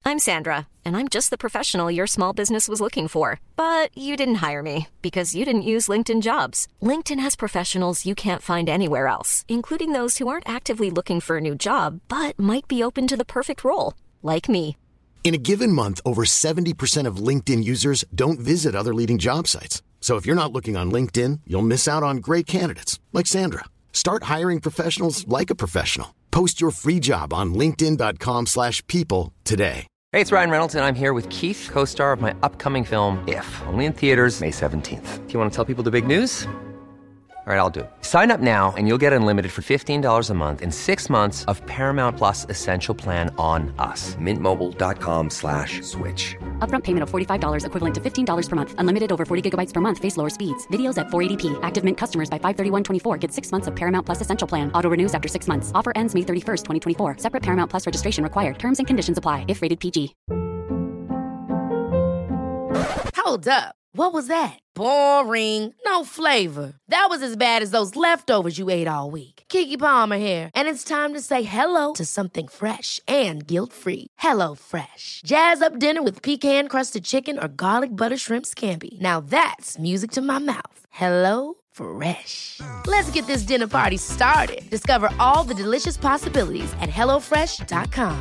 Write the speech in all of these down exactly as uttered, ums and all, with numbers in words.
I'm Sandra, and I'm just the professional your small business was looking for. But you didn't hire me because you didn't use LinkedIn Jobs. LinkedIn has professionals you can't find anywhere else, including those who aren't actively looking for a new job, but might be open to the perfect role, like me. In a given month, over seventy percent of LinkedIn users don't visit other leading job sites. So if you're not looking on LinkedIn, you'll miss out on great candidates like Sandra. Start hiring professionals like a professional. Post your free job on linkedin.com slash people today. Hey, it's Ryan Reynolds, and I'm here with Keith, co-star of my upcoming film, If, only in theaters May seventeenth. Do you want to tell people the big news? All right, I'll do it. Sign up now and you'll get unlimited for fifteen dollars a month and six months of Paramount Plus Essential Plan on us. Mint Mobile dot com slash switch. Upfront payment of forty-five dollars equivalent to fifteen dollars per month. Unlimited over forty gigabytes per month. Face lower speeds. Videos at four eighty p. Active Mint customers by five thirty-one twenty-four get six months of Paramount Plus Essential Plan. Auto renews after six months. Offer ends May thirty-first, twenty twenty-four. Separate Paramount Plus registration required. Terms and conditions apply if rated P G. Hold up. What was that? Boring. No flavor. That was as bad as those leftovers you ate all week. Keke Palmer here, and it's time to say hello to something fresh and guilt-free. Hello Fresh. Jazz up dinner with pecan-crusted chicken or garlic butter shrimp scampi. Now that's music to my mouth. Hello Fresh. Let's get this dinner party started. Discover all the delicious possibilities at hello fresh dot com.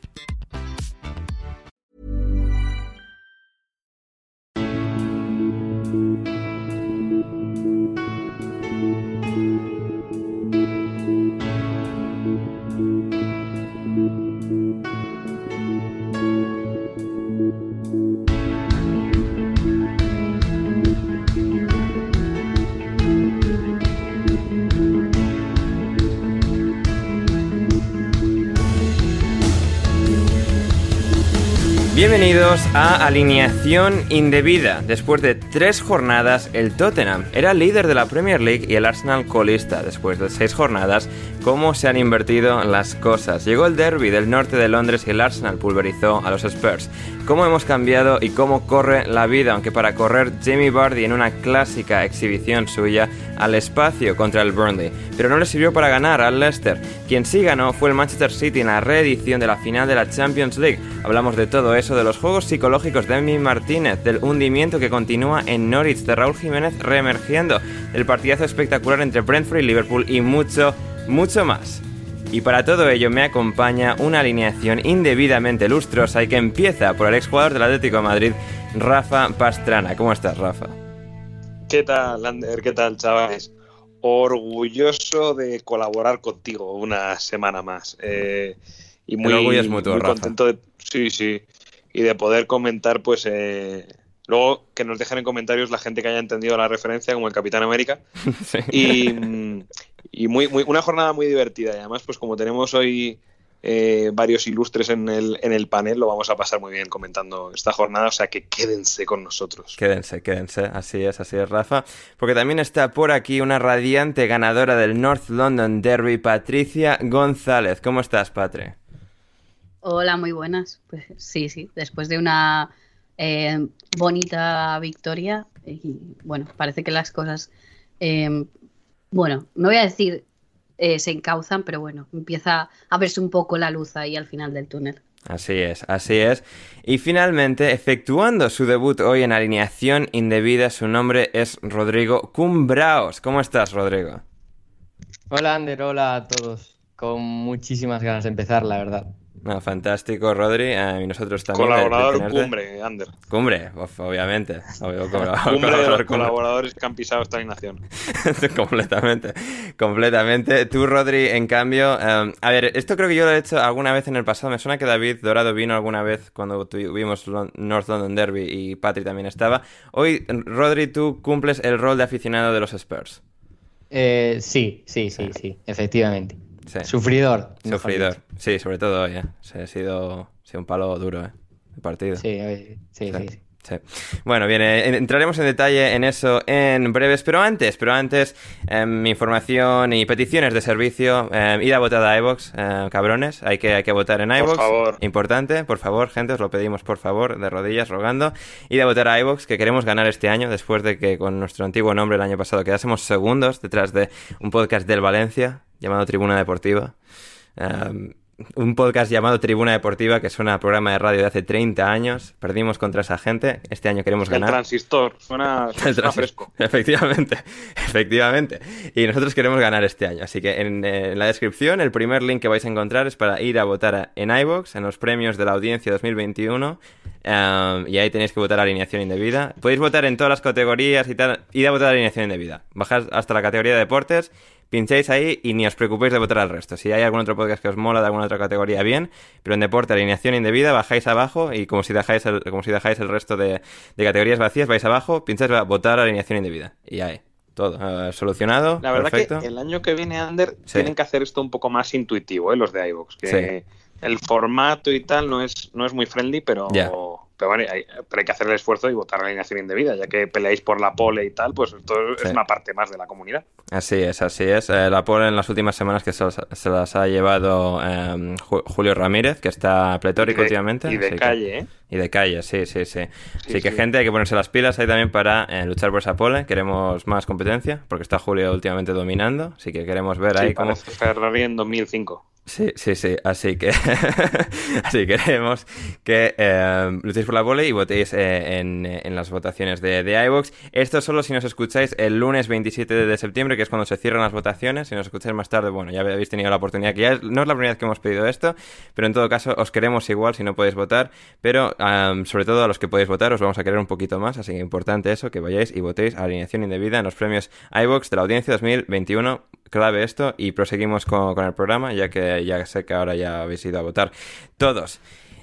Bienvenidos a Alineación Indebida. Después de tres jornadas, el Tottenham era líder de la Premier League y el Arsenal colista. Después de seis jornadas, ¿cómo se han invertido las cosas? Llegó el derbi del norte de Londres y el Arsenal pulverizó a los Spurs. ¿Cómo hemos cambiado y cómo corre la vida? Aunque para correr Jamie Vardy en una clásica exhibición suya al espacio contra el Burnley. Pero no le sirvió para ganar al Leicester. Quien sí ganó fue el Manchester City en la reedición de la final de la Champions League. Hablamos de todo eso, de los juegos psicológicos de Emi Martínez, del hundimiento que continúa en Norwich, de Raúl Jiménez reemergiendo, del partidazo espectacular entre Brentford y Liverpool y mucho, mucho más. Y para todo ello me acompaña una alineación indebidamente lustrosa y que empieza por el exjugador del Atlético de Madrid, Rafa Pastrana. ¿Cómo estás, Rafa? ¿Qué tal, Ander? ¿Qué tal, chavales? Orgulloso de colaborar contigo una semana más. Eh, y muy, el orgullo es mutuo, muy Rafa. Contento de, sí, sí. Y de poder comentar, pues, eh, luego que nos dejen en comentarios la gente que haya entendido la referencia, como el Capitán América. Sí. Y, y muy, muy, una jornada muy divertida. Y además, pues como tenemos hoy eh, varios ilustres en el, en el panel, lo vamos a pasar muy bien comentando esta jornada. O sea que quédense con nosotros. Quédense, quédense. Así es, así es, Rafa. Porque también está por aquí una radiante ganadora del North London Derby, Patricia González. ¿Cómo estás, Patri? Hola, muy buenas. Pues sí, sí, después de una eh, bonita victoria, y bueno, parece que las cosas, eh, bueno, no voy a decir eh, se encauzan, pero bueno, empieza a verse un poco la luz ahí al final del túnel. Así es, así es. Y finalmente, efectuando su debut hoy en Alineación Indebida, su nombre es Rodrigo Cumbraos. ¿Cómo estás, Rodrigo? Hola, Ander, hola a todos. Con muchísimas ganas de empezar, la verdad. No, fantástico, Rodri, eh, y nosotros también. Colaborador de, de cumbre, Ander. Cumbre, of, obviamente. Obvio, colaborador, cumbre de los cumbre. colaboradores que han pisado esta alineación. completamente, completamente. Tú, Rodri, en cambio, um, a ver, esto creo que yo lo he hecho alguna vez en el pasado. Me suena que David Dorado vino alguna vez cuando tuvimos North London Derby y Patri también estaba. Hoy, Rodri, tú cumples el rol de aficionado de los Spurs. Eh, sí, sí, sí, sí, efectivamente. Sí. Sufridor. Sufridor. Sí, sobre todo hoy, ¿eh? Sí, ha sido, ha sido un palo duro, ¿eh? El partido. Sí, hoy, sí, sí, sí, sí. Sí. Bueno, bien, eh, entraremos en detalle en eso en breves, pero antes, pero antes, eh, mi información y peticiones de servicio, eh, id a votar a iVoox, eh, cabrones, hay que, hay que votar en iVoox. Por favor. Importante, por favor, gente, os lo pedimos por favor, de rodillas, rogando. Id a votar a iVoox, que queremos ganar este año, después de que con nuestro antiguo nombre el año pasado quedásemos segundos detrás de un podcast del Valencia, llamado Tribuna Deportiva. Um, un podcast llamado Tribuna Deportiva, que suena a programa de radio de hace treinta años. Perdimos contra esa gente. Este año queremos ganar. El transistor, suena, suena transistor. fresco. Efectivamente, efectivamente. Y nosotros queremos ganar este año. Así que en, en la descripción, el primer link que vais a encontrar es para ir a votar a, en iVoox, en los premios de la audiencia dos mil veintiuno. Um, y ahí tenéis que votar alineación indebida. Podéis votar en todas las categorías y tal. Id a votar alineación indebida. Bajad hasta la categoría de deportes. Pincháis ahí y ni os preocupéis de votar al resto. Si hay algún otro podcast que os mola de alguna otra categoría, bien, pero en deporte, alineación indebida, bajáis abajo y como si dejáis el, como si dejáis el resto de, de categorías vacías, vais abajo, pincháis a votar alineación indebida. Y ahí, todo uh, solucionado. La verdad perfecto. Que el año que viene, Ander, sí. tienen que hacer esto un poco más intuitivo, ¿eh? Los de iVoox, que sí. el formato y tal no es, no es muy friendly, pero... Yeah. Pero bueno, hay, pero hay que hacer el esfuerzo y votar la alineación indebida, ya que peleáis por la pole y tal, pues esto sí. es una parte más de la comunidad. Así es, así es. Eh, la pole en las últimas semanas que se, se las ha llevado eh, Julio Ramírez, que está pletórico y de, últimamente. Y de así calle, que, ¿eh? Y de calle, sí, sí, sí. Sí, Así que sí. gente, hay que ponerse las pilas ahí también para eh, luchar por esa pole. Queremos más competencia, porque está Julio últimamente dominando, así que queremos ver Sí, ahí cómo... Ferrari en dos mil cinco. Sí, sí, sí, así que así queremos que eh, luchéis por la pole y votéis eh, en, en las votaciones de, de iVoox. Esto solo si nos escucháis el lunes veintisiete de septiembre, que es cuando se cierran las votaciones. Si nos escucháis más tarde, bueno, ya habéis tenido la oportunidad, que ya es, no es la primera vez que hemos pedido esto, pero en todo caso os queremos igual si no podéis votar, pero um, sobre todo a los que podéis votar os vamos a querer un poquito más, así que importante eso, que vayáis y votéis a alineación indebida en los premios iVoox de la audiencia dos mil veintiuno. Clave esto, y proseguimos con, con el programa, ya que ya sé que ahora ya habéis ido a votar todos.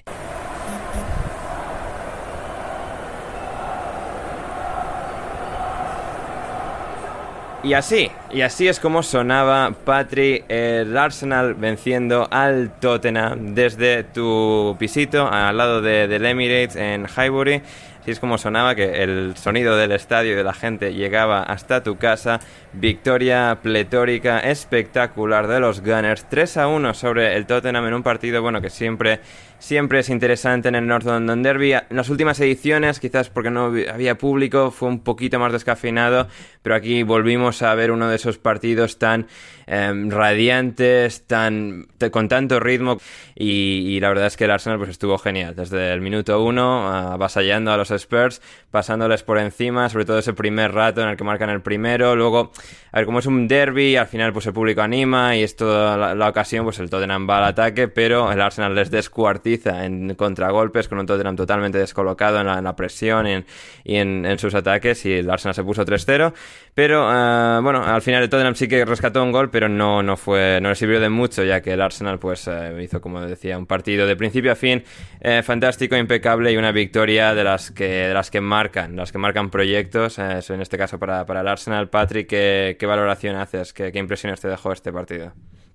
Y así, y así es como sonaba, Patri, el Arsenal venciendo al Tottenham desde tu pisito al lado de, del Emirates en Highbury. Así es como sonaba, que el sonido del estadio y de la gente llegaba hasta tu casa. Victoria pletórica, espectacular de los Gunners, tres a uno sobre el Tottenham en un partido, bueno, que siempre, siempre es interesante en el North London Derby. En las últimas ediciones, quizás porque no había público, fue un poquito más descafeinado, pero aquí volvimos a ver uno de esos partidos tan eh, radiantes, tan con tanto ritmo, y, y la verdad es que el Arsenal pues estuvo genial, desde el minuto uno, avasallando a los Spurs, pasándoles por encima, sobre todo ese primer rato en el que marcan el primero. Luego, a ver, como es un derby, al final pues el público anima y es toda la, la ocasión, pues el Tottenham va al ataque, pero el Arsenal les descuartiza en contragolpes, con un Tottenham totalmente descolocado en la, en la presión y, en, y en, en sus ataques, y el Arsenal se puso tres cero, pero uh, bueno, al final el Tottenham sí que rescató un gol, pero no, no fue, no le sirvió de mucho, ya que el Arsenal pues uh, hizo, como decía, un partido de principio a fin eh, fantástico, impecable, y una victoria de las que, de las que marcan, las que marcan proyectos, eh, en este caso para, para el Arsenal. Patrick, ¿qué, qué valoración haces? ¿Qué, qué impresiones te dejó este partido?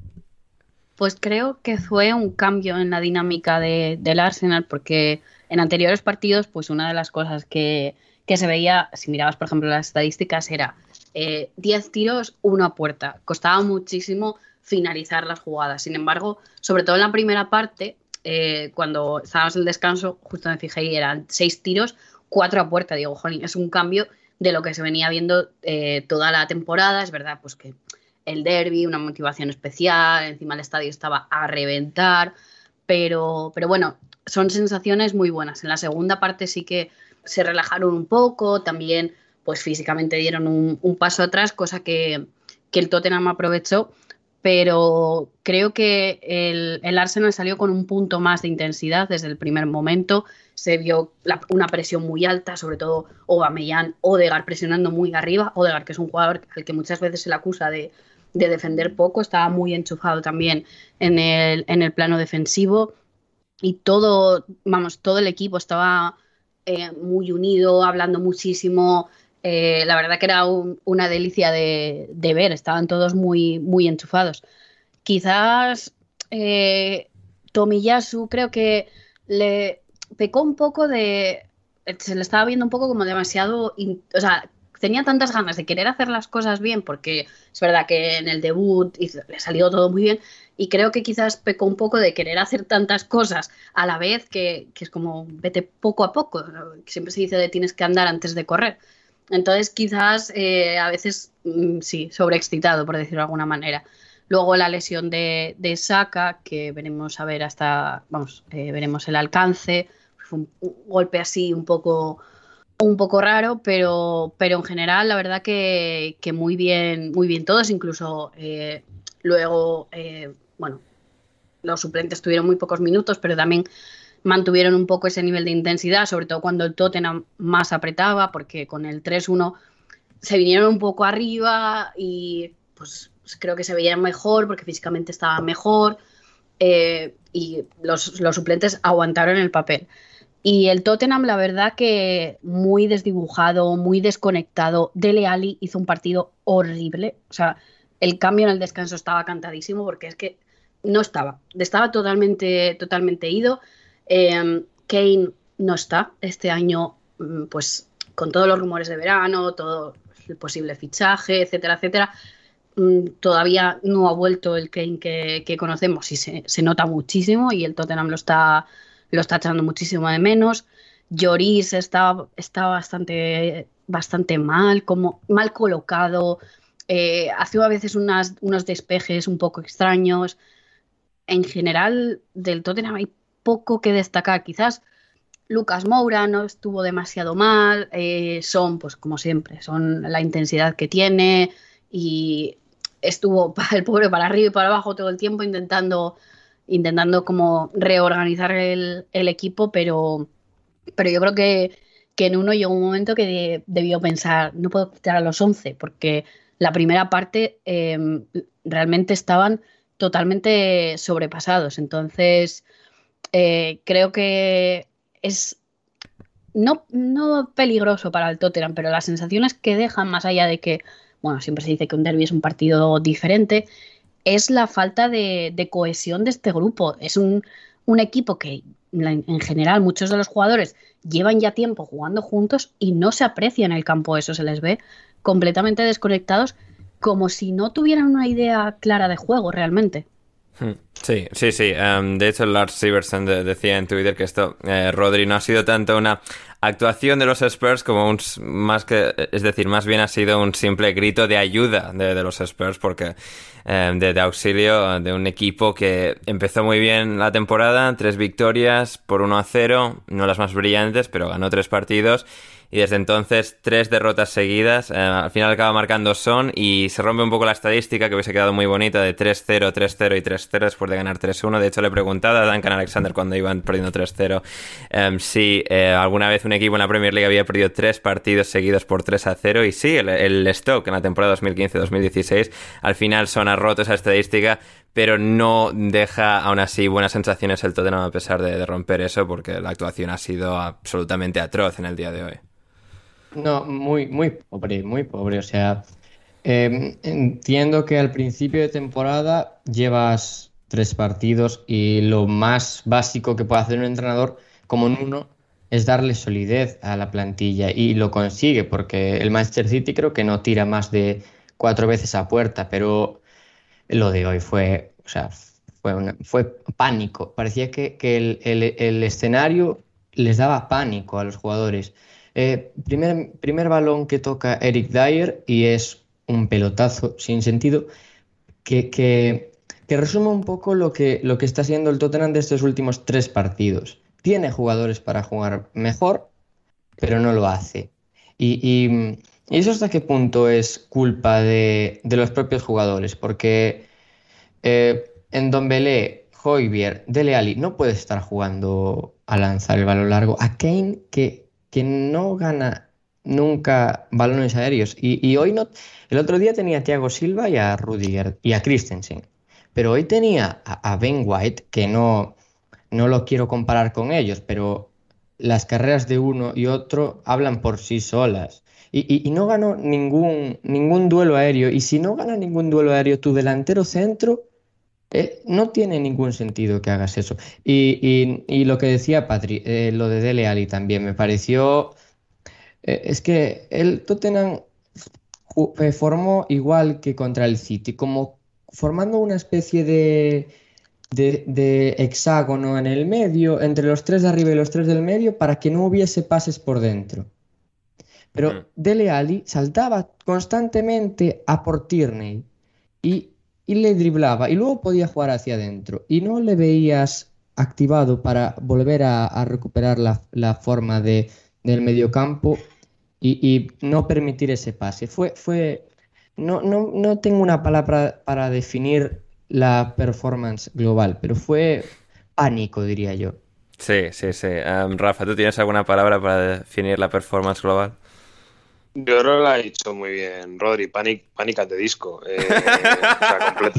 Pues creo que fue un cambio en la dinámica de, del Arsenal, porque en anteriores partidos, pues una de las cosas que, que se veía, si mirabas por ejemplo las estadísticas, era eh, diez tiros, uno a puerta. Costaba muchísimo finalizar las jugadas. Sin embargo, sobre todo en la primera parte, eh, cuando estábamos en el descanso, justo me fijé y eran seis tiros, cuatro a puerta. Digo, jolín, es un cambio de lo que se venía viendo eh, toda la temporada. Es verdad, pues que el derbi, una motivación especial, encima el estadio estaba a reventar, pero, pero bueno, son sensaciones muy buenas. En la segunda parte sí que se relajaron un poco, también pues físicamente dieron un, un paso atrás, cosa que, que el Tottenham aprovechó, pero creo que el, el Arsenal salió con un punto más de intensidad desde el primer momento. Se vio la, una presión muy alta, sobre todo Aubameyang, Odegaard presionando muy arriba. Odegaard, que es un jugador al que muchas veces se le acusa de, de defender poco, estaba muy enchufado también en el, en el plano defensivo, y todo, vamos, todo el equipo estaba eh, muy unido, hablando muchísimo. Eh, la verdad que era un, una delicia de, de ver, estaban todos muy, muy enchufados. Quizás eh, Tomiyasu creo que le pecó un poco de... Se le estaba viendo un poco como demasiado... In, o sea, tenía tantas ganas de querer hacer las cosas bien, porque es verdad que en el debut hizo, le salió todo muy bien, y creo que quizás pecó un poco de querer hacer tantas cosas a la vez que, que es como vete poco a poco. Siempre se dice de tienes que andar antes de correr. Entonces quizás eh, a veces, mm, sí, sobreexcitado, por decirlo de alguna manera. Luego la lesión de, de Saka, que veremos a ver hasta, vamos, eh, veremos el alcance. Fue un, un golpe así un poco, un poco raro, pero, pero en general la verdad que, que muy bien, muy bien todos. Incluso eh, luego, eh, bueno, los suplentes tuvieron muy pocos minutos, pero también mantuvieron un poco ese nivel de intensidad, sobre todo cuando el Tottenham más apretaba, porque con el tres uno se vinieron un poco arriba y pues creo que se veían mejor porque físicamente estaban mejor, eh, y los, los suplentes aguantaron el papel. Y el Tottenham, la verdad que muy desdibujado, muy desconectado. Dele Alli hizo un partido horrible. O sea, el cambio en el descanso estaba cantadísimo porque es que no estaba. Estaba totalmente, totalmente ido. Eh, Kane no está este año, pues con todos los rumores de verano, todo el posible fichaje, etcétera, etcétera. Todavía no ha vuelto el Kane que, que conocemos y se, se nota muchísimo y el Tottenham lo está, lo está echando muchísimo de menos. Lloris está, está bastante, bastante mal, como mal colocado, eh, hace a veces unas, unos despejes un poco extraños. En general del Tottenham hay poco que destacar. Quizás Lucas Moura no estuvo demasiado mal, eh, Son, pues como siempre, Son la intensidad que tiene y estuvo el pobre para arriba y para abajo todo el tiempo intentando, intentando como reorganizar el, el equipo, pero, pero yo creo que, que en uno llegó un momento que de, debió pensar, no puedo quitar a los once, porque la primera parte eh, realmente estaban totalmente sobrepasados. Entonces, eh, creo que es no, no peligroso para el Tottenham, pero las sensaciones que dejan, más allá de que, bueno, siempre se dice que un derbi es un partido diferente, es la falta de, de cohesión de este grupo. Es un, un equipo que, en general, muchos de los jugadores llevan ya tiempo jugando juntos y no se aprecia en el campo eso, se les ve completamente desconectados, como si no tuvieran una idea clara de juego realmente. Sí, sí, sí. Um, de hecho, Lars Siversen de- decía en Twitter que esto, eh, Rodri, no ha sido tanto una actuación de los Spurs como un, s- más que, es decir, más bien ha sido un simple grito de ayuda de, de los Spurs porque eh, de, de auxilio de un equipo que empezó muy bien la temporada, tres victorias por uno a cero, no las más brillantes, pero ganó tres partidos. Y desde entonces, tres derrotas seguidas. Eh, al final acaba marcando Son y se rompe un poco la estadística que hubiese quedado muy bonita de tres cero, tres cero y tres cero después de ganar tres uno. De hecho, le he preguntado a Duncan Alexander cuando iban perdiendo tres cero um, si eh, alguna vez un equipo en la Premier League había perdido tres partidos seguidos por tres a cero. Y sí, el, el Stoke en la temporada dos mil quince dos mil dieciséis. Al final Son ha roto esa estadística, pero no deja aún así buenas sensaciones el Tottenham a pesar de, de romper eso, porque la actuación ha sido absolutamente atroz en el día de hoy. No, muy, muy pobre, muy pobre. O sea, eh, entiendo que al principio de temporada llevas tres partidos y lo más básico que puede hacer un entrenador como Nuno es darle solidez a la plantilla y lo consigue porque el Manchester City creo que no tira más de cuatro veces a puerta, pero lo de hoy fue, o sea, fue, una- fue pánico. Parecía que, que el, el- el escenario les daba pánico a los jugadores. Eh, primer, primer balón que toca Eric Dyer y es un pelotazo sin sentido que, que, que resume un poco lo que, lo que está siendo el Tottenham de estos últimos tres partidos. Tiene jugadores para jugar mejor, pero no lo hace. Y, y- y eso hasta qué punto es culpa de, de los propios jugadores, porque eh, en Ndombele, Højbjerg, Dele Alli no puede estar jugando a lanzar el balón largo. A Kane, que, que no gana nunca balones aéreos. Y, y hoy no. El otro día tenía a Thiago Silva y a Rudiger y a Christensen. Pero hoy tenía a, a Ben White, que no, no lo quiero comparar con ellos, pero las carreras de uno y otro hablan por sí solas. Y, y- y no ganó ningún, ningún duelo aéreo. Y si no gana ningún duelo aéreo, tu delantero centro, eh, no tiene ningún sentido que hagas eso. Y, y- y lo que decía Patri, eh, lo de Dele Alli también me pareció. Eh, es que el Tottenham ju- eh, formó igual que contra el City, como formando una especie de, de, de hexágono en el medio, entre los tres de arriba y los tres del medio, para que no hubiese pases por dentro. Pero Ujú. Dele Alli saltaba constantemente a por Tierney y y le driblaba y luego podía jugar hacia adentro y no le veías activado para volver a, a recuperar la, la forma de, del mediocampo y, y no permitir ese pase. Fue, fue no, no, no tengo una palabra para definir la performance global, pero fue pánico, diría yo. Sí, sí, sí. Um, Rafa, ¿tú tienes alguna palabra para definir la performance global? Yo creo que lo ha dicho muy bien, Rodri. Panic, pánicas de disco. Eh, o sea, completo.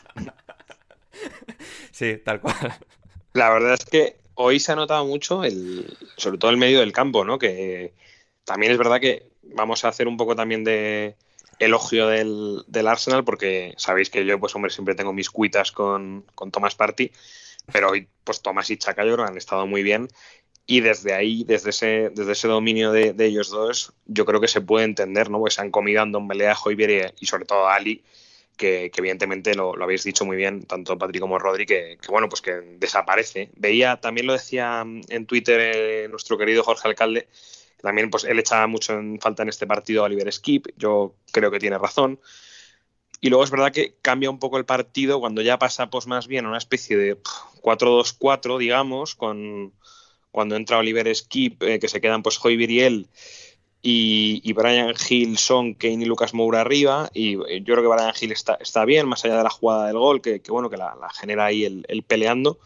Sí, tal cual. La verdad es que hoy se ha notado mucho, el, sobre todo el medio del campo, ¿no? Que también es verdad que vamos a hacer un poco también de elogio del, del Arsenal, porque sabéis que yo, pues hombre, siempre tengo mis cuitas con, con Thomas Partey, pero hoy, pues Thomas y Xhaka yo creo que han estado muy bien. Y desde ahí, desde ese, desde ese dominio de, de ellos dos, yo creo que se puede entender, ¿no? Pues se han comido a Ndombele, a Højbjerg y sobre todo a Ali, que, que evidentemente lo, lo habéis dicho muy bien, tanto Patri como Rodri, que, que bueno, pues que desaparece. Veía, también lo decía en Twitter eh, nuestro querido Jorge Alcalde, que también pues él echaba mucho en falta en este partido a Oliver Skip, yo creo que tiene razón. Y luego es verdad que cambia un poco el partido cuando ya pasa pues más bien a una especie de cuatro dos cuatro, digamos, con... cuando entra Oliver Skip, eh, que se quedan pues Højbjerg y él, y, y Brian Hill, Son, Kane y Lucas Moura arriba, y eh, yo creo que Brian Hill está, está bien, más allá de la jugada del gol, que, que bueno, que la, la genera ahí el, el peleando,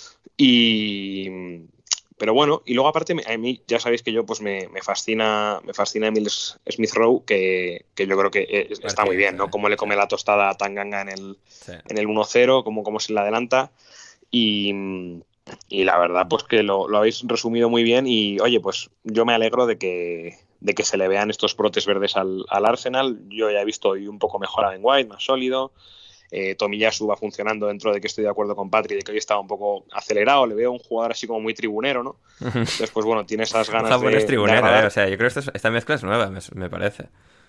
y... pero bueno, y luego aparte a mí ya sabéis que yo pues me, me fascina me fascina Emil Smith Rowe, que, que yo creo que es, está muy bien, ¿no? Cómo le come la tostada a Tanganga en el, sí. en el uno cero, cómo, cómo se le adelanta, y... Y la verdad, pues que lo, lo habéis resumido muy bien y, oye, pues yo me alegro de que, de que se le vean estos brotes verdes al, al Arsenal. Yo ya he visto hoy un poco mejor a Ben White, más sólido. Eh, Tomiyasu va funcionando dentro de que estoy de acuerdo con Patri, de que hoy estaba un poco acelerado. Le veo un jugador así como muy tribunero, ¿no? Entonces, pues bueno, tiene esas ganas de... es tribunero, de eh, o sea, yo creo que esta, esta mezcla es nueva, me, me parece.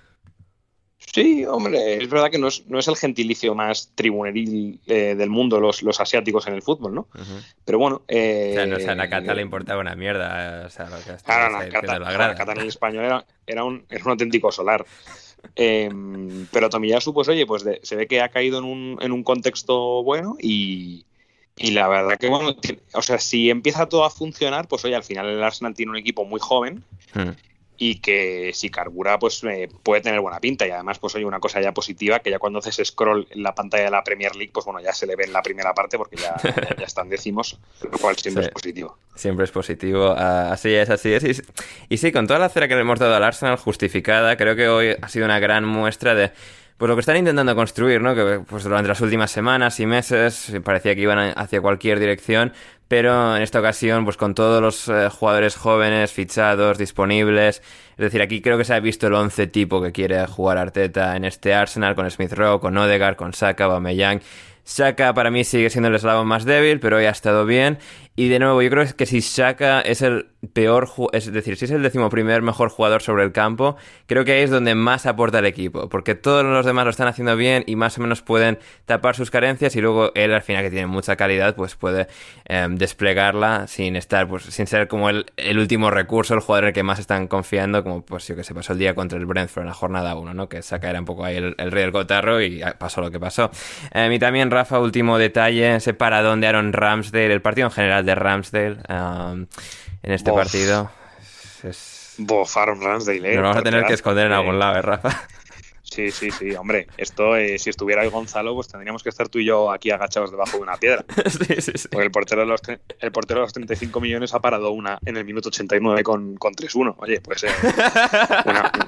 Sí, hombre, es verdad que no es, no es el gentilicio más tribuneril eh, del mundo los, los asiáticos en el fútbol, ¿no? Uh-huh. Pero bueno... Eh, o sea, no, o sea, Nakata eh, le importaba una mierda, o sea, lo que claro, Nakata, Nakata en el español era, era, un, era un auténtico solar. Eh, pero Tomiyasu, pues oye, pues de, se ve que ha caído en un, en un contexto bueno y, y la verdad que, bueno, tiene, o sea, si empieza todo a funcionar, pues oye, al final el Arsenal tiene un equipo muy joven, uh-huh. y que si carbura pues eh, puede tener buena pinta y además pues oye una cosa ya positiva que ya cuando haces scroll en la pantalla de la Premier League pues bueno ya se le ve en la primera parte porque ya, ya, ya están décimos, lo cual siempre sí. es positivo. Siempre es positivo, uh, así es, así es. Y, y sí, con toda la cera que le hemos dado al Arsenal justificada, creo que hoy ha sido una gran muestra de pues lo que están intentando construir, ¿no? Que pues durante las últimas semanas y meses parecía que iban hacia cualquier dirección, pero en esta ocasión, pues con todos los eh, jugadores jóvenes, fichados, disponibles, es decir, aquí creo que se ha visto el once tipo que quiere jugar Arteta en este Arsenal, con Smith Rowe, con Odegaard, con Saka, Aubameyang. Saka para mí sigue siendo el eslabón más débil, pero hoy ha estado bien. Y de nuevo, yo creo que si Saka es el peor, ju- es decir, si es el decimoprimer mejor jugador sobre el campo, creo que ahí es donde más aporta el equipo, porque todos los demás lo están haciendo bien y más o menos pueden tapar sus carencias y luego él al final, que tiene mucha calidad, pues puede eh, desplegarla sin estar, pues sin ser como el, el último recurso, el jugador en el que más están confiando, como pues yo que sé, pasó el día contra el Brentford en la jornada uno, ¿no? Que Saka era un poco ahí el, el rey del cotarro y pasó lo que pasó. Eh, y también Rafa, último detalle, ese paradón de Aaron Ramsdale, el partido en general de Ramsdale um, en este Bof. partido. Es... Bof, Aaron Ramsdale, ¿eh? Nos vamos a tener que esconder en algún lado, ¿eh, Rafa? Sí, sí, sí, hombre, esto eh, si estuviera ahí Gonzalo, pues tendríamos que estar tú y yo aquí agachados debajo de una piedra. Sí, sí, sí. Porque el portero de los, el portero de los treinta y cinco millones ha parado una en el minuto ochenta y nueve con, con tres uno. Oye, pues... Eh, una, una...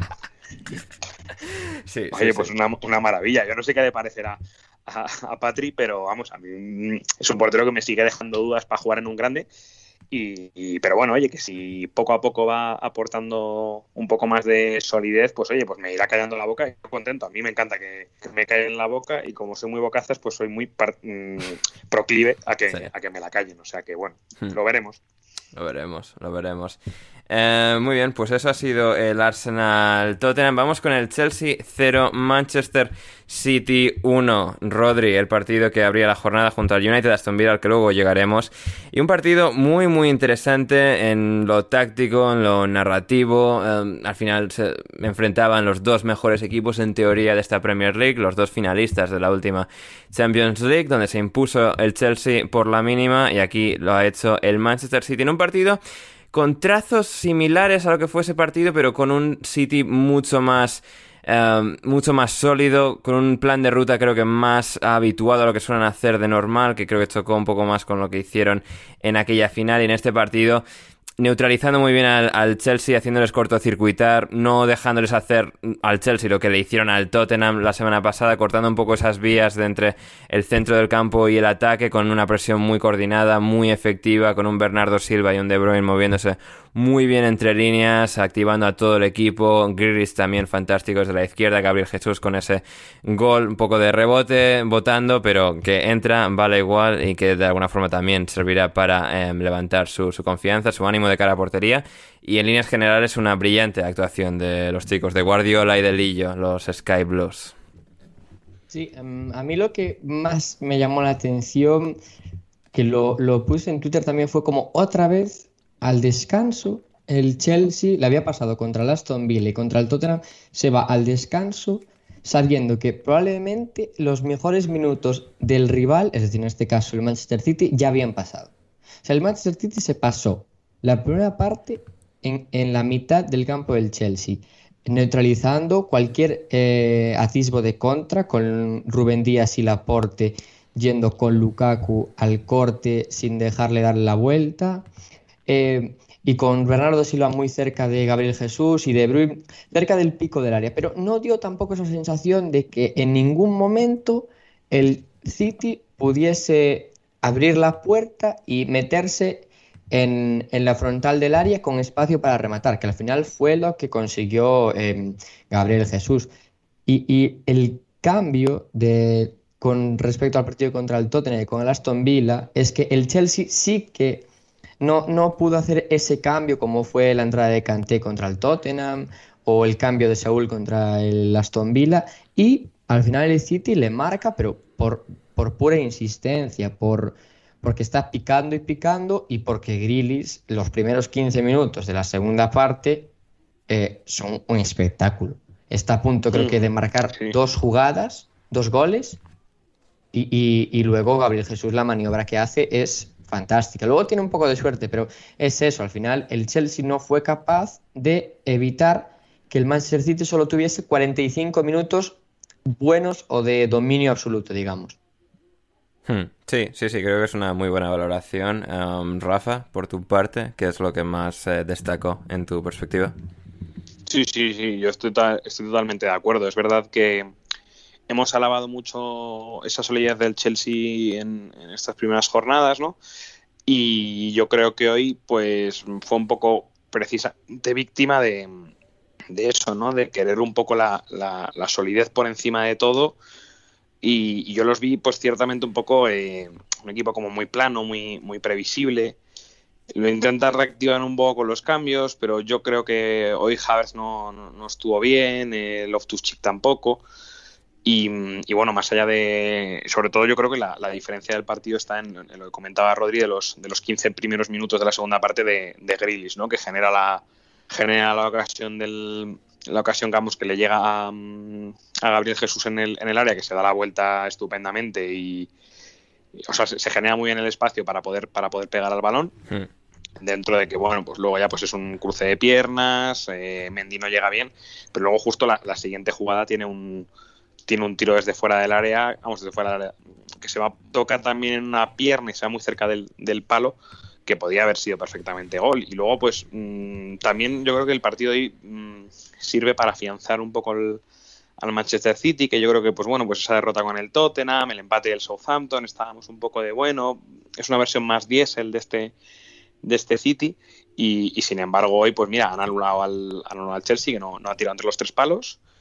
Sí, Oye, sí, pues sí. Una, una maravilla. Yo no sé qué le parecerá a, a Patri, pero vamos, a mí es un portero que me sigue dejando dudas para jugar en un grande. Y, y, pero bueno, oye, que si poco a poco va aportando un poco más de solidez, pues oye, pues me irá callando la boca y estoy contento. A mí me encanta que, que me calle en la boca y como soy muy bocazas, pues soy muy par, mmm, proclive a que, sí. a que me la callen. O sea que bueno, hmm. lo veremos. Lo veremos, lo veremos. Eh, muy bien, pues eso ha sido el Arsenal-Tottenham. Vamos con el Chelsea cero, Manchester City uno. Rodri, el partido que abría la jornada junto al United Aston Villa, al que luego llegaremos. Y un partido muy, muy interesante en lo táctico, en lo narrativo. Eh, al final se enfrentaban los dos mejores equipos en teoría de esta Premier League, los dos finalistas de la última Champions League, donde se impuso el Chelsea por la mínima y aquí lo ha hecho el Manchester City en un partido con trazos similares a lo que fue ese partido, pero con un City mucho más, eh, mucho más sólido, con un plan de ruta creo que más habituado a lo que suelen hacer de normal, que creo que chocó un poco más con lo que hicieron en aquella final y en este partido, neutralizando muy bien al, al Chelsea, haciéndoles cortocircuitar, no dejándoles hacer al Chelsea lo que le hicieron al Tottenham la semana pasada, cortando un poco esas vías de entre el centro del campo y el ataque, con una presión muy coordinada, muy efectiva, con un Bernardo Silva y un De Bruyne moviéndose muy bien entre líneas, activando a todo el equipo. Grealish también fantástico desde la izquierda, Gabriel Jesús con ese gol, un poco de rebote, botando, pero que entra, vale igual, y que de alguna forma también servirá para eh, levantar su, su confianza, su ánimo de cara a portería. Y en líneas generales una brillante actuación de los chicos de Guardiola y de Lillo, los Sky Blues. Sí, um, a mí lo que más me llamó la atención, que lo, lo puse en Twitter también, fue como otra vez al descanso el Chelsea, le había pasado contra el Aston Villa y contra el Tottenham, se va al descanso sabiendo que probablemente los mejores minutos del rival, es decir, en este caso el Manchester City, ya habían pasado. O sea, el Manchester City se pasó la primera parte en, en la mitad del campo del Chelsea, neutralizando cualquier eh, atisbo de contra, con Rubén Díaz y Laporte yendo con Lukaku al corte sin dejarle darle la vuelta, eh, y con Bernardo Silva muy cerca de Gabriel Jesús y De Bruyne cerca del pico del área, pero no dio tampoco esa sensación de que en ningún momento el City pudiese abrir la puerta y meterse En, en la frontal del área con espacio para rematar, que al final fue lo que consiguió eh, Gabriel Jesús. Y, y el cambio de, con respecto al partido contra el Tottenham y con el Aston Villa es que el Chelsea sí que no, no pudo hacer ese cambio como fue la entrada de Kanté contra el Tottenham o el cambio de Saúl contra el Aston Villa, y al final el City le marca, pero por, por pura insistencia, por... porque está picando y picando, y porque Grealish, los primeros quince minutos de la segunda parte eh, son un espectáculo. Está a punto, creo que, de marcar sí. dos jugadas, dos goles, y, y, y luego Gabriel Jesús, la maniobra que hace es fantástica. Luego tiene un poco de suerte, pero es eso, al final el Chelsea no fue capaz de evitar que el Manchester City solo tuviese cuarenta y cinco minutos buenos o de dominio absoluto, digamos. Hmm. Sí, sí, sí, creo que es una muy buena valoración. Um, Rafa, por tu parte, ¿qué es lo que más eh, destacó en tu perspectiva? Sí, sí, sí, yo estoy, ta- estoy totalmente de acuerdo. Es verdad que hemos alabado mucho esa solidez del Chelsea en, en estas primeras jornadas, ¿no? Y yo creo que hoy, pues, fue un poco precisamente víctima de, de eso, ¿no? De querer un poco la, la, la solidez por encima de todo. Y, y yo los vi, pues ciertamente un poco eh, un equipo como muy plano, muy, muy previsible. Lo intenta reactivar un poco con los cambios, pero yo creo que hoy Havertz no, no, no estuvo bien, eh, Loftus-Cheek tampoco. Y, y bueno, más allá de... Sobre todo yo creo que la, la diferencia del partido está en, en lo que comentaba Rodri de los, de los quince primeros minutos de la segunda parte de, de Grealish, ¿no? Que genera la, genera la ocasión del... la ocasión digamos, que le llega a, a Gabriel Jesús en el, en el área, que se da la vuelta estupendamente y, y o sea, se, se genera muy bien el espacio para poder, para poder pegar al balón. Hmm. Dentro de que, bueno, pues luego ya pues es un cruce de piernas, eh, Mendy no llega bien, pero luego justo la, la siguiente jugada tiene un tiene un tiro desde fuera del área, vamos, desde fuera del área, que se va a tocar también en una pierna y se va muy cerca del, del palo, que podía haber sido perfectamente gol. Y luego, pues, mmm, también yo creo que el partido de hoy mmm, sirve para afianzar un poco el, al Manchester City, que yo creo que, pues bueno, pues esa derrota con el Tottenham, el empate del Southampton, estábamos un poco de, bueno, es una versión más diésel de este de este City, y, y sin embargo hoy, pues mira, han anulado al, han anulado al Chelsea, que no, no ha tirado entre los tres palos,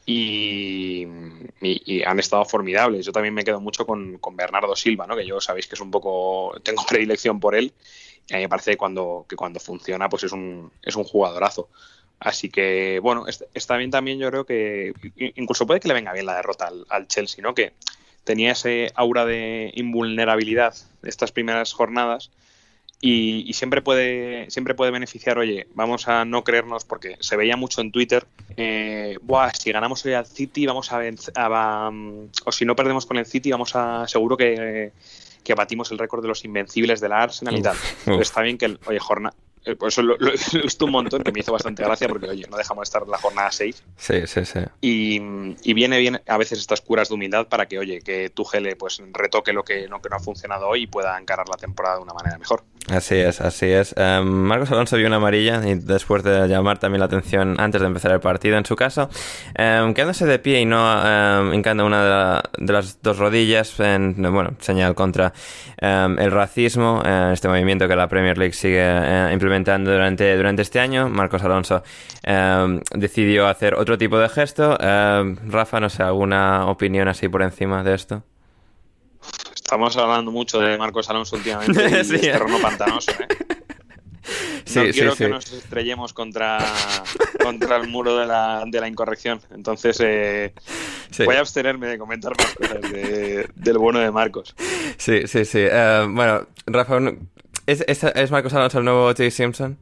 y, y, y han estado formidables. Yo también me quedo mucho con, con Bernardo Silva, ¿no? Que yo sabéis que es un poco, tengo predilección por él, y a mí me parece que cuando, que cuando funciona pues es un, es un jugadorazo. Así que, bueno, está bien también, yo creo que incluso puede que le venga bien la derrota al, al Chelsea, ¿no? Que tenía ese aura de invulnerabilidad de estas primeras jornadas y, y siempre puede siempre puede beneficiar, oye, vamos a no creernos, porque se veía mucho en Twitter, eh, Buah, si ganamos hoy al City vamos a, vencer, a, a o si no perdemos con el City vamos a, seguro que, que batimos el récord de los invencibles de la Arsenal y tal. Pero está bien que, oye, jornada... Por eso lo, lo, lo estuvo un montón, que me hizo bastante gracia, porque, oye, no dejamos de estar en la jornada seis. Sí, sí, sí. Y, y viene bien a veces estas curas de humildad para que, oye, que Tuchel pues retoque lo que, lo que no ha funcionado hoy y pueda encarar la temporada de una manera mejor. Así es, así es. Um, Marcos Alonso vio una amarilla y después de llamar también la atención antes de empezar el partido, en su caso, um, quedándose de pie y no um, hincando una de, la, de las dos rodillas, en, bueno, señal contra um, el racismo, uh, este movimiento que la Premier League sigue uh, implementando durante, durante este año. Marcos Alonso um, decidió hacer otro tipo de gesto. Um, Rafa, no sé, ¿alguna opinión así por encima de esto? Estamos hablando mucho de Marcos Alonso últimamente y sí, es terreno pantanoso, ¿eh? Sí, no sí, quiero sí. que nos estrellemos contra, contra el muro de la, de la incorrección. Entonces, eh, sí. voy a abstenerme de comentar más cosas de, del bueno de Marcos. Sí, sí, sí. Uh, bueno, Rafa, ¿es, es, ¿es Marcos Alonso el nuevo Jay Simpson?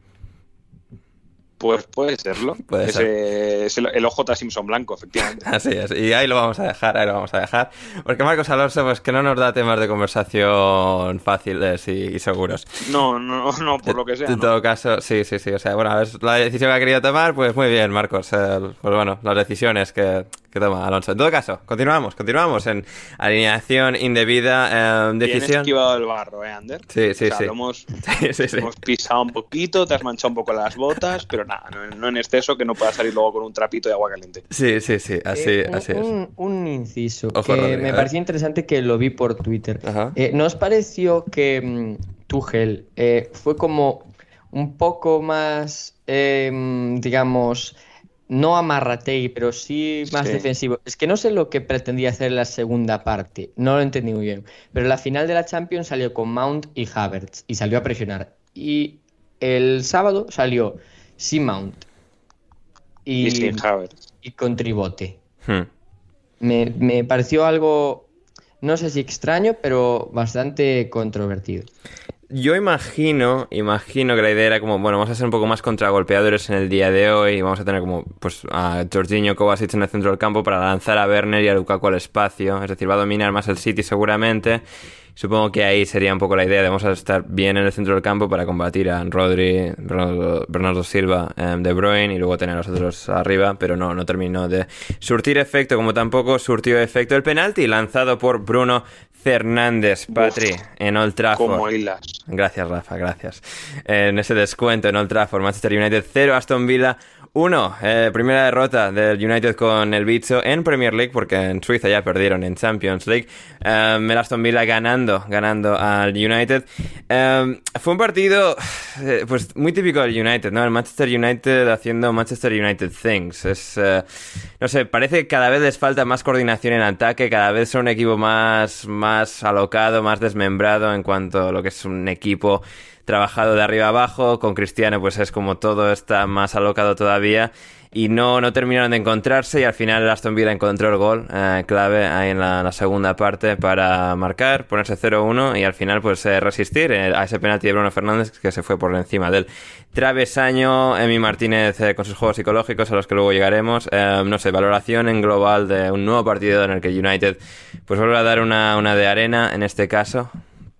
Pues puede serlo. Puede es, ser. eh, es el, el O J Simpson blanco, efectivamente. Así es. Y ahí lo vamos a dejar, ahí lo vamos a dejar. Porque Marcos Alonso, pues que no nos da temas de conversación fáciles y, y seguros. No, no, no, por lo que sea. En ¿no? todo caso, sí, sí, sí. O sea, bueno, es la decisión que ha querido tomar, pues muy bien, Marcos. Eh, pues bueno, las decisiones que, que toma Alonso. En todo caso, continuamos, continuamos en alineación indebida, eh, decisión. Bien esquivado el barro, ¿eh, Ander? Sí, sí, o sea, sí. Lo hemos, sí, sí, sí. hemos pisado un poquito, te has manchado un poco las botas, pero nada, no, no en exceso, que no pueda salir luego con un trapito de agua caliente. Sí, sí, sí, así, eh, así un, es. Un inciso Ojo, que Rodrigo, me ¿eh? pareció interesante, que lo vi por Twitter. Eh, ¿No os pareció que mmm, Tuchel eh, fue como un poco más, eh, digamos, no amarrategui, pero sí más Sí. defensivo? Es que no sé lo que pretendía hacer en la segunda parte, no lo entendí muy bien. Pero en la final de la Champions salió con Mount y Havertz y salió a presionar. Y el sábado salió sin Mount y, Y sin Havertz. y con Tribote. Hmm. Me, me pareció algo, no sé si extraño, pero bastante controvertido. Yo imagino, imagino que la idea era como, bueno, vamos a ser un poco más contragolpeadores en el día de hoy, vamos a tener como, pues, a Jorginho, Kovacic en el centro del campo para lanzar a Werner y a Lukaku al espacio, es decir, va a dominar más el City seguramente. Supongo que ahí sería un poco la idea de vamos a estar bien en el centro del campo para combatir a Rodri, Bernardo, Bernardo Silva, eh, De Bruyne y luego tener a los otros arriba, pero no, no terminó de surtir efecto, como tampoco surtió efecto el penalti lanzado por Bruno Fernández, Patri, Uf, en Old Trafford. Como hilas. Gracias, Rafa, gracias. En ese descuento en Old Trafford, Manchester United cero, Aston Villa uno. Eh, primera derrota del United con el bicho en Premier League, porque en Suiza ya perdieron en Champions League. Um, el Aston Villa ganando, ganando al United. Um, fue un partido eh, pues muy típico del United, ¿no? El Manchester United haciendo Manchester United things. Es, uh, no sé, parece que cada vez les falta más coordinación en ataque, cada vez son un equipo más, más alocado, más desmembrado en cuanto a lo que es un equipo trabajado de arriba abajo. Con Cristiano pues es como todo está más alocado todavía y no, no terminaron de encontrarse, y al final el Aston Villa encontró el gol eh, clave ahí en la, la segunda parte para marcar, ponerse cero uno y al final pues eh, resistir eh, a ese penalti de Bruno Fernández que se fue por encima del travesaño. Emi Martínez eh, con sus juegos psicológicos a los que luego llegaremos. Eh, no sé, valoración en global de un nuevo partido en el que United pues vuelve a dar una, una de arena en este caso.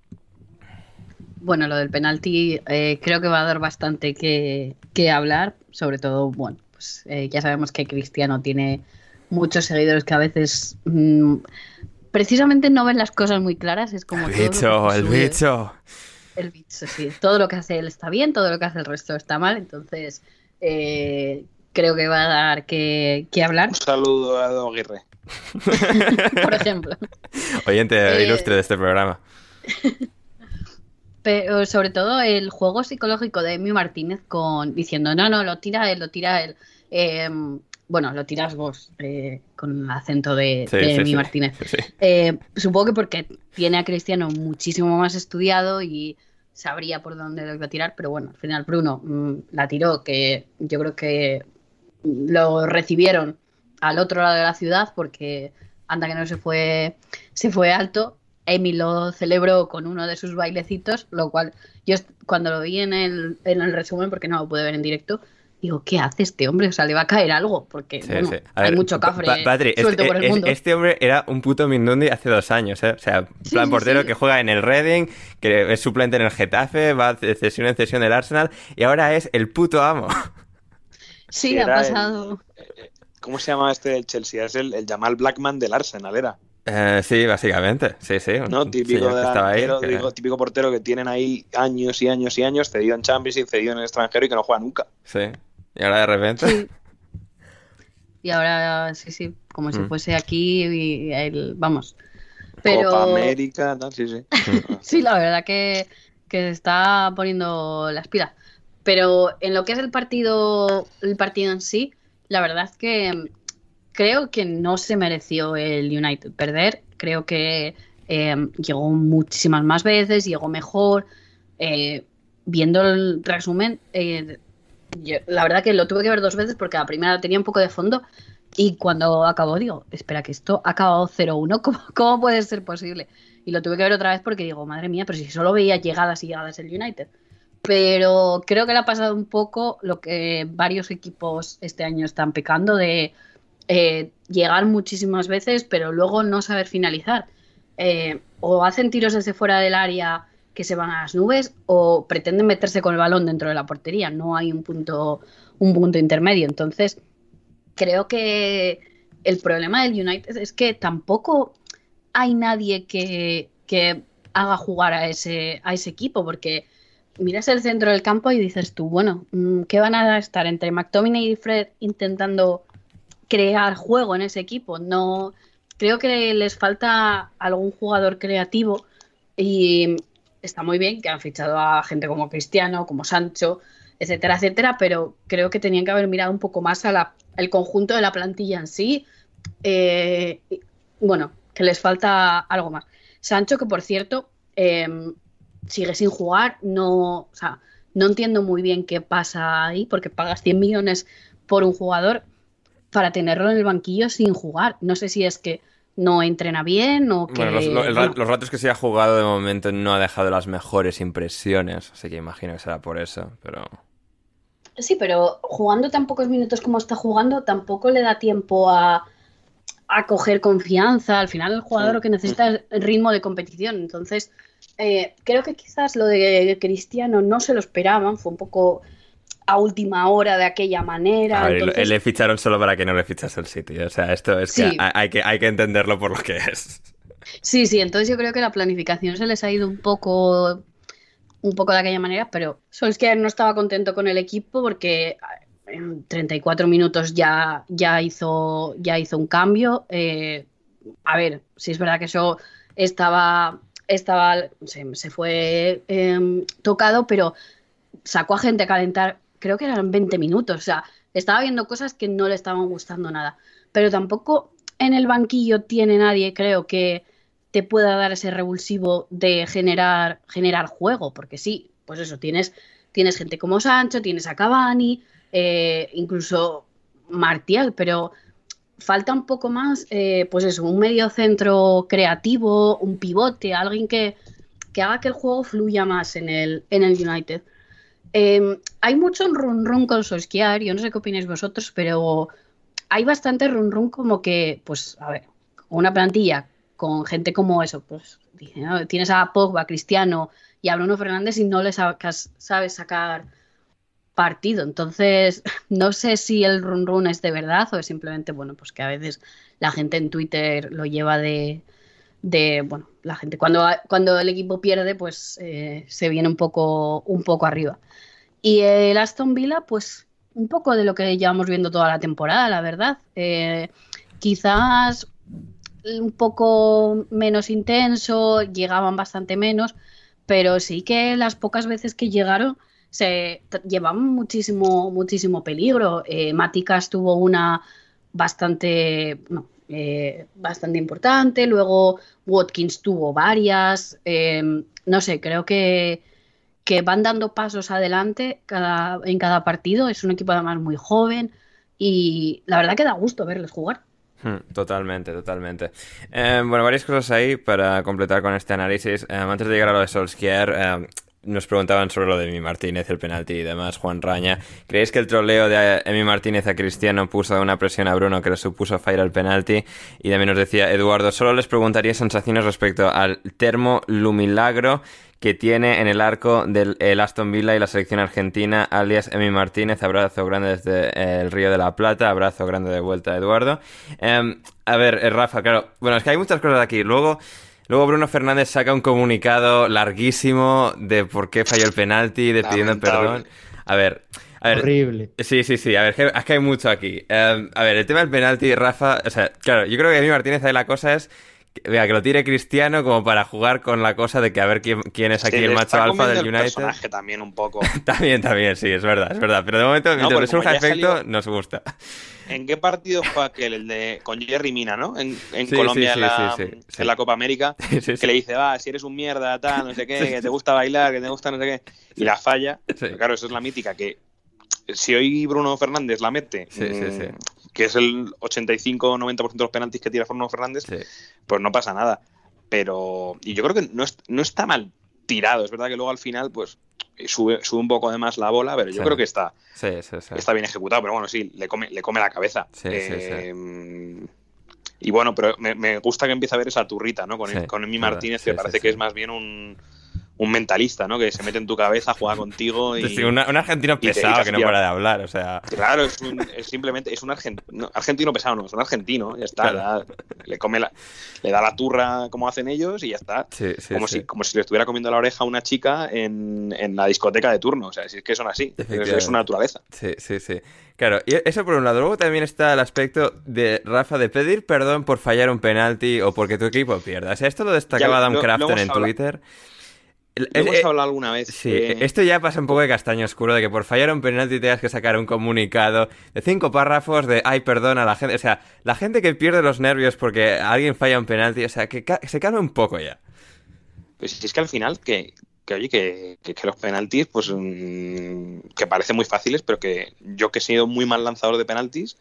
Bueno, lo del penalti eh, creo que va a dar bastante que, que hablar, sobre todo, bueno, pues eh, ya sabemos que Cristiano tiene muchos seguidores que a veces mmm, precisamente no ven las cosas muy claras, es como el todo bicho, el sube. bicho. El bicho, sí, todo lo que hace él está bien, todo lo que hace el resto está mal, entonces eh, creo que va a dar que, que hablar. Un saludo a Edu Aguirre. Por ejemplo. Oyente Eh, ilustre de este programa. Pero sobre todo el juego psicológico de Emi Martínez con diciendo, no, no, lo tira él, lo tira él. Eh, bueno, lo tiras vos, eh, con el acento de, sí, de sí, Emi sí. Martínez. Sí, sí. Eh, supongo que porque tiene a Cristiano muchísimo más estudiado y sabría por dónde lo iba a tirar, pero bueno, al final Bruno mmm, la tiró, que yo creo que lo recibieron al otro lado de la ciudad porque anda que no se fue, se fue alto. Emi lo celebró con uno de sus bailecitos, lo cual yo cuando lo vi en el, en el resumen, porque no lo pude ver en directo, digo, ¿qué hace este hombre? O sea, le va a caer algo, porque Sí, bueno, sí. hay ver, mucho cafre pa Patri, suelto este, por el es, mundo. Este hombre era un puto Mindundi hace dos años, ¿eh? O sea, Sí, plan sí, portero sí. que juega en el Reading, que es suplente en el Getafe, va de cesión en cesión del Arsenal, y ahora es el puto amo. Sí, Sí, ha era pasado. el- ¿Cómo se llama este del Chelsea? Es el, el Jamal Blackman del Arsenal, era. Eh, sí, básicamente, sí, sí. ¿No? Un Típico señor que estaba ahí, delantero, que- digo, típico portero que tienen ahí años y años y años, cedido en Champions y cedido en el extranjero y que no juega nunca. Sí, y ahora de repente... Sí. Y ahora, sí, sí, como si Mm. fuese aquí, y el, vamos. Pero Copa América, tal, sí, sí. sí, la verdad que, que se está poniendo las pilas. Pero en lo que es el partido, el partido en sí, la verdad es que creo que no se mereció el United perder. Creo que eh, llegó muchísimas más veces, llegó mejor. Eh, viendo el resumen, eh, yo, la verdad que lo tuve que ver dos veces porque la primera tenía un poco de fondo y cuando acabó digo, espera, que esto ha acabado cero uno, ¿cómo, ¿cómo puede ser posible? Y lo tuve que ver otra vez porque digo, madre mía, pero si solo veía llegadas y llegadas el United. Pero creo que le ha pasado un poco lo que varios equipos este año están pecando de eh, llegar muchísimas veces pero luego no saber finalizar. Eh, o hacen tiros desde fuera del área que se van a las nubes o pretenden meterse con el balón dentro de la portería. No hay un punto, un punto intermedio. Entonces, creo que el problema del United es que tampoco hay nadie que, que haga jugar a ese, a ese equipo, porque miras el centro del campo y dices tú, bueno, ¿qué van a estar entre McTominay y Fred intentando crear juego en ese equipo? No, creo que les falta algún jugador creativo y está muy bien que han fichado a gente como Cristiano, como Sancho, etcétera, etcétera, pero creo que tenían que haber mirado un poco más al conjunto de la plantilla en sí. Eh, y, bueno, que les falta algo más. Sancho, que por cierto, eh, sigue sin jugar, no, o sea, no entiendo muy bien qué pasa ahí, porque pagas cien millones por un jugador para tenerlo en el banquillo sin jugar. No sé si es que no entrena bien o que... Bueno, los, lo- el ra- bueno, los ratos que se ha jugado de momento no ha dejado las mejores impresiones, así que imagino que será por eso, pero... sí, pero jugando tan pocos minutos como está jugando, tampoco le da tiempo a, a coger confianza. Al final el jugador lo que necesita es ritmo de competición. Entonces, eh, creo que quizás lo de Cristiano no se lo esperaban, fue un poco a última hora de aquella manera. A ver, entonces... le ficharon solo para que no le fichase el City, o sea, esto es Sí. que hay, hay que hay que entenderlo por lo que es. Sí, sí, entonces yo creo que la planificación se les ha ido un poco, un poco de aquella manera, pero Solskjaer no estaba contento con el equipo porque en treinta y cuatro minutos ya, ya, hizo, ya hizo un cambio. Eh, a ver, si es verdad que eso estaba, estaba se, se fue eh, tocado, pero sacó a gente a calentar, creo que eran veinte minutos, o sea, estaba viendo cosas que no le estaban gustando nada, pero tampoco en el banquillo tiene nadie, creo, que te pueda dar ese revulsivo de generar, generar juego, porque sí, pues eso, tienes, tienes gente como Sancho, tienes a Cavani, eh, incluso Martial, pero falta un poco más, eh, pues eso, un medio centro creativo, un pivote, alguien que, que haga que el juego fluya más en el, en el United. Eh, hay mucho run run con Solskjaer, yo no sé qué opináis vosotros, pero hay bastante run run como que, pues, a ver, una plantilla con gente como eso, pues, dice, ¿no? Tienes a Pogba, Cristiano y a Bruno Fernández y no le sacas, sabes sacar partido. Entonces, no sé si el run run es de verdad o es simplemente, bueno, pues que a veces la gente en Twitter lo lleva de, de bueno, la gente cuando, cuando el equipo pierde, pues eh, se viene un poco, un poco arriba. Y el Aston Villa, pues un poco de lo que llevamos viendo toda la temporada, la verdad. Eh, quizás un poco menos intenso, llegaban bastante menos, pero sí que las pocas veces que llegaron se llevaban muchísimo, muchísimo peligro. Eh, Maticas tuvo una bastante, no, eh, bastante importante, luego Watkins tuvo varias, eh, no sé, creo que, que van dando pasos adelante cada, en cada partido. Es un equipo además muy joven y la verdad que da gusto verles jugar. Totalmente, totalmente. Eh, bueno, varias cosas ahí para completar con este análisis. Eh, antes de llegar a lo de Solskjaer, eh, nos preguntaban sobre lo de Emi Martínez, el penalti y demás. Juan Raña, ¿creéis que el troleo de Emi Martínez a Cristiano puso una presión a Bruno que le supuso fallar el penalti? Y también nos decía Eduardo, solo les preguntaría sensaciones respecto al termo Lumilagro que tiene en el arco del el Aston Villa y la selección argentina, alias Emi Martínez. Abrazo grande desde el Río de la Plata, abrazo grande de vuelta, Eduardo. Eh, a ver, eh, Rafa, claro, bueno, es que hay muchas cosas aquí. Luego, luego Bruno Fernández saca un comunicado larguísimo de por qué falló el penalti, de pidiendo perdón. A ver... A ver, horrible. Sí, sí, sí. A ver, es que hay mucho aquí. Eh, a ver, el tema del penalti, Rafa... O sea, claro, yo creo que Emi Martínez ahí la cosa es... Vea, que lo tire Cristiano como para jugar con la cosa de que a ver quién, quién es aquí sí, el macho alfa del el United. Personaje también un poco. también, también, sí, es verdad, es verdad. Pero de momento, mientras no, le surja efecto, salió... nos gusta. ¿En qué partido fue aquel? El de con Jerry Mina, ¿no? En, en sí, Colombia, sí, en, la, sí, sí, sí. en la Copa América, sí, sí, que sí. le dice, va, si eres un mierda, tal, no sé qué, que te gusta bailar, que te gusta no sé qué, y la falla. Sí. Pero claro, eso es la mítica, que si hoy Bruno Fernández la mete, sí, mmm, sí, sí. que es el ochenta y cinco noventa por ciento de los penaltis que tira Bruno Fernández, sí. pues no pasa nada. Pero, y yo creo que no, es, no está mal tirado. Es verdad que luego al final, pues, sube, sube un poco de más la bola, pero yo sí. creo que está, sí, sí, sí. está bien ejecutado. Pero bueno, sí, le come, le come la cabeza. Sí, eh, sí, sí. Y bueno, pero me, me gusta que empiece a ver esa turrita, ¿no? Con, sí, con Emi claro. Martínez, sí, que parece sí, que sí. es más bien un, un mentalista, ¿no? Que se mete en tu cabeza, juega contigo y... Sí, una, un argentino pesado te, te que no para de hablar, o sea... Claro, es, un, es simplemente, es un argentino, no, argentino pesado, no, es un argentino, ya está, claro. ya, le come la, le da la turra como hacen ellos y ya está. Sí, sí, como, sí. Si, como si le estuviera comiendo la oreja a una chica en, en la discoteca de turno, o sea, si es que son así, es su naturaleza. Sí, sí, sí. Claro, y eso por un lado. Luego también está el aspecto de Rafa de pedir perdón por fallar un penalti o porque tu equipo pierda. O sea, esto lo destacaba Adam lo, Crafton en hablado. Twitter. Lo hemos eh, hablado alguna vez. Sí, eh... esto ya pasa un poco de castaño oscuro, de que por fallar un penalti tengas que sacar un comunicado de cinco párrafos de ay, perdón a la gente. O sea, la gente que pierde los nervios porque alguien falla un penalti, o sea, que ca- se calme un poco ya. Pues si es que al final, que, que oye, que, que, que los penaltis, pues mmm, que parecen muy fáciles, pero que yo que he sido muy mal lanzador de penaltis,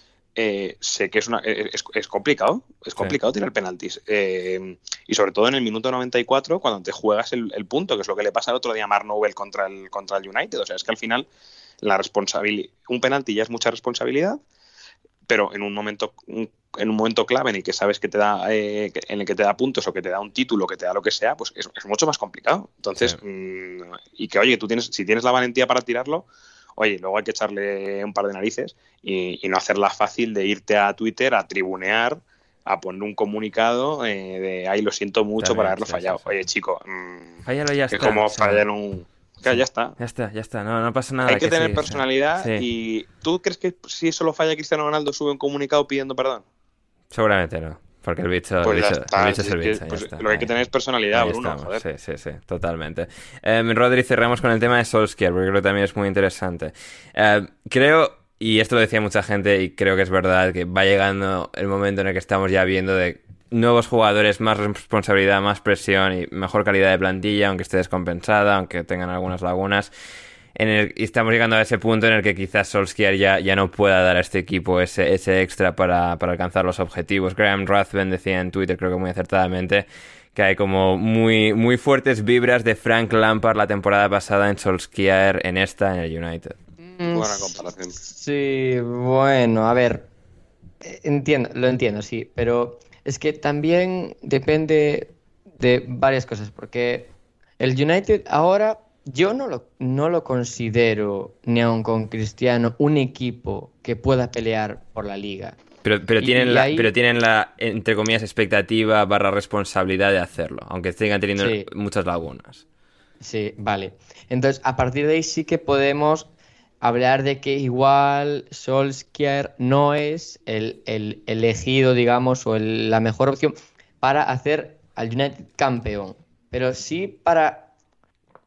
Eh, sé que es, una, es, es complicado, es complicado sí. tirar penaltis. Eh, y sobre todo en el minuto noventa y cuatro, cuando te juegas el, el punto, que es lo que le pasa el otro día a Mark Noble contra el, contra el United. O sea, es que al final la responsabilidad, un penalti ya es mucha responsabilidad, pero en un momento en un momento clave en el que sabes que te da eh, en el que te da puntos o que te da un título, que te da lo que sea, pues es, es mucho más complicado. Entonces, sí. mmm, y que oye, tú tienes, si tienes la valentía para tirarlo, oye, luego hay que echarle un par de narices y, y no hacerla fácil de irte a Twitter a tribunear, a poner un comunicado eh, de ay, lo siento mucho También, por haberlo sí, fallado. Sí, sí. Oye, chico, mmm, fállalo ya es está. como Sí. fallar un... Claro, Sí. ya está. Ya está, ya está. No, no pasa nada. Hay que, que tener sí, personalidad sí. y... ¿Tú crees que si solo falla Cristiano Ronaldo sube un comunicado pidiendo perdón? Seguramente no. Porque el bicho, pues el bicho, está, el bicho es el que, bicho. Pues está, lo que hay que tener es personalidad, ahí Bruno. Estamos. Joder. Sí, sí, sí, totalmente. Eh, Rodri, cerramos con el tema de Solskjaer, porque creo que también es muy interesante. Eh, creo, y esto lo decía mucha gente, y creo que es verdad, que va llegando el momento en el que estamos ya viendo de nuevos jugadores, más responsabilidad, más presión y mejor calidad de plantilla, aunque esté descompensada, aunque tengan algunas lagunas. En el, y estamos llegando a ese punto en el que quizás Solskjaer ya, ya no pueda dar a este equipo ese, ese extra para, para alcanzar los objetivos. Graham Ruthven decía en Twitter, creo que muy acertadamente, que hay como muy, muy fuertes vibras de Frank Lampard la temporada pasada en Solskjaer, en esta, en el United. Buena comparación. Sí, bueno, a ver, entiendo, lo entiendo, sí, pero es que también depende de varias cosas, porque el United ahora... Yo no lo, no lo considero, ni aun con Cristiano, un equipo que pueda pelear por la liga. Pero, pero, y, tienen y la, ahí... pero tienen la, entre comillas, expectativa barra responsabilidad de hacerlo, aunque sigan teniendo sí. muchas lagunas. Sí, vale. Entonces, a partir de ahí sí que podemos hablar de que igual Solskjaer no es el, el elegido, digamos, o el, la mejor opción para hacer al United campeón. Pero sí para...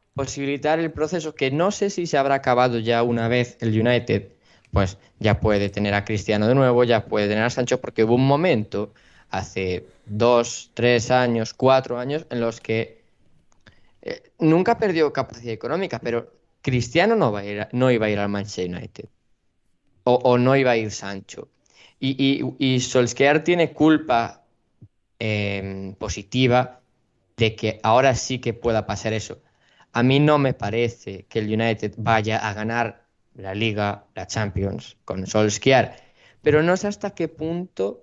posibilitar el proceso, que no sé si se habrá acabado ya una vez el United, pues ya puede tener a Cristiano de nuevo, ya puede tener a Sancho, porque hubo un momento hace dos, tres años, cuatro años en los que eh, nunca perdió capacidad económica, pero Cristiano no, va a ir, no iba a ir al Manchester United o, o no iba a ir Sancho. Y, y, y Solskjaer tiene culpa eh, positiva de que ahora sí que pueda pasar eso. A mí no me parece que el United vaya a ganar la Liga, la Champions con Solskjaer, pero no sé hasta qué punto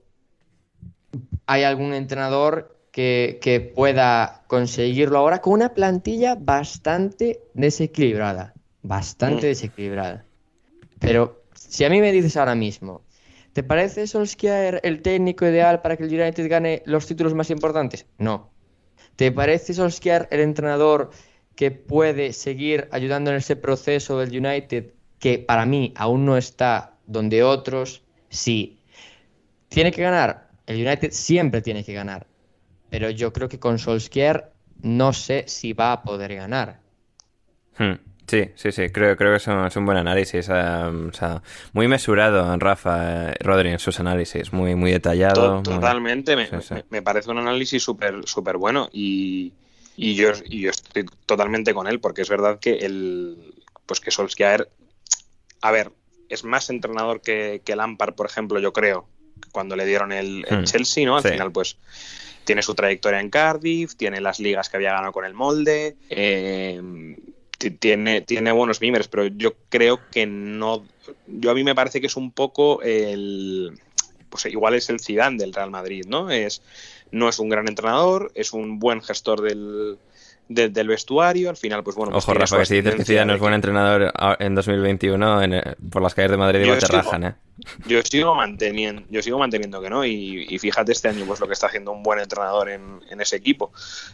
hay algún entrenador que, que pueda conseguirlo ahora con una plantilla bastante desequilibrada, bastante desequilibrada. Pero si a mí me dices ahora mismo, ¿te parece Solskjaer el técnico ideal para que el United gane los títulos más importantes? No. ¿Te parece Solskjaer el entrenador que puede seguir ayudando en ese proceso del United, que para mí aún no está donde otros? Sí. ¿Tiene que ganar? El United siempre tiene que ganar, pero yo creo que con Solskjaer no sé si va a poder ganar. Hmm. Sí, sí, sí, creo, creo que es un, es un buen análisis. Um, o sea, muy mesurado, Rafa, eh, Rodri, en sus análisis, muy, muy detallado. Totalmente, muy... me, sí, sí. Me, me parece un análisis súper súper bueno y, y, yo, y yo estoy totalmente con él, porque es verdad que el pues que Solskjaer, a ver, es más entrenador que, que Lampard, por ejemplo, yo creo, cuando le dieron el, el hmm. Chelsea, ¿no? Al sí. final, pues tiene su trayectoria en Cardiff, tiene las ligas que había ganado con el Molde, eh, tiene, tiene buenos mimers, pero yo creo que no... Yo a mí me parece que es un poco el... Pues igual es el Zidane del Real Madrid, ¿no? Es, no es un gran entrenador, es un buen gestor del... De, del vestuario, al final, pues bueno... Pues ojo, Rafa, que si dices que Zidane no es buen que... entrenador en dos mil veintiuno, en, por las calles de Madrid igual te rajan, ¿eh? Yo sigo manteniendo, yo sigo manteniendo que no, y, y fíjate este año pues lo que está haciendo un buen entrenador en, en ese equipo,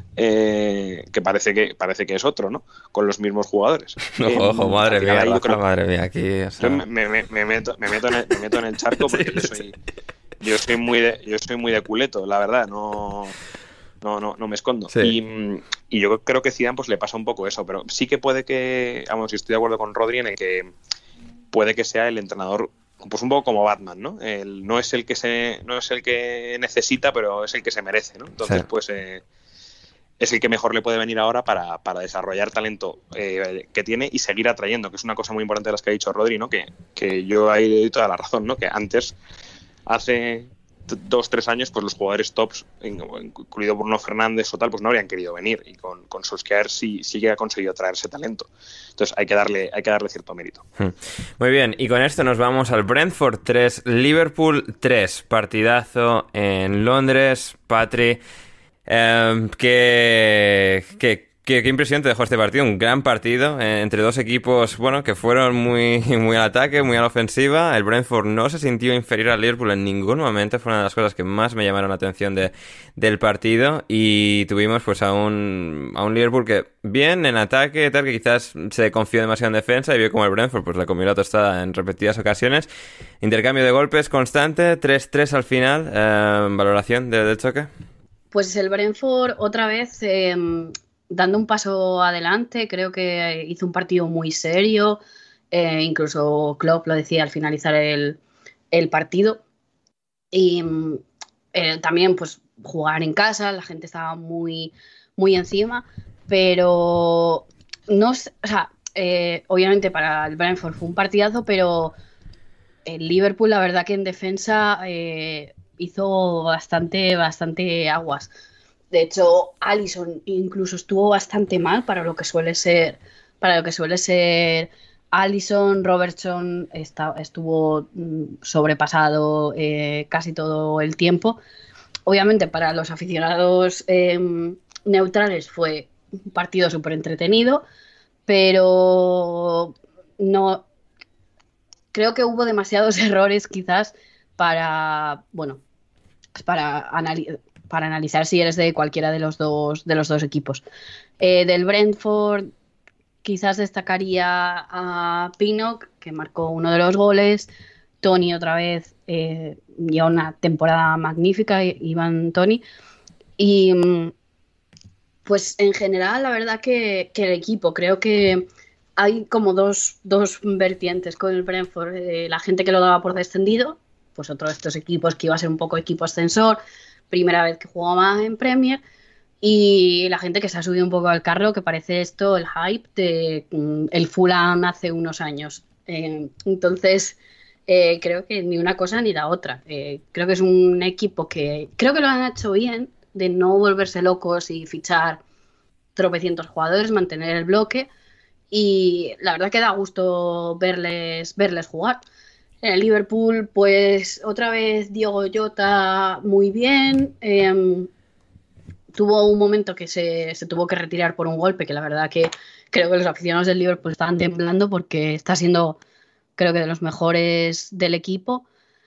eh, que parece que parece que es otro, ¿no? Con los mismos jugadores. Ojo, eh, ojo, madre mía, Rafa, creo... madre mía, aquí... O sea... me, me, me, meto, me, meto en el, me meto en el charco porque sí, yo soy yo soy muy de, yo soy muy de culeto, la verdad, no... No, no, no me escondo. Sí. Y, y yo creo que Zidane pues le pasa un poco eso, pero sí que puede que, vamos, estoy de acuerdo con Rodri en el que puede que sea el entrenador, pues un poco como Batman, ¿no? El, no es el que se, no es el que necesita, pero es el que se merece, ¿no? Entonces, sí. pues eh, es el que mejor le puede venir ahora para, para desarrollar talento eh, que tiene y seguir atrayendo, que es una cosa muy importante de las que ha dicho Rodri, ¿no? Que, que yo ahí le doy toda la razón, ¿no? Que antes, hace dos, tres años, pues los jugadores tops, incluido Bruno Fernández o tal, pues no habrían querido venir, y con, con Solskjaer sí, sí que ha conseguido traer ese talento. Entonces hay que darle, hay que darle cierto mérito. Muy bien, y con esto nos vamos al Brentford tres, Liverpool tres, partidazo en Londres, Patri. Eh, ¿qué, qué, qué, qué impresión te dejó este partido? Un gran partido eh, entre dos equipos, bueno, que fueron muy, muy al ataque, muy a la ofensiva. El Brentford no se sintió inferior al Liverpool en ningún momento, fue una de las cosas que más me llamaron la atención de, del partido, y tuvimos pues a un, a un Liverpool que bien en ataque, tal, que quizás se confió demasiado en defensa y vio como el Brentford pues le comió la tostada en repetidas ocasiones. Intercambio de golpes constante, tres tres al final. Eh, ¿Valoración de, del choque? Pues el Brentford otra vez eh, dando un paso adelante, creo que hizo un partido muy serio, eh, incluso Klopp lo decía al finalizar el, el partido, y eh, también pues jugar en casa, la gente estaba muy, muy encima, pero no, o sea, eh, obviamente para el Brentford fue un partidazo, pero el Liverpool la verdad que en defensa eh, hizo bastante, bastante aguas. De hecho, Alisson incluso estuvo bastante mal para lo que suele ser, para lo que suele ser Alisson. Robertson está, estuvo sobrepasado eh, casi todo el tiempo. Obviamente para los aficionados eh, neutrales fue un partido súper entretenido, pero no creo que hubo demasiados errores quizás para, bueno, para analizar. para analizar si eres de cualquiera de los dos, de los dos equipos. Eh, del Brentford quizás destacaría a Pinnock, que marcó uno de los goles. Tony otra vez, eh, ya una temporada magnífica, Ivan Tony. Y, Pues en general, la verdad que, que el equipo, creo que hay como dos, dos vertientes con el Brentford. Eh, la gente que lo daba por descendido, pues otro de estos equipos que iba a ser un poco equipo ascensor, primera vez que jugaba en Premier, y la gente que se ha subido un poco al carro, que parece esto el hype de mm, el Fulham hace unos años. Eh, entonces, eh, creo que ni una cosa ni la otra. Eh, creo que es un equipo que creo que lo han hecho bien, de no volverse locos y fichar tropecientos jugadores, mantener el bloque, y la verdad que da gusto verles, verles jugar. En el Liverpool, pues otra vez Diogo Jota muy bien. Eh, tuvo un momento que se, se tuvo que retirar por un golpe, que la verdad que creo que los aficionados del Liverpool estaban temblando porque está siendo, creo que, de los mejores del equipo.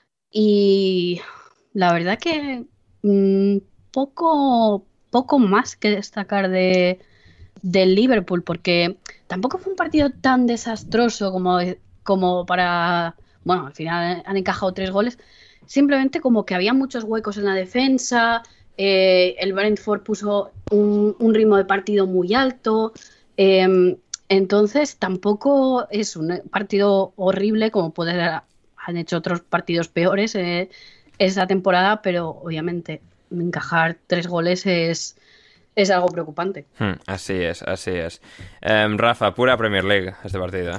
Y la verdad que mmm, poco, poco más que destacar de, del Liverpool, porque tampoco fue un partido tan desastroso como, como para... Bueno, al final han encajado tres goles. Simplemente como que había muchos huecos en la defensa. Eh, el Brentford puso un, un ritmo de partido muy alto. Eh, entonces tampoco es un partido horrible como puede, han hecho otros partidos peores eh, esa temporada, pero obviamente encajar tres goles es, es algo preocupante. Hmm, así es, así es. Um, Rafa, pura Premier League este partido.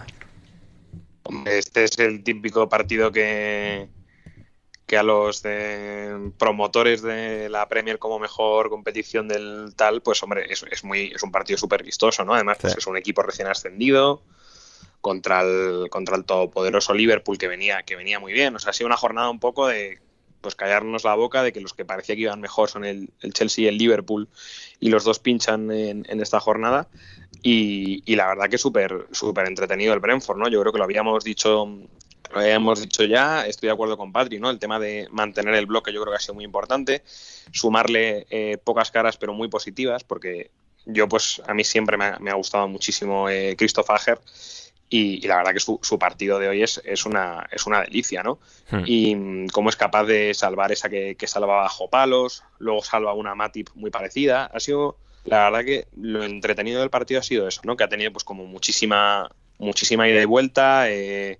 Este es el típico partido que, que a los de promotores de la Premier como mejor competición del tal, pues hombre, es, es, muy, es un partido súper vistoso, ¿no? Además, pues, sí. Es un equipo recién ascendido contra el, contra el todopoderoso Liverpool que venía, que venía muy bien. O sea, ha sido una jornada un poco de pues callarnos la boca de que los que parecía que iban mejor son el, el Chelsea y el Liverpool, y los dos pinchan en, en esta jornada. Y, y la verdad que súper súper entretenido el Brentford, ¿no? Yo creo que lo habíamos dicho lo habíamos dicho ya, estoy de acuerdo con Patri, ¿no? El tema de mantener el bloque yo creo que ha sido muy importante, sumarle eh, pocas caras pero muy positivas, porque yo pues a mí siempre me ha, me ha gustado muchísimo eh, Christoph Ajer, y, y la verdad que su, su partido de hoy es, es, una, es una delicia, ¿no? Hmm. Y cómo es capaz de salvar esa que, que salva bajo palos, luego salva una Matip muy parecida, ha sido... La verdad que lo entretenido del partido ha sido eso, ¿no? Que ha tenido pues como muchísima muchísima ida y vuelta eh,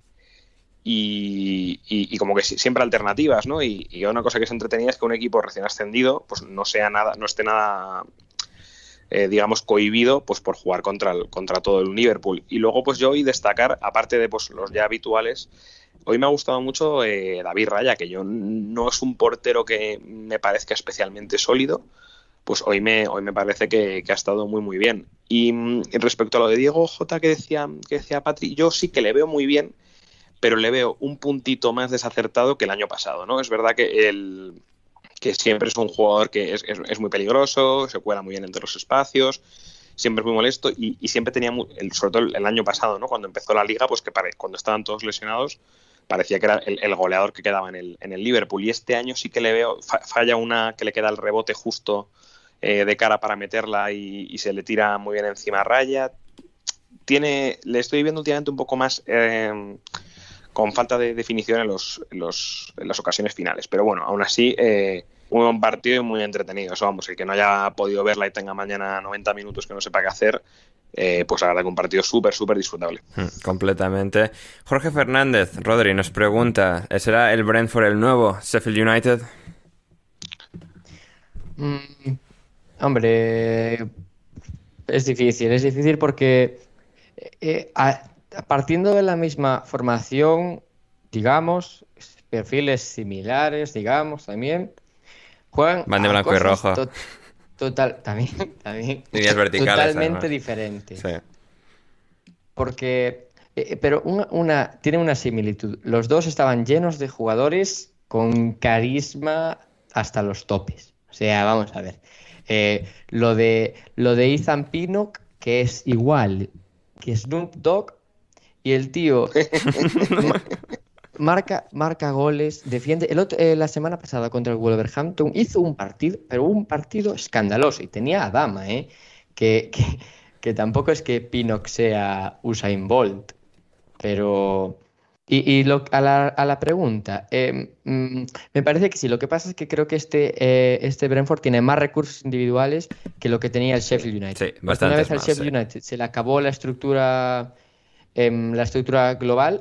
y, y, y como que siempre alternativas, ¿no? Y, y una cosa que es entretenida es que un equipo recién ascendido pues no sea nada, no esté nada eh, digamos cohibido pues por jugar contra el, contra todo el Liverpool. Y luego pues yo hoy destacar, aparte de pues los ya habituales, hoy me ha gustado mucho eh, David Raya, que yo no es un portero que me parezca especialmente sólido, pues hoy me, hoy me parece que, que ha estado muy muy bien. Y, y respecto a lo de Diego Jota que decía, que decía Patri, yo sí que le veo muy bien, pero le veo un puntito más desacertado que el año pasado, ¿no? Es verdad que el que siempre es un jugador que es, es, es muy peligroso, se cuela muy bien entre los espacios, siempre es muy molesto y, y siempre tenía, muy, el, sobre todo el año pasado, ¿no? Cuando empezó la liga, pues que pare, cuando estaban todos lesionados, parecía que era el, el goleador que quedaba en el, en el Liverpool. Y este año sí que le veo, fa, falla una que le queda el rebote justo Eh, de cara para meterla y, y se le tira muy bien encima a Raya. Tiene, le estoy viendo últimamente un poco más eh, con falta de definición en, los, en, los, en las ocasiones finales, pero bueno, aún así eh, un buen partido y muy entretenido. Eso, vamos, el que no haya podido verla y tenga mañana noventa minutos que no sepa qué hacer, eh, pues la verdad que un partido súper, súper disfrutable. Hmm, completamente. Jorge Fernández, Rodri, nos pregunta, ¿será el Brentford el nuevo Sheffield United? Mm. Hombre, es difícil, es difícil porque eh, a, partiendo de la misma formación, digamos, perfiles similares, digamos, también, juegan van de blanco y rojo. To- total, también, también líneas verticales, totalmente además. diferentes. Sí. Porque, eh, pero una, una tiene una similitud. Los dos estaban llenos de jugadores con carisma hasta los topes. O sea, vamos a ver. Eh, lo de lo de Ethan Pinnock, que es igual que Snoop Dogg, y el tío ma- marca marca goles, defiende. El otro, eh, la semana pasada contra el Wolverhampton hizo un partido, pero un partido escandaloso, y tenía a Dama, eh, que, que, que tampoco es que Pinnock sea Usain Bolt, pero Y, y lo, a, la, a la pregunta, eh, mm, me parece que sí. Lo que pasa es que creo que este, eh, este Brentford tiene más recursos individuales que lo que tenía el Sheffield United. Sí, Porque bastante una vez al más. Sheffield Sí. United se le acabó la estructura, em, la estructura global,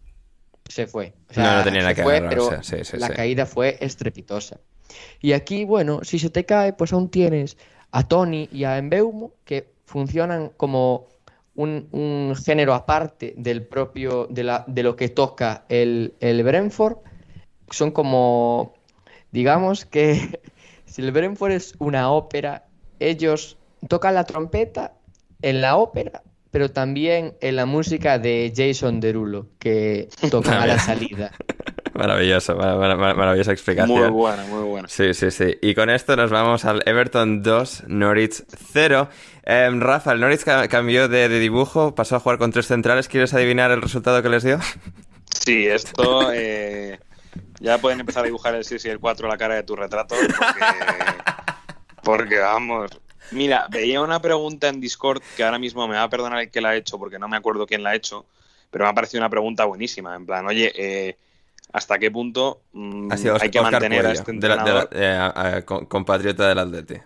se fue. O sea, No, no tenía nada se que fue, agarrarse. pero Sí, sí, la sí. caída fue estrepitosa. Y aquí, bueno, si se te cae, pues aún tienes a Tony y a Mbeumo, que funcionan como un, un género aparte del propio, de la, de lo que toca el, el Brentford. Son como, digamos que si el Brentford es una ópera, ellos tocan la trompeta en la ópera, pero también en la música de Jason Derulo, que tocan a la salida. Maravilloso, mar- mar- mar- maravillosa explicación. Muy buena, muy buena. Sí, sí, sí. Y con esto nos vamos al Everton dos, Norwich cero. Eh, Rafa, el Norwich ca- cambió de, de dibujo, pasó a jugar con tres centrales. ¿Quieres adivinar el resultado que les dio? Sí, esto... Eh, ya pueden empezar a dibujar el seis y el cuatro a la cara de tu retrato, porque... Porque, vamos... Mira, veía una pregunta en Discord, que ahora mismo me va a perdonar el que la ha hecho, porque no me acuerdo quién la ha hecho, pero me ha parecido una pregunta buenísima. En plan, oye... Eh, ¿hasta qué punto mmm, Ha sido hay que Óscar mantener Puello, a este de la- de la- entrenador? eh, a- a- con- compatriota del Atleti.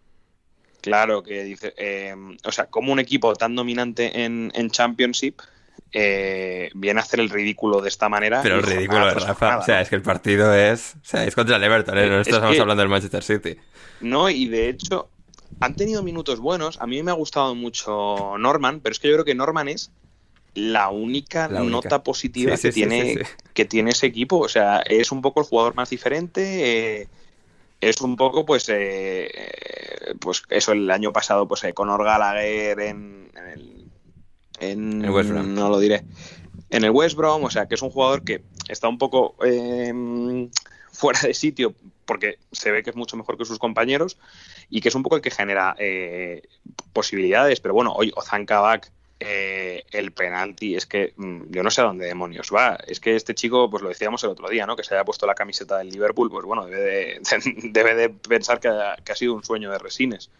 Claro, que dice, eh, o sea, como un equipo tan dominante en, en Championship eh, viene a hacer el ridículo de esta manera. Pero y el ridículo jornada de tras Rafa, jornada, o sea, ¿no? es que el partido es... O sea, es contra el Everton, ¿eh? No Es estamos que- hablando del Manchester City. No, y de hecho, han tenido minutos buenos. A mí me ha gustado mucho Norman, pero es que yo creo que Norman es la única, La única. nota positiva Sí, sí, que, sí, tiene, sí, sí. que tiene ese equipo. O sea, es un poco el jugador más diferente. Eh, es un poco, pues, eh, eh, pues eso, el año pasado, pues, eh, Conor Gallagher en, en el... En, En West Brom. No lo diré. En el West Brom, o sea, que es un jugador que está un poco eh, fuera de sitio porque se ve que es mucho mejor que sus compañeros y que es un poco el que genera eh, posibilidades. Pero bueno, hoy Ozan Kabak, eh, el penalti, es que mmm, yo no sé a dónde demonios va. Es que este chico, pues lo decíamos el otro día, ¿no? Que se haya puesto la camiseta del Liverpool, pues bueno, debe de, debe de pensar que ha, que ha sido un sueño de resines.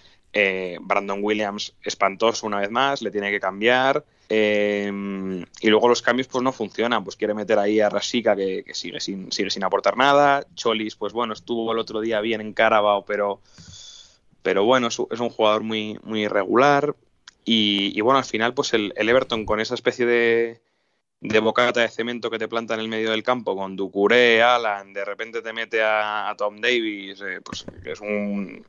Eh, Brandon Williams espantoso una vez más, le tiene que cambiar, eh, y luego los cambios pues no funcionan, pues quiere meter ahí a Rasika que, que sigue, sin, sigue sin aportar nada. Cholis, pues bueno, estuvo el otro día bien en Carabao, pero, pero bueno, es, es un jugador muy, muy irregular, y, y bueno, al final pues el, el Everton con esa especie de, de bocata de cemento que te planta en el medio del campo, con Doucouré, Alan, de repente te mete a, a Tom Davies, eh, pues que es un...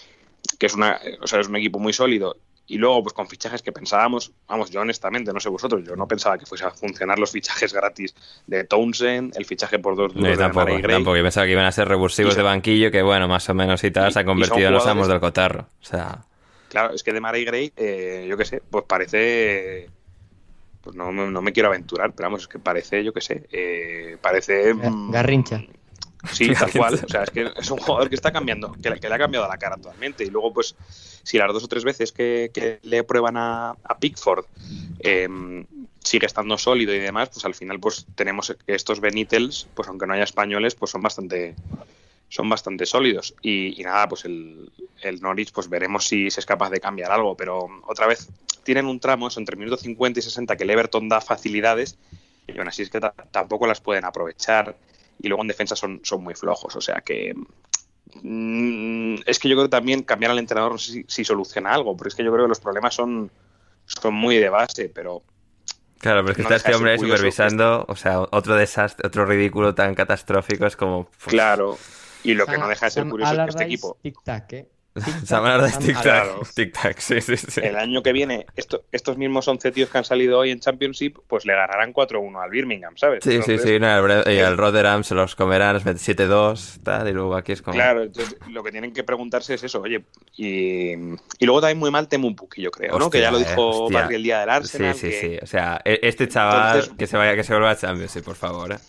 que es una, o sea, es un equipo muy sólido, y luego pues con fichajes que pensábamos, vamos, yo honestamente, no sé vosotros, yo no pensaba que fuese a funcionar los fichajes gratis de Townsend, el fichaje por dos No, duros yo de tampoco, Demarai Gray. tampoco. Yo pensaba que iban a ser rebursivos Y se- de banquillo, que bueno, más o menos y tal, y- se han y son convertido en los jugadores- amos del cotarro. O sea, Claro, es que Demarai Gray, eh, yo qué sé, pues parece, pues no, me- no me quiero aventurar, pero vamos, es que parece, yo qué sé, eh, parece... mm, Garrincha. Sí, tal cual. O sea, es que es un jugador que está cambiando, que, le- que le ha cambiado la cara totalmente. Y luego, pues, si las dos o tres veces que, que le prueban a, a Pickford eh, sigue estando sólido y demás, pues al final, pues tenemos que estos Benitez, pues aunque no haya españoles, pues son bastante, son bastante sólidos. Y, y nada, pues el, el Norwich, pues veremos si, si es capaz de cambiar algo. Pero otra vez tienen un tramo, eso, entre minuto cincuenta y sesenta, que el Everton da facilidades, y aún así es que ta- tampoco las pueden aprovechar. Y luego en defensa son, son muy flojos, o sea que mmm, es que yo creo que también cambiar al entrenador no sé si, si soluciona algo, porque es que yo creo que los problemas son, son muy de base, pero claro, pero es que no está deja este de ser hombre curioso supervisando, o sea, otro desastre, otro ridículo tan catastrófico, es como... pues, claro, y lo que Sam- no deja de ser Sam curioso es que este Allardyce, equipo tic-tac, ¿eh? Sam Allardyce, Sam tic-tac, Allardyce. tic-tac, sí, sí, sí. el año que viene esto, estos mismos once tíos que han salido hoy en Championship, pues le ganarán cuatro uno al Birmingham, ¿sabes? Sí, sí, Entonces, sí, no, el, Bre- y el Rotherham se los comerán, les mete siete dos, tal, y luego aquí es como... Claro, entonces lo que tienen que preguntarse es eso, oye, y, y luego también muy mal Temu Pukki, yo creo, ¿no? Hostia, Que ya lo eh, dijo hostia. Barry el día del Arsenal. Sí, sí, que- sí, o sea, e- este chaval Entonces- que se vaya, que se vuelva a Champions, sí, por favor, ¿eh?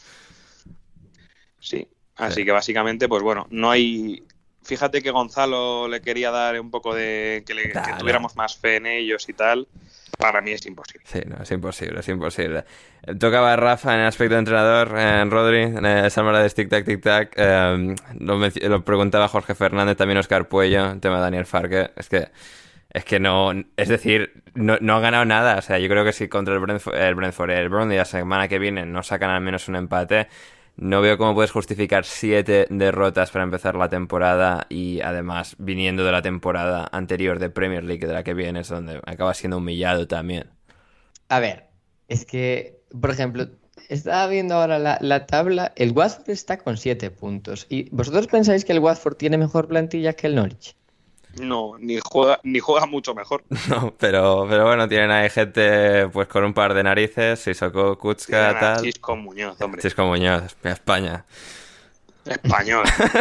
Sí, así Sí. que básicamente, pues bueno, no hay... Fíjate que Gonzalo le quería dar un poco de... que, le, Nah, que no. tuviéramos más fe en ellos y tal. Para mí es imposible. Sí, no, es imposible, es imposible. Tocaba a Rafa en el aspecto de entrenador, en Rodri, en el Salmara de tic-tac, tic-tac. Eh, lo, menc- lo preguntaba Jorge Fernández, también Óscar Puello, el tema de Daniel Farke. Es que Es que no, es decir, no, no han ganado nada. O sea, yo creo que si contra el Brentford, el Brentford, el Burnley la semana que viene no sacan al menos un empate, no veo cómo puedes justificar siete derrotas para empezar la temporada y además viniendo de la temporada anterior de Premier League, de la que vienes, donde acabas siendo humillado también. A ver, es que, por ejemplo, estaba viendo ahora la, la tabla, el Watford está con siete puntos. ¿Y vosotros pensáis que el Watford tiene mejor plantilla que el Norwich? No, ni juega, ni juega mucho mejor. No, pero, pero bueno, tienen ahí gente pues con un par de narices, Sissoko, Kutska, tal. Chisco Muñoz, hombre. Chisco Muñoz, España. Español.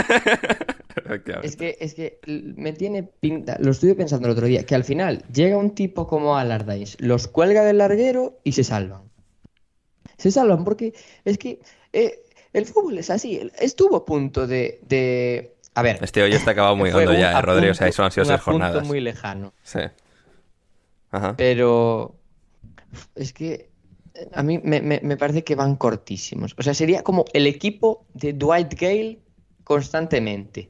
Es que, es que me tiene pinta, lo estuve pensando el otro día, que al final llega un tipo como Allardyce, los cuelga del larguero y se salvan. Se salvan porque es que eh, el fútbol es así. Estuvo a punto de... de... A ver, este hoyo está acabado muy hondo ya, eh, Rodrigo. O sea, eso han sido seis jornadas. Un muy lejano. Sí. Ajá. Pero es que a mí me, me, me parece que van cortísimos. O sea, sería como el equipo de Dwight Gale constantemente.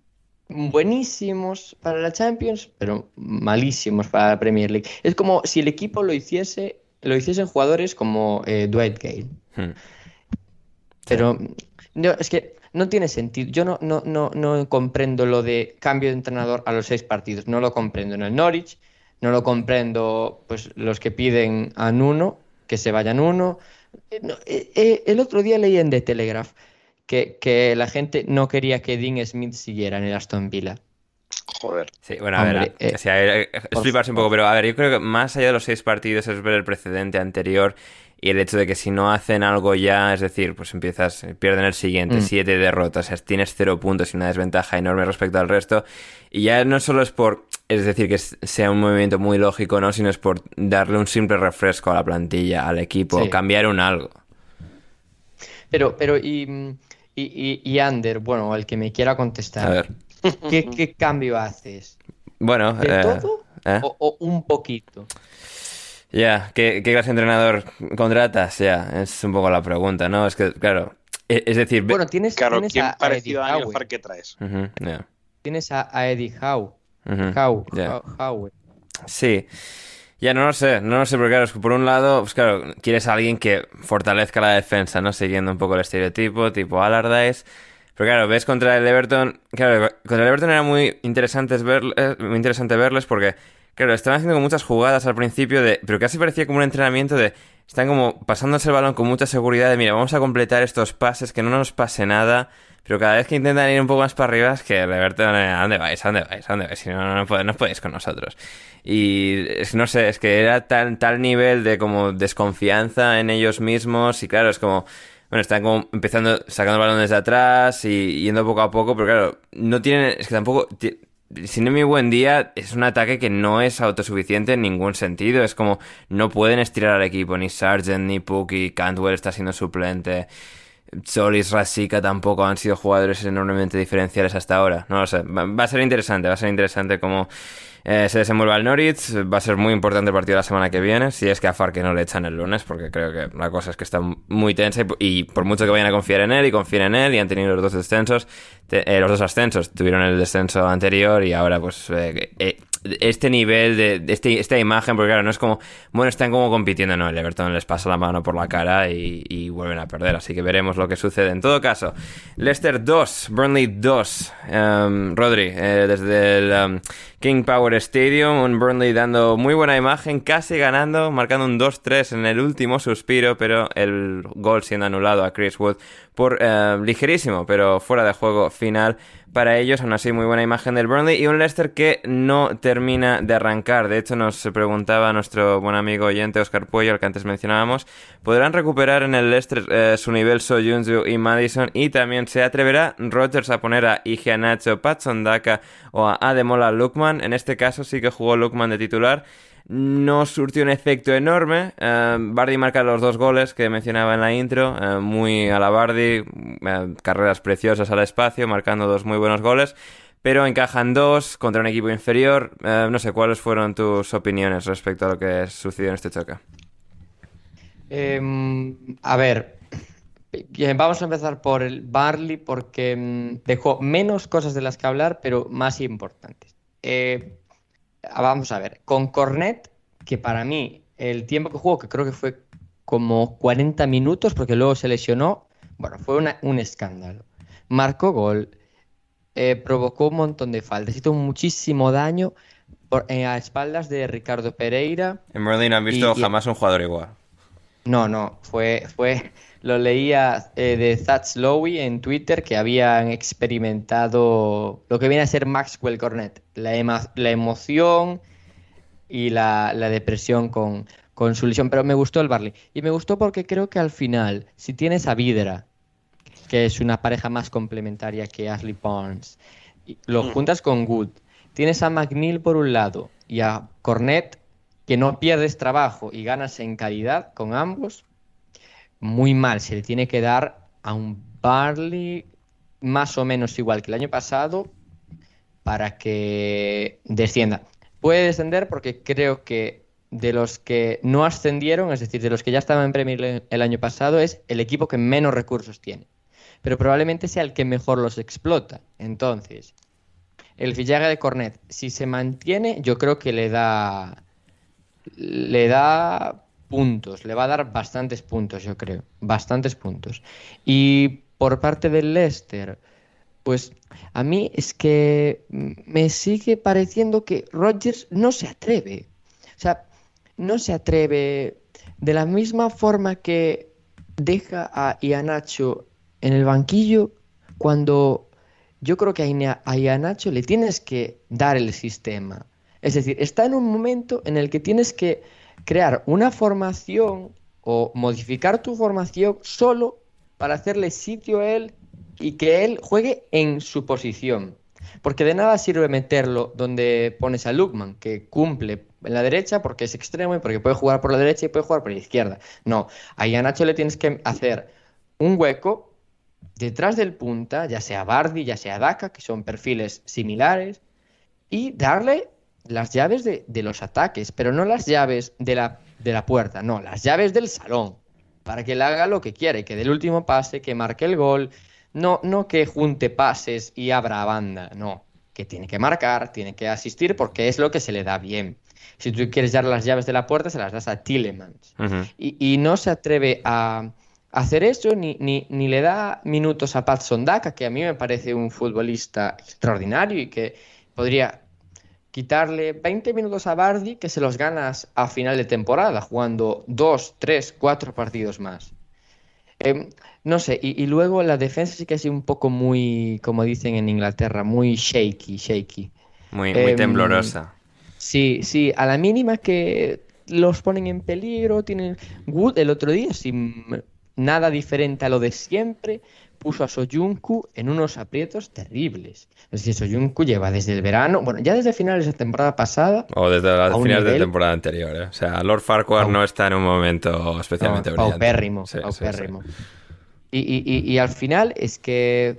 Buenísimos para la Champions, pero malísimos para la Premier League. Es como si el equipo lo hiciese, lo hiciesen jugadores como eh, Dwight Gale. Hmm. Pero no, es que no tiene sentido. Yo no, no, no, no comprendo lo de cambio de entrenador a los seis partidos. No lo comprendo en el Norwich. No lo comprendo pues los que piden a Nuno, que se vayan Nuno. No, eh, eh, el otro día leí en The Telegraph que, que la gente no quería que Dean Smith siguiera en el Aston Villa. Joder. Sí, bueno, a Hombre, ver, eh, o sea, es fliparse un poco, pero a ver, yo creo que más allá de los seis partidos es ver el precedente anterior y el hecho de que si no hacen algo ya, es decir, pues empiezas, pierden el siguiente, mm. siete derrotas, o sea, tienes cero puntos y una desventaja enorme respecto al resto, y ya no solo es por, es decir, que sea un movimiento muy lógico, ¿no? Sino es por darle un simple refresco a la plantilla, al equipo, sí. cambiar un algo. Pero, pero, y, y, y, y Ander, bueno, el que me quiera contestar. A ver. ¿Qué, qué cambio haces? Bueno, ¿de eh, todo eh. O, o un poquito? Ya, yeah. ¿Qué, ¿qué clase de entrenador contratas? Ya, yeah. es un poco la pregunta, ¿no? Es que, claro, es, es decir... Bueno, tienes, claro, tienes ¿quién a, parecido a a Eddie Daniel Howe. Farke traes? Uh-huh, yeah. Tienes a, a Eddie Howe. Uh-huh, Howe, yeah. Howe. Sí. Ya no lo sé, no lo sé, porque claro, es que por un lado, pues claro, quieres a alguien que fortalezca la defensa, ¿no? Siguiendo un poco el estereotipo, tipo Allardyce. Pero claro, ves contra el Everton, claro, contra el Everton era muy interesante, verles, muy interesante verles porque, claro, estaban haciendo muchas jugadas al principio, de, pero casi parecía como un entrenamiento de, están como pasándose el balón con mucha seguridad de, mira, vamos a completar estos pases, que no nos pase nada, pero cada vez que intentan ir un poco más para arriba es que el Everton, ¿a dónde vais? ¿A dónde vais? ¿A dónde vais? Si no, no, no, podéis, no podéis con nosotros. Y es, no sé, es que era tal, tal nivel de como desconfianza en ellos mismos y claro, es como... Bueno, están como empezando, sacando balones de atrás y yendo poco a poco, pero claro, no tienen, es que tampoco, si no es mi buen día, es un ataque que no es autosuficiente en ningún sentido, es como, no pueden estirar al equipo, ni Sargent, ni Pukki, Cantwell está siendo suplente, Solis, Rasika tampoco han sido jugadores enormemente diferenciales hasta ahora, no lo sé, va a ser interesante, va a ser interesante como... Eh, se desenvuelve al Norwich, va a ser muy importante el partido la semana que viene, si es que a Farke no le echan el lunes, porque creo que la cosa es que está muy tensa y, y por mucho que vayan a confiar en él y confíen en él y han tenido los dos descensos, te, eh, los dos ascensos, tuvieron el descenso anterior y ahora pues eh, eh, este nivel de, de este, esta imagen, porque claro, no es como, bueno, están como compitiendo, no, el Everton les pasa la mano por la cara y, y vuelven a perder, así que veremos lo que sucede. En todo caso, Leicester dos, Burnley dos, um, Rodri, eh, desde el um, King Power Stadium, un Burnley dando muy buena imagen, casi ganando, marcando un dos tres en el último suspiro, pero el gol siendo anulado a Chris Wood por eh, ligerísimo, pero fuera de juego final para ellos. Aún así, muy buena imagen del Burnley y un Leicester que no termina de arrancar. De hecho, nos preguntaba nuestro buen amigo oyente Oscar Puello, al que antes mencionábamos, ¿podrán recuperar en el Leicester eh, su nivel Soyuncu y Maddison? Y también se atreverá Rodgers a poner a Iheanacho, Patson Daka o a Ademola Lookman. En este caso sí que jugó Lookman de titular. No surtió un efecto enorme. uh, Vardy marca los dos goles que mencionaba en la intro, uh, muy a la Vardy, uh, carreras preciosas al espacio, marcando dos muy buenos goles, pero encajan dos contra un equipo inferior. uh, No sé, ¿cuáles fueron tus opiniones respecto a lo que sucedió en este choque? Eh, a ver, vamos a empezar por el Burnley porque um, dejó menos cosas de las que hablar, pero más importantes. Eh... vamos a ver, con Cornet, que para mí el tiempo que jugó, que creo que fue como cuarenta minutos, porque luego se lesionó, bueno, fue una, un escándalo. Marcó gol, eh, provocó un montón de faltas, hizo muchísimo daño por, eh, a espaldas de Ricardo Pereira. En Burnley no han visto y, y... jamás un jugador igual. No, no, fue, fue lo leía eh, de Thad Lowy en Twitter, que habían experimentado lo que viene a ser Maxwell Cornet, la, ema, la emoción y la, la depresión con, con su lesión, pero me gustó el Burnley, y me gustó porque creo que al final, si tienes a Vidra, que es una pareja más complementaria que Ashley Barnes, y lo juntas con Good, tienes a McNeil por un lado y a Cornet, que no pierdes trabajo y ganas en calidad con ambos, muy mal se le tiene que dar a un Burnley más o menos igual que el año pasado para que descienda. Puede descender porque creo que de los que no ascendieron, es decir, de los que ya estaban en Premier League el año pasado, es el equipo que menos recursos tiene, pero probablemente sea el que mejor los explota. Entonces, el fichaje de Cornet, si se mantiene, yo creo que le da le da puntos, le va a dar bastantes puntos, yo creo, bastantes puntos. Y por parte del Leicester, pues a mí es que me sigue pareciendo que Rodgers no se atreve. O sea, no se atreve de la misma forma que deja a Iheanacho en el banquillo, cuando yo creo que a Iheanacho le tienes que dar el sistema. Es decir, está en un momento en el que tienes que crear una formación o modificar tu formación solo para hacerle sitio a él y que él juegue en su posición. Porque de nada sirve meterlo donde pones a Lookman, que cumple en la derecha porque es extremo y porque puede jugar por la derecha y puede jugar por la izquierda. No, a Iheanacho le tienes que hacer un hueco detrás del punta, ya sea Vardy, ya sea Daka, que son perfiles similares, y darle las llaves de, de los ataques, pero no las llaves de la, de la puerta, no, las llaves del salón, para que él haga lo que quiera y que dé el último pase, que marque el gol, no, no que junte pases y abra a banda, no, que tiene que marcar, tiene que asistir porque es lo que se le da bien. Si tú quieres dar las llaves de la puerta, se las das a Tielemans. Uh-huh. y, y no se atreve a hacer eso, ni, ni, ni le da minutos a Patson Daka, que a mí me parece un futbolista extraordinario y que podría quitarle veinte minutos a Vardy, que se los ganas a final de temporada, jugando dos, tres, cuatro partidos más. Eh, no sé, y, y luego la defensa sí que ha sido un poco muy, como dicen en Inglaterra, muy shaky, shaky. Muy, muy eh, temblorosa. Sí, sí, a la mínima que los ponen en peligro, tienen... Wood el otro día, sin nada diferente a lo de siempre, puso a Soyuncu en unos aprietos terribles. Es decir, Soyuncu lleva desde el verano, bueno, ya desde finales de temporada pasada... O desde las finales nivel... de temporada anterior, ¿eh? O sea, Lord Farquhar oh. no está en un momento especialmente no, brillante. Paupérrimo, sí, paupérrimo. Sí, sí. Y, y, y al final es que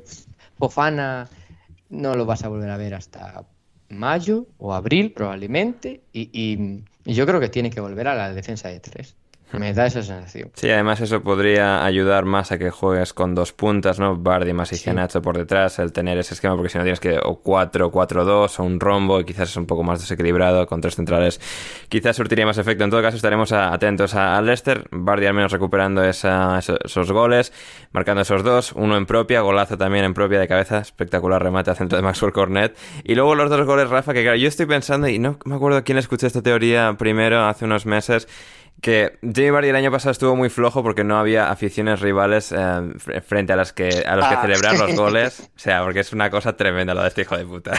Fofana no lo vas a volver a ver hasta mayo o abril probablemente, y, y, y yo creo que tiene que volver a la defensa de tres. Me da esa sensación. Sí, además eso podría ayudar más a que juegues con dos puntas, ¿no? Vardy más Iheanacho sí. por detrás, el tener ese esquema, porque si no tienes que o cuatro cuatro dos o un rombo y quizás es un poco más desequilibrado con tres centrales, quizás surtiría más efecto. En todo caso estaremos a, atentos a, a Leicester, Vardy al menos recuperando esa, esos, esos goles, marcando esos dos, uno en propia, golazo también en propia de cabeza, espectacular remate a centro de Maxwell Cornet, y luego los dos goles, Rafa, que claro, yo estoy pensando, y no me acuerdo quién escuché esta teoría primero hace unos meses, que Jamie Vardy el año pasado estuvo muy flojo porque no había aficiones rivales eh, frente a las que a los ah. que celebrar los goles. O sea, porque es una cosa tremenda lo de este hijo de puta.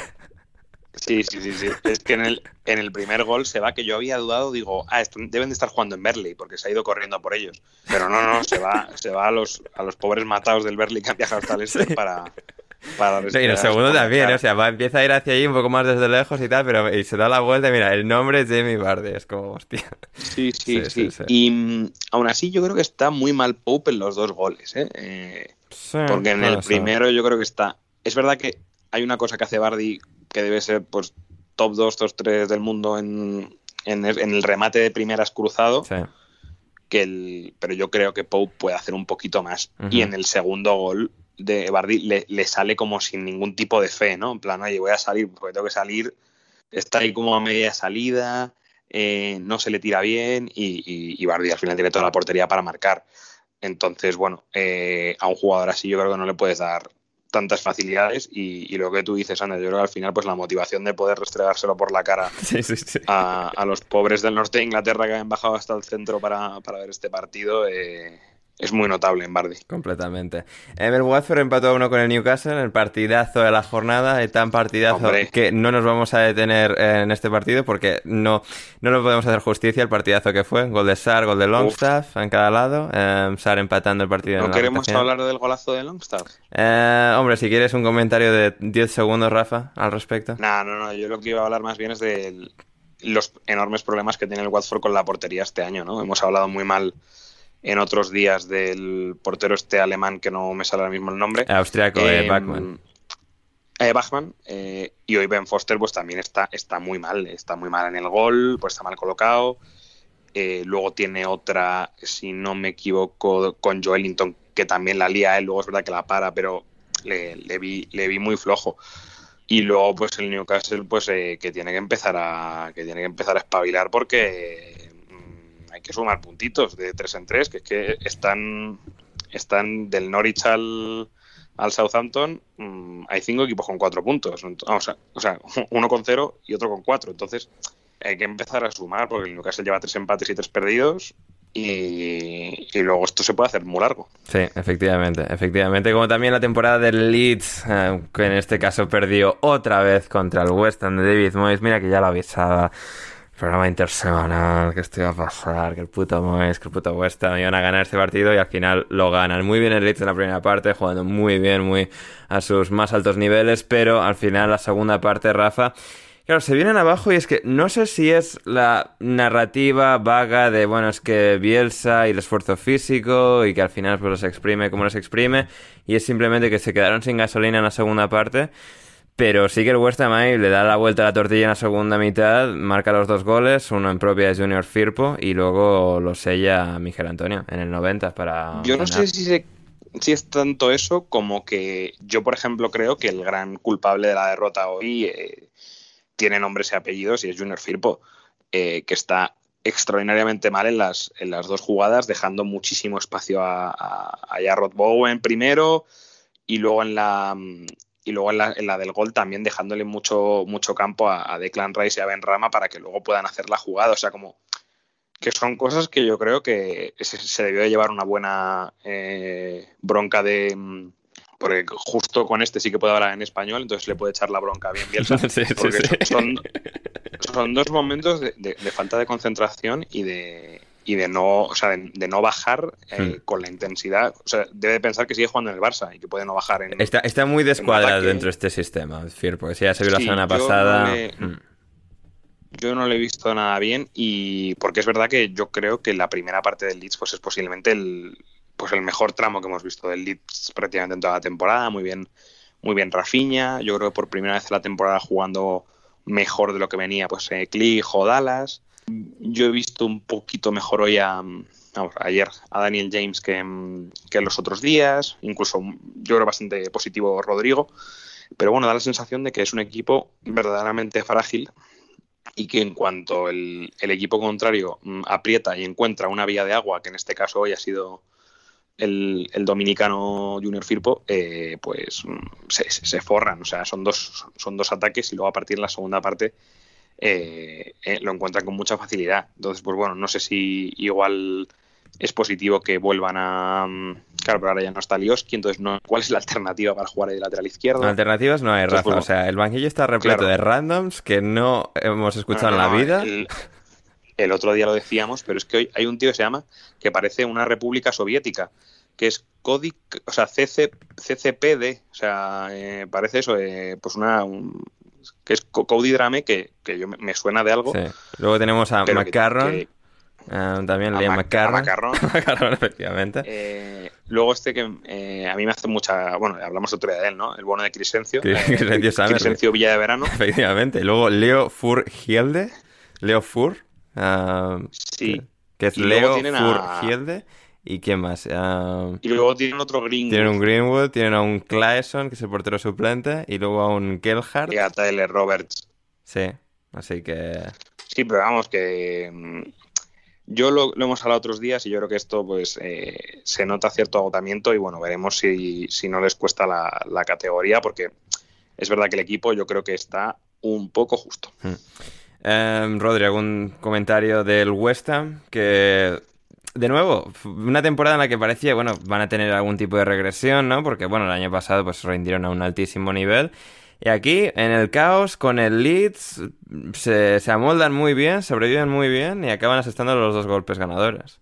Sí, sí, sí, sí. Es que en el, en el primer gol se va, que yo había dudado, digo, ah, esto deben de estar jugando en Burnley porque se ha ido corriendo por ellos. Pero no, no, se va, se va a los a los pobres matados del Burnley que han viajado hasta el este sí. para... Para sí, y el segundo también, ¿eh? O sea, va, empieza a ir hacia allí un poco más desde lejos y tal, pero y se da la vuelta y mira, el nombre es Jamie Vardy, es como, hostia. Sí, sí, sí. sí, sí. sí. Y um, aún así yo creo que está muy mal Pope en los dos goles, ¿eh? eh sí, porque en el primero yo creo que está... Es verdad que hay una cosa que hace Vardy que debe ser pues top dos, top tres del mundo en, en, el, en el remate de primeras cruzado, sí. que el, pero yo creo que Pope puede hacer un poquito más. Uh-huh. Y en el segundo gol de Vardy le, le sale como sin ningún tipo de fe, ¿no? En plan, oye, voy a salir porque tengo que salir está ahí como a media salida, eh, no se le tira bien y, y, y Vardy al final tiene toda la portería para marcar. Entonces, bueno, eh, a un jugador así yo creo que no le puedes dar tantas facilidades y, y lo que tú dices, Ana, yo creo que al final pues la motivación de poder restregárselo por la cara sí, sí, sí. A, a los pobres del norte de Inglaterra que han bajado hasta el centro para, para ver este partido eh, es muy notable en Vardy. Completamente. El Watford empató a uno con el Newcastle, el partidazo de la jornada, y tan partidazo Hombre. que no nos vamos a detener en este partido porque no, no nos podemos hacer justicia al partidazo que fue. Gol de Sarr, gol de Longstaff Uf. en cada lado. Eh, Sarr empatando el partido. ¿No en queremos la hablar del golazo de Longstaff? Eh, hombre, si quieres un comentario de diez segundos, Rafa, al respecto. No, no, no. Yo lo que iba a hablar más bien es de los enormes problemas que tiene el Watford con la portería este año, ¿no? Hemos hablado muy mal en otros días del portero este alemán que no me sale ahora mismo el nombre. Austriaco, eh, eh, Bachmann. Eh, Bachmann, eh, y hoy Ben Foster pues también está, está muy mal, está muy mal en el gol, pues está mal colocado. Eh, luego tiene otra, si no me equivoco, con Joelinton, que también la lía él, luego es verdad que la para, pero le, le, vi, le vi muy flojo. Y luego pues el Newcastle pues eh, que tiene que empezar a que tiene que empezar a espabilar porque hay que sumar puntitos de tres en tres, que es que están, están del Norwich al, al Southampton, mmm, hay cinco equipos con cuatro puntos, o sea, o sea, uno con cero y otro con cuatro, entonces hay que empezar a sumar, porque el Newcastle lleva tres empates y tres perdidos, y, y luego esto se puede hacer muy largo. Sí, efectivamente, efectivamente, como también la temporada del Leeds, eh, que en este caso perdió otra vez contra el West Ham de David Moyes, mira que ya lo avisaba. Programa intersemanal, que esto iba a pasar, que el puto Moyes, que el puto West Ham iban a ganar este partido y al final lo ganan. Muy bien el Leeds en la primera parte, jugando muy bien, muy a sus más altos niveles, pero al final la segunda parte, Rafa, claro, se vienen abajo y es que no sé si es la narrativa vaga de, bueno, es que Bielsa y el esfuerzo físico y que al final pues los exprime como los exprime y es simplemente que se quedaron sin gasolina en la segunda parte. Pero sí que el West Ham ahí le da la vuelta a la tortilla en la segunda mitad, marca los dos goles, uno en propia de Junior Firpo y luego lo sella Miguel Antonio en el noventa para Yo no ganar. sé si, se, si es tanto eso como que yo, por ejemplo, creo que el gran culpable de la derrota hoy eh, tiene nombres y apellidos y es Junior Firpo, eh, que está extraordinariamente mal en las, en las dos jugadas, dejando muchísimo espacio a, a, a Jarrod Bowen primero y luego en la... Y luego en la, en la del gol también dejándole mucho, mucho campo a, a Declan Rice y a Benrahma para que luego puedan hacer la jugada. O sea, como que son cosas que yo creo que se, se debió de llevar una buena eh, bronca de... Porque justo con este sí que puede hablar en español, entonces le puede echar la bronca bien Bielsa. Sí, sí, porque sí. Son, son dos momentos de, de, de falta de concentración y de... y de no, o sea, de, de no bajar eh, hmm. con la intensidad. O sea, debe pensar que sigue jugando en el Barça y que puede no bajar en... Está, está muy descuadrado dentro de este sistema, Fir, porque ya se vio la sí, semana pasada. No le, hmm. Yo no le he visto nada bien y porque es verdad que yo creo que la primera parte del Leeds pues es posiblemente el, pues el mejor tramo que hemos visto del Leeds prácticamente en toda la temporada. Muy bien, muy bien Rafinha. Yo creo que por primera vez en la temporada jugando mejor de lo que venía pues eh, Klich o Dallas. Yo he visto un poquito mejor hoy a, vamos, ayer a Daniel James que, que los otros días, incluso yo creo bastante positivo Rodrigo, pero bueno, da la sensación de que es un equipo verdaderamente frágil y que en cuanto el, el equipo contrario aprieta y encuentra una vía de agua, que en este caso hoy ha sido el, el dominicano Junior Firpo, eh, pues se, se forran, o sea, son dos, son dos ataques y luego a partir de la segunda parte Eh, eh, lo encuentran con mucha facilidad. Entonces, pues bueno, no sé si igual es positivo que vuelvan a... Claro, pero ahora ya no está Lioski, entonces no, ¿cuál es la alternativa para jugar de lateral izquierdo? Alternativas no hay, Rafa. Entonces, bueno, o sea, el banquillo está repleto claro. de randoms que no hemos escuchado no, no, en la no, vida. El, el otro día lo decíamos, pero es que hoy hay un tío que se llama, que parece una república soviética, que es Cody, o sea, C C P D, o sea, eh, parece eso, eh, pues una... Un, que es Cody Drame, que, que yo me suena de algo. Sí. Luego tenemos a McCarron, que, que, uh, también Liam McCarron. McCarron. McCarron, efectivamente. Eh, luego este que eh, a mí me hace mucha... Bueno, hablamos otro día de él, ¿no? El bueno de Crescencio. Crescencio, eh, Crescencio Villa de Verano. Efectivamente. Luego Leo Fur-Hielde. Leo Fur. Uh, sí. Que es y Leo Fur-Hielde. A... ¿Y quién más? Uh, y luego tienen otro Greenwood. Tienen un Greenwood, tienen a un Claesson, que es el portero suplente, y luego a un Gelhardt. Y a Tyler Roberts. Sí. Así que... Sí, pero vamos, que yo lo, lo hemos hablado otros días y yo creo que esto pues eh, se nota cierto agotamiento y bueno, veremos si, si no les cuesta la, la categoría, porque es verdad que el equipo yo creo que está un poco justo. Hmm. Eh, Rodri, ¿algún comentario del West Ham? Que, de nuevo, una temporada en la que parecía, bueno, van a tener algún tipo de regresión, ¿no? Porque, bueno, el año pasado pues rindieron a un altísimo nivel. Y aquí, en el caos, con el Leeds, se, se amoldan muy bien, sobreviven muy bien y acaban asestando los dos golpes ganadores.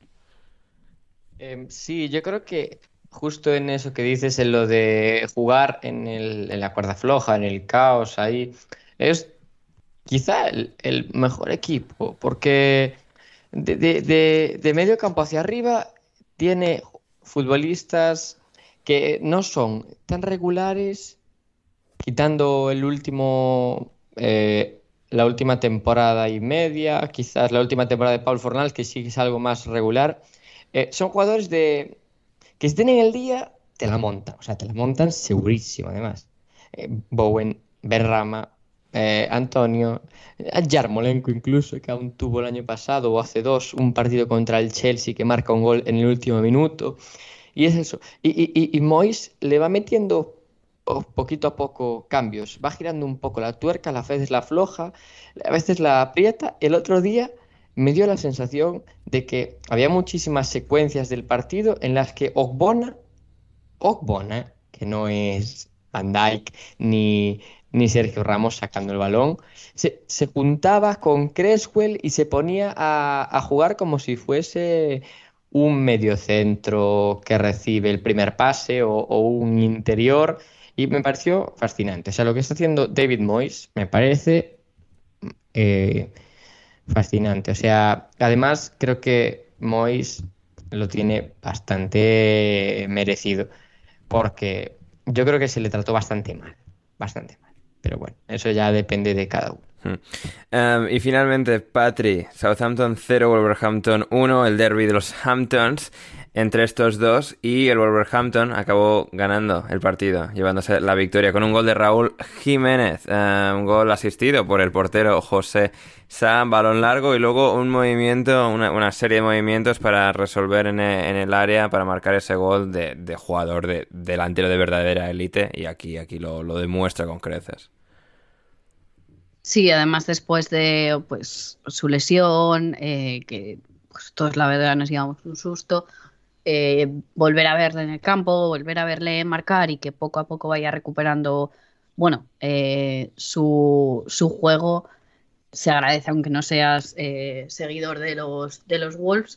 Eh, sí, yo creo que justo en eso que dices, en lo de jugar en, el, en la cuerda floja, en el caos, ahí, es quizá el, el mejor equipo, porque de, de, de, de medio campo hacia arriba tiene futbolistas que no son tan regulares, quitando el último, eh, la última temporada y media, quizás la última temporada de Pau Fornals, que sí es algo más regular. Eh, son jugadores de que si tienen el día, te la montan, o sea, te la montan segurísimo, además. Eh, Bowen, Benrahma, eh, Antonio, eh, Yarmolenko incluso, que aún tuvo el año pasado o hace dos un partido contra el Chelsea que marca un gol en el último minuto. Y es eso. Y, y, y, y Moyes le va metiendo poquito a poco cambios, va girando un poco la tuerca, a veces la afloja, a veces la aprieta. El otro día me dio la sensación de que había muchísimas secuencias del partido en las que Ogbonna, Ogbonna, que no es Van Dijk ni, ni Sergio Ramos sacando el balón, se, se juntaba con Cresswell y se ponía a, a jugar como si fuese un mediocentro que recibe el primer pase o, o un interior. Y me pareció fascinante. O sea, lo que está haciendo David Moyes me parece eh, fascinante. O sea, además creo que Moyes lo tiene bastante merecido. Porque yo creo que se le trató bastante mal. Bastante mal. Pero bueno, eso ya depende de cada uno. Hmm. Um, y finalmente, Patri, Southampton cero, Wolverhampton uno, el derby de los Hamptons entre estos dos, y el Wolverhampton acabó ganando el partido, llevándose la victoria con un gol de Raúl Jiménez, uh, un gol asistido por el portero José Sá, balón largo y luego un movimiento, una, una serie de movimientos para resolver en el, en el área, para marcar ese gol de, de jugador de delantero de verdadera élite, y aquí, aquí lo, lo demuestra con creces. Sí, además después de pues su lesión, eh, que pues, todos la verdad nos llevamos un susto, eh, volver a verle en el campo, volver a verle marcar y que poco a poco vaya recuperando, bueno, eh, su, su juego, se agradece aunque no seas eh, seguidor de los, de los Wolves.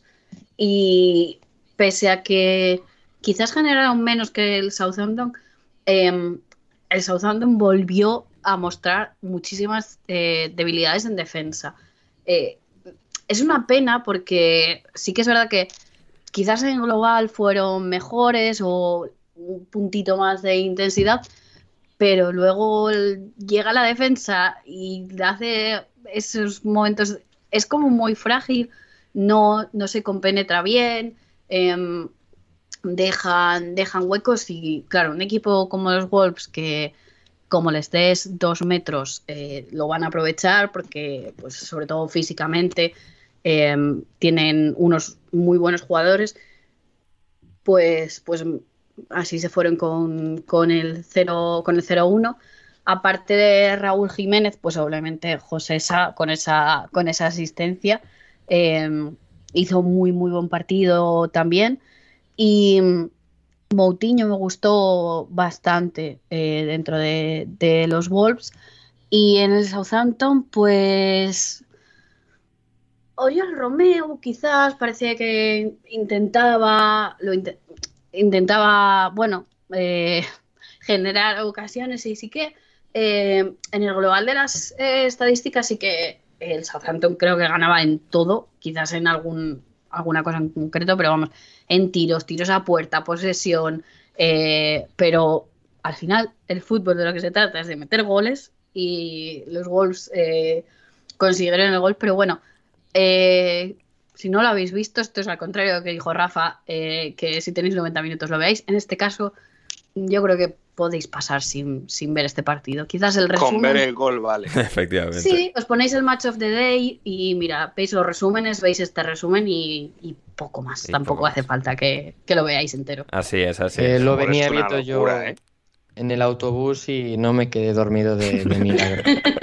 Y pese a que quizás generaron menos que el Southampton, eh, el Southampton volvió a mostrar muchísimas eh, debilidades en defensa. Eh, es una pena porque sí que es verdad que quizás en global fueron mejores o un puntito más de intensidad, pero luego llega la defensa y hace esos momentos, es como muy frágil, no, no se compenetra bien, eh, dejan, dejan huecos y claro, un equipo como los Wolves que como les des dos metros eh, lo van a aprovechar porque pues sobre todo físicamente eh, tienen unos muy buenos jugadores, pues, pues así se fueron con, con el cero con el cero uno. Aparte de Raúl Jiménez, pues obviamente José Sá con esa, con esa asistencia eh, hizo muy muy buen partido también. Y Moutinho me gustó bastante eh, dentro de, de los Wolves. Y en el Southampton, pues Oriol Romeu quizás parecía que intentaba, lo int- intentaba, bueno, eh, generar ocasiones y sí que eh, en el global de las eh, estadísticas sí que el Southampton creo que ganaba en todo, quizás en algún alguna cosa en concreto, pero vamos, en tiros, tiros a puerta, posesión, eh, pero al final el fútbol de lo que se trata es de meter goles y los Wolves eh, consiguieron el gol, pero bueno, eh, si no lo habéis visto, esto es al contrario de lo que dijo Rafa, eh, que si tenéis noventa minutos lo veáis. En este caso, yo creo que podéis pasar sin, sin ver este partido. Quizás el resumen... Con ver el gol, vale. Efectivamente. Sí, os ponéis el Match of the Day y mira, veis los resúmenes, veis este resumen y, y poco más. Y Tampoco poco hace más. falta que, que lo veáis entero. Así es, así Eh, es. lo Por venía esto una viendo yo locura, ¿eh? en el autobús y no me quedé dormido de, de milagro.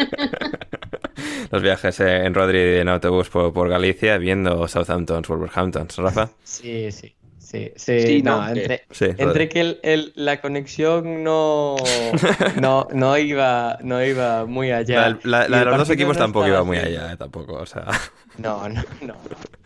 Los viajes eh, en Rodri en autobús por, por Galicia viendo Southampton, Wolverhampton, ¿Rafa? Sí, sí. Sí, sí, Sí, no, no, entre, Sí, entre Rodri. que el, el- la conexión no, no, no iba, no iba muy allá. La, la- y la de el los dos partido equipos no tampoco estaba iba muy haciendo- allá, eh, tampoco, o sea... No, no, no.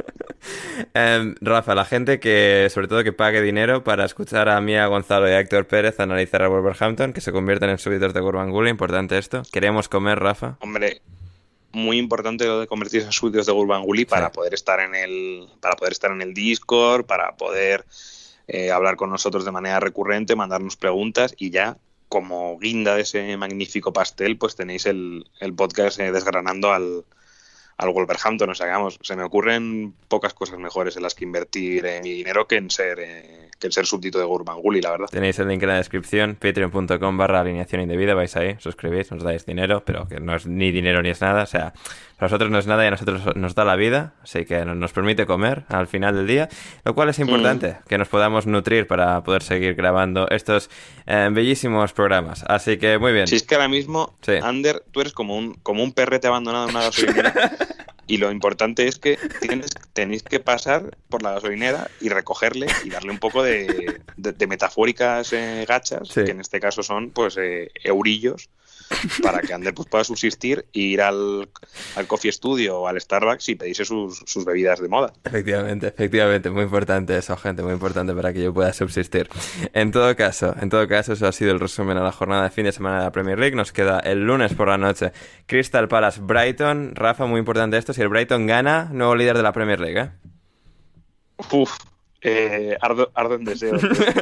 Em, Rafa, la gente que, sobre todo que pague dinero para escuchar a Mía Gonzalo y a Héctor Pérez analizar a Wolverhampton, que se convierten en súbditos de Gurbanguly, importante esto. Queremos comer, Rafa. Hombre, muy importante lo de convertirse en súbditos de Gurbanguly para Sí. poder estar en el, para poder estar en el Discord, para poder eh, hablar con nosotros de manera recurrente, mandarnos preguntas y ya como guinda de ese magnífico pastel, pues tenéis el, el podcast eh, desgranando al, al Wolverhampton. O sea, vamos, se me ocurren pocas cosas mejores en las que invertir eh, mi dinero que en ser eh, que en ser súbdito de Gurbanguly, la verdad. Tenéis el link en la descripción, patreon.com barra alineación indebida, vais ahí, suscribís, nos dais dinero, pero que no es ni dinero ni es nada, o sea, para nosotros no es nada y a nosotros nos da la vida, así que nos permite comer al final del día, lo cual es importante, mm. que nos podamos nutrir para poder seguir grabando estos eh, bellísimos programas, así que muy bien. Si es que ahora mismo, Sí. Ander, tú eres como un, como un perrete abandonado en una gasolinera. Y lo importante es que tienes, tenéis que pasar por la gasolinera y recogerle y darle un poco de, de, de metafóricas eh, gachas, Sí. que en este caso son pues eh, eurillos, para que Ander pues, pueda subsistir e ir al, al Coffee Studio o al Starbucks y pedirse sus, sus bebidas de moda. Efectivamente, efectivamente, muy importante eso, gente, muy importante para que yo pueda subsistir. En todo caso, en todo caso, eso ha sido el resumen a la jornada de fin de semana de la Premier League. Nos queda el lunes por la noche Crystal Palace Brighton. Rafa, muy importante esto, si el Brighton gana, nuevo líder de la Premier League, ¿eh? Uf, eh, ardo, ardo en deseo.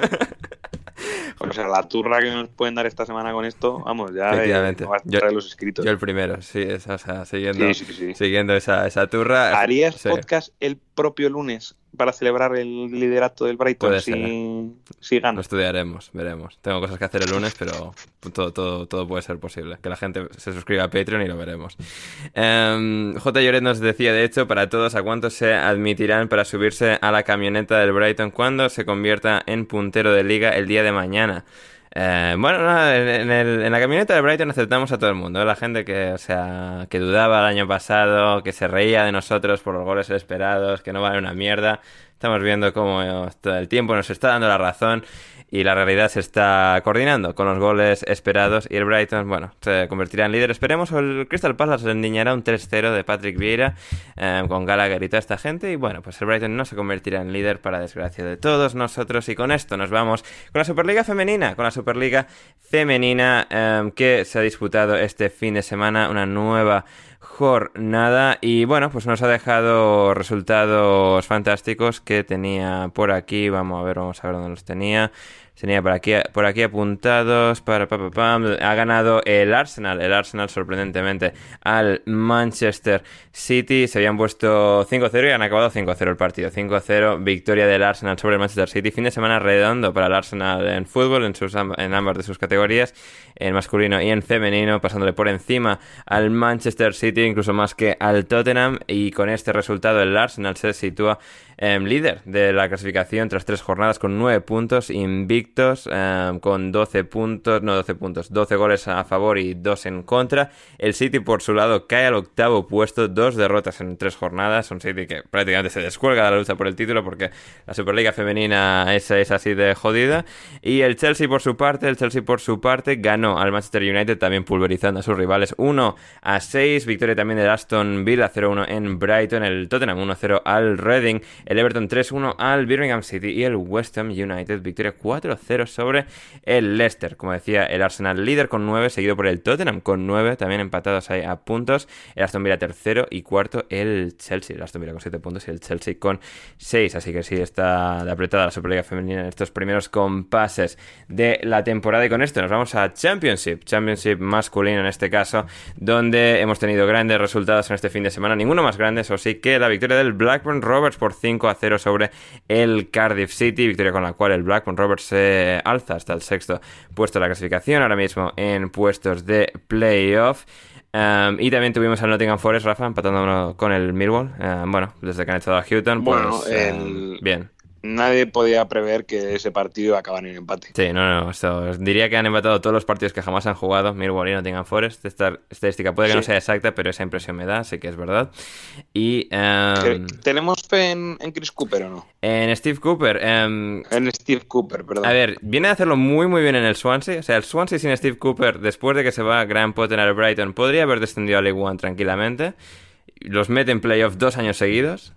O sea, la turra que nos pueden dar esta semana con esto, vamos, ya Efectivamente. eh, no va a Yo- traer los escritos. Yo el primero, sí, es, o sea, siguiendo, Sí, sí, sí. siguiendo esa, esa turra. ¿Harías Sí. podcast el propio lunes para celebrar el liderato del Brighton Puede si, ser. si gana? Lo estudiaremos, veremos. Tengo cosas que hacer el lunes, pero todo, todo, todo puede ser posible. Que la gente se suscriba a Patreon y lo veremos. Um, J. Lloret nos decía, de hecho, para todos, ¿a cuántos se admitirán para subirse a la camioneta del Brighton cuando se convierta en puntero de liga el día de mañana? Eh, bueno, no, en, en el- en la camioneta del Brighton aceptamos a todo el mundo, ¿eh? La gente que, o sea, que dudaba el año pasado, que se reía de nosotros por los goles esperados, que no vale una mierda. Estamos viendo cómo eh, todo el tiempo nos está dando la razón y la realidad se está coordinando con los goles esperados y el Brighton, bueno, se convertirá en líder. Esperemos, o el Crystal Palace se endiñará un tres cero de Patrick Vieira eh, con Gallagher y toda esta gente y bueno, pues el Brighton no se convertirá en líder para desgracia de todos nosotros y con esto nos vamos con la Superliga Femenina, con la Superliga Femenina eh, que se ha disputado este fin de semana, una nueva jornada y bueno, pues nos ha dejado resultados fantásticos que tenía por aquí, vamos a ver, vamos a ver dónde los tenía. Tenía por aquí, por aquí apuntados. Para, pa, pa, pam. Ha ganado el Arsenal. El Arsenal, sorprendentemente, al Manchester City. Se habían puesto cinco cero y han acabado cinco cero el partido. cinco cero, victoria del Arsenal sobre el Manchester City. Fin de semana redondo para el Arsenal en fútbol, en, sus, en ambas de sus categorías, en masculino y en femenino, pasándole por encima al Manchester City, incluso más que al Tottenham. Y con este resultado, el Arsenal se sitúa eh, líder de la clasificación tras tres jornadas con nueve puntos, invicto. Eh, con doce puntos, no doce puntos, doce goles a favor y dos en contra. El City, por su lado, cae al octavo puesto, dos derrotas en tres jornadas. Un City que prácticamente se descuelga de la lucha por el título porque la Superliga femenina es, es así de jodida. Y el Chelsea, por su parte, el Chelsea por su parte ganó al Manchester United, también pulverizando a sus rivales uno a seis. Victoria también del Aston Villa cero uno en Brighton, el Tottenham uno cero al Reading, el Everton tres uno al Birmingham City y el West Ham United victoria cuatro cero sobre el Leicester. Como decía, el Arsenal líder con nueve, seguido por el Tottenham con nueve, también empatados ahí a puntos. El Aston Villa tercero y cuarto el Chelsea. El Aston Villa con siete puntos y el Chelsea con seis. Así que sí, está de apretada la Superliga femenina en estos primeros compases de la temporada. Y con esto nos vamos a Championship. Championship masculino en este caso, donde hemos tenido grandes resultados en este fin de semana. Ninguno más grande, eso sí, que la victoria del Blackburn Rovers por cinco cinco a cero sobre el Cardiff City, victoria con la cual el Blackburn Rovers se alza hasta el sexto puesto de la clasificación, ahora mismo en puestos de playoff. Um, y también tuvimos al Nottingham Forest, Rafa, empatando con el Millwall. Um, bueno, desde que han echado a Houghton, pues bueno, el... um, bien. Nadie podía prever que ese partido iba a acabar en empate. Sí, no, no, esto, diría que han empatado todos los partidos que jamás han jugado Millwall y Nottingham Forest. Esta estadística puede que sí. no sea exacta, pero esa impresión me da, así que es verdad. Y um, ¿tenemos fe en, en Chris Cooper o no? En Steve Cooper. Um, en Steve Cooper, perdón. A ver, viene a hacerlo muy muy bien en el Swansea. O sea, el Swansea sin Steve Cooper, después de que se va Graham Potter al Brighton, podría haber descendido a League One tranquilamente. Los mete en playoff dos años seguidos.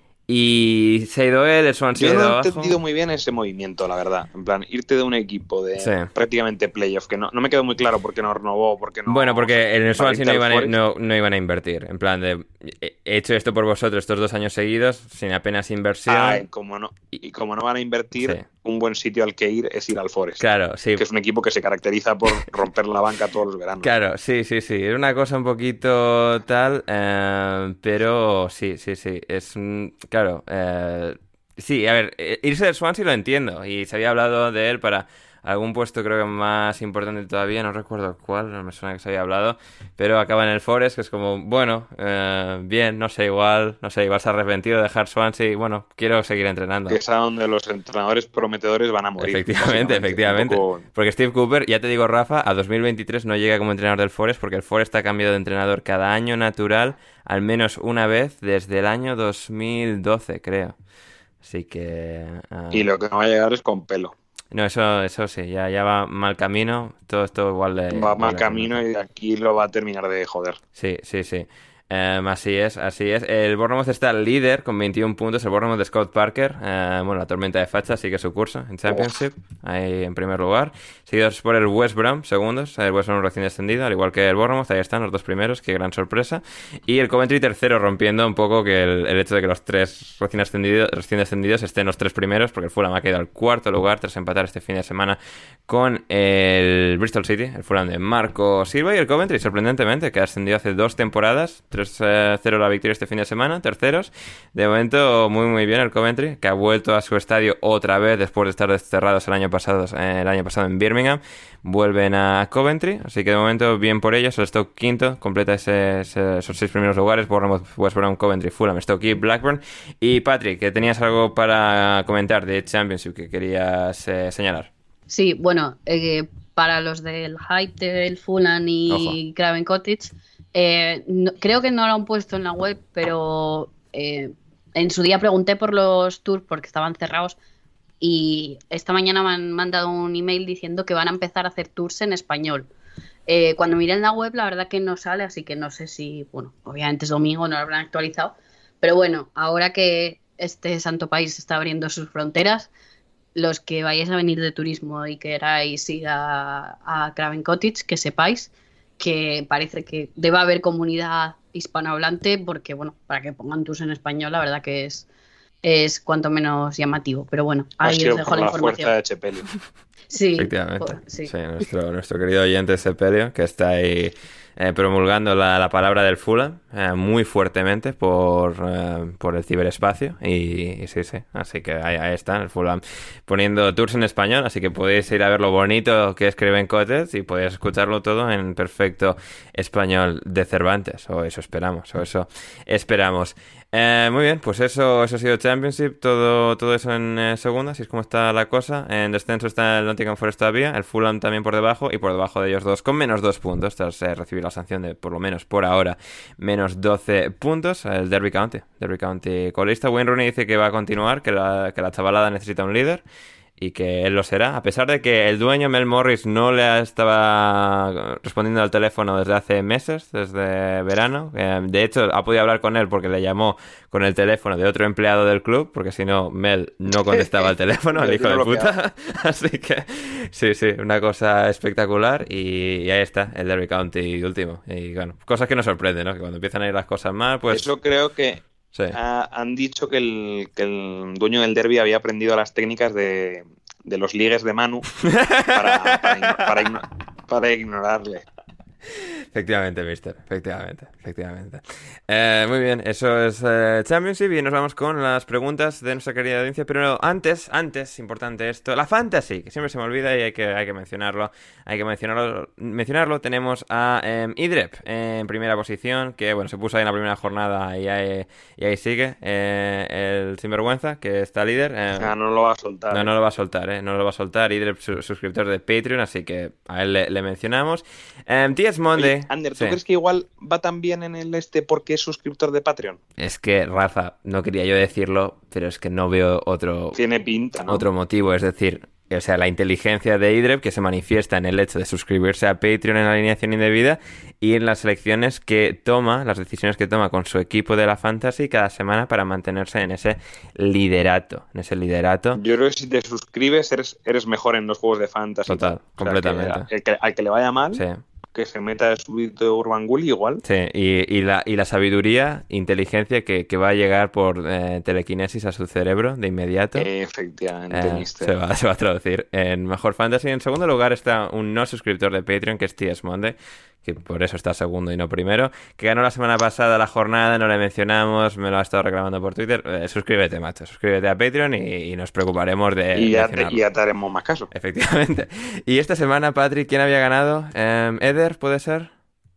Y se ha ido él, el Swansea Yo ha ido no he abajo. entendido muy bien ese movimiento, la verdad. En plan, irte de un equipo de sí. prácticamente playoff, que no, no me quedó muy claro por qué no renovó, por qué no... Bueno, porque en el Swansea no iban, a, no, no iban a invertir. En plan de, he hecho esto por vosotros estos dos años seguidos, sin apenas inversión. Ah, y como no, y como no van a invertir, sí. un buen sitio al que ir es ir al Forest. Claro, sí. Que es un equipo que se caracteriza por romper la banca todos los veranos. Claro, sí, sí, sí. Es una cosa un poquito tal, eh, pero sí, sí, sí. Es un... Claro, eh, sí, a ver, irse del Swansea lo entiendo y se había hablado de él para algún puesto creo que más importante todavía, no recuerdo cuál, no me suena que se había hablado, pero acaba en el Forest, que es como, bueno, eh, bien, no sé, igual, no sé, igual se ha arrepentido de dejar Swansea y bueno, quiero seguir entrenando. Que es a donde los entrenadores prometedores van a morir. Efectivamente, efectivamente. Poco... Porque Steve Cooper, ya te digo, Rafa, a dos mil veintitrés no llega como entrenador del Forest porque el Forest ha cambiado de entrenador cada año natural, al menos una vez desde el año dos mil doce, creo. Así que... Uh... Y lo que no va a llegar es con pelo. No, eso eso sí, ya, ya va mal camino. Todo esto igual de... Va mal camino y aquí lo va a terminar de joder. Sí, sí, sí. Um, así es, así es. El Bournemouth está líder con veintiún puntos. El Bournemouth de Scott Parker. Uh, bueno, la tormenta de facha sigue su curso en Championship. Uf. Ahí en primer lugar. Seguidos por el West Brom, segundos. El West Brom recién descendido, al igual que el Bournemouth. Ahí están los dos primeros. Qué gran sorpresa. Y el Coventry tercero, rompiendo un poco que el, el hecho de que los tres recién descendidos, recién descendidos estén los tres primeros. Porque el Fulham ha quedado al cuarto lugar tras empatar este fin de semana con el Bristol City. El Fulham de Marco Silva. Y el Coventry, sorprendentemente, que ha ascendido hace dos temporadas. tres cero la victoria este fin de semana, terceros. De momento, muy muy bien el Coventry, que ha vuelto a su estadio otra vez después de estar desterrados el año pasado, eh, el año pasado en Birmingham. Vuelven a Coventry, así que de momento bien por ellos. El Stoke quinto, completa ese, ese, esos seis primeros lugares: Bournemouth, West Brom, Coventry, Fulham, Stoke y Blackburn. Y Patrick, que tenías algo para comentar de Championship que querías eh, señalar. Sí, bueno, eh, para los del hype del Fulham y Craven Cottage, Eh, no, creo que no lo han puesto en la web, pero eh, en su día pregunté por los tours porque estaban cerrados y esta mañana me han mandado un email diciendo que van a empezar a hacer tours en español. Eh, cuando miré en la web la verdad que no sale, así que no sé si, bueno, obviamente es domingo, no lo habrán actualizado, pero bueno, ahora que este santo país está abriendo sus fronteras, los que vayáis a venir de turismo y queráis ir a, a Craven Cottage, que sepáis que parece que debe haber comunidad hispanohablante porque, bueno, para que pongan tours en español, la verdad que es, es cuanto menos llamativo. Pero bueno, ahí os dejo la, la información. Fuerza de Chepelio. Sí, efectivamente. Por, sí. sí nuestro, nuestro querido oyente Chepelio, que está ahí eh, promulgando la, la palabra del Fulham eh, muy fuertemente por, eh, por el ciberespacio. Y, y sí, sí. Así que ahí, ahí está el Fulham poniendo tours en español. Así que podéis ir a ver lo bonito que escriben Cottage y podéis escucharlo todo en perfecto español de Cervantes. O eso esperamos, o eso esperamos. Eh, muy bien, pues eso, eso ha sido Championship, todo, todo eso en eh, segunda, así es como está la cosa. En descenso está el Nottingham Forest todavía, el Fulham también por debajo y por debajo de ellos dos con menos dos puntos tras eh, recibir la sanción de, por lo menos por ahora, menos doce puntos. El Derby County, Derby County colista. Wayne Rooney dice que va a continuar, que la, que la chavalada necesita un líder y que él lo será, a pesar de que el dueño Mel Morris no le estaba respondiendo al teléfono desde hace meses, desde verano. Eh, de hecho, ha podido hablar con él porque le llamó con el teléfono de otro empleado del club, porque si no, Mel no contestaba el teléfono, el hijo de puta. Así que, sí, sí, una cosa espectacular. Y, y ahí está, el Derby County último. Y bueno, cosas que nos sorprenden, ¿no? Que cuando empiezan a ir las cosas mal, pues... Eso creo que... Sí. Uh, han dicho que el, que el dueño del derbi había aprendido las técnicas de, de los ligues de Manu para, para, para, igno- para ignorarle. Efectivamente, mister. Efectivamente, efectivamente. Eh, muy bien, eso es eh, Championship y nos vamos con las preguntas de nuestra querida audiencia. Pero antes, antes, importante esto, la Fantasy, que siempre se me olvida y hay que, hay que mencionarlo. Hay que mencionarlo. mencionarlo. Tenemos a eh, Idrep en primera posición, que bueno, se puso ahí en la primera jornada y ahí, y ahí sigue. Eh, el sinvergüenza, que está líder. Eh, ah, no lo va a soltar. No, no lo va a soltar, ¿eh? No lo va a soltar. Idrep, su, suscriptor de Patreon, así que a él le, le mencionamos. Um, T S Monday. Oye, Ander, ¿tú sí. crees que igual va tan bien en el este porque es suscriptor de Patreon? Es que, Rafa, no quería yo decirlo, pero es que no veo otro... Tiene pinta, ¿no? Otro motivo, es decir... O sea, la inteligencia de Idrep que se manifiesta en el hecho de suscribirse a Patreon en la alineación indebida y en las elecciones que toma, las decisiones que toma con su equipo de la Fantasy cada semana para mantenerse en ese liderato, en ese liderato. Yo creo que si te suscribes eres, eres mejor en los juegos de Fantasy. Total, o sea, completamente. Que, que, al que le vaya mal... Sí. Que se meta el súbdito de Urban Gully igual. Sí, y, y, la, y la sabiduría, inteligencia que, que va a llegar por eh, telequinesis a su cerebro de inmediato. Eh, efectivamente, eh, se, va, se va a traducir en mejor fantasy. En segundo lugar está un no suscriptor de Patreon, que es T S Monday, que por eso está segundo y no primero, que ganó la semana pasada la jornada, no le mencionamos, me lo ha estado reclamando por Twitter. Eh, suscríbete, macho, suscríbete a Patreon y, y nos preocuparemos de y ya, te, y ya te haremos más caso. Efectivamente. Y esta semana, Patrick, ¿quién había ganado? Eh, ¿Eder, puede ser?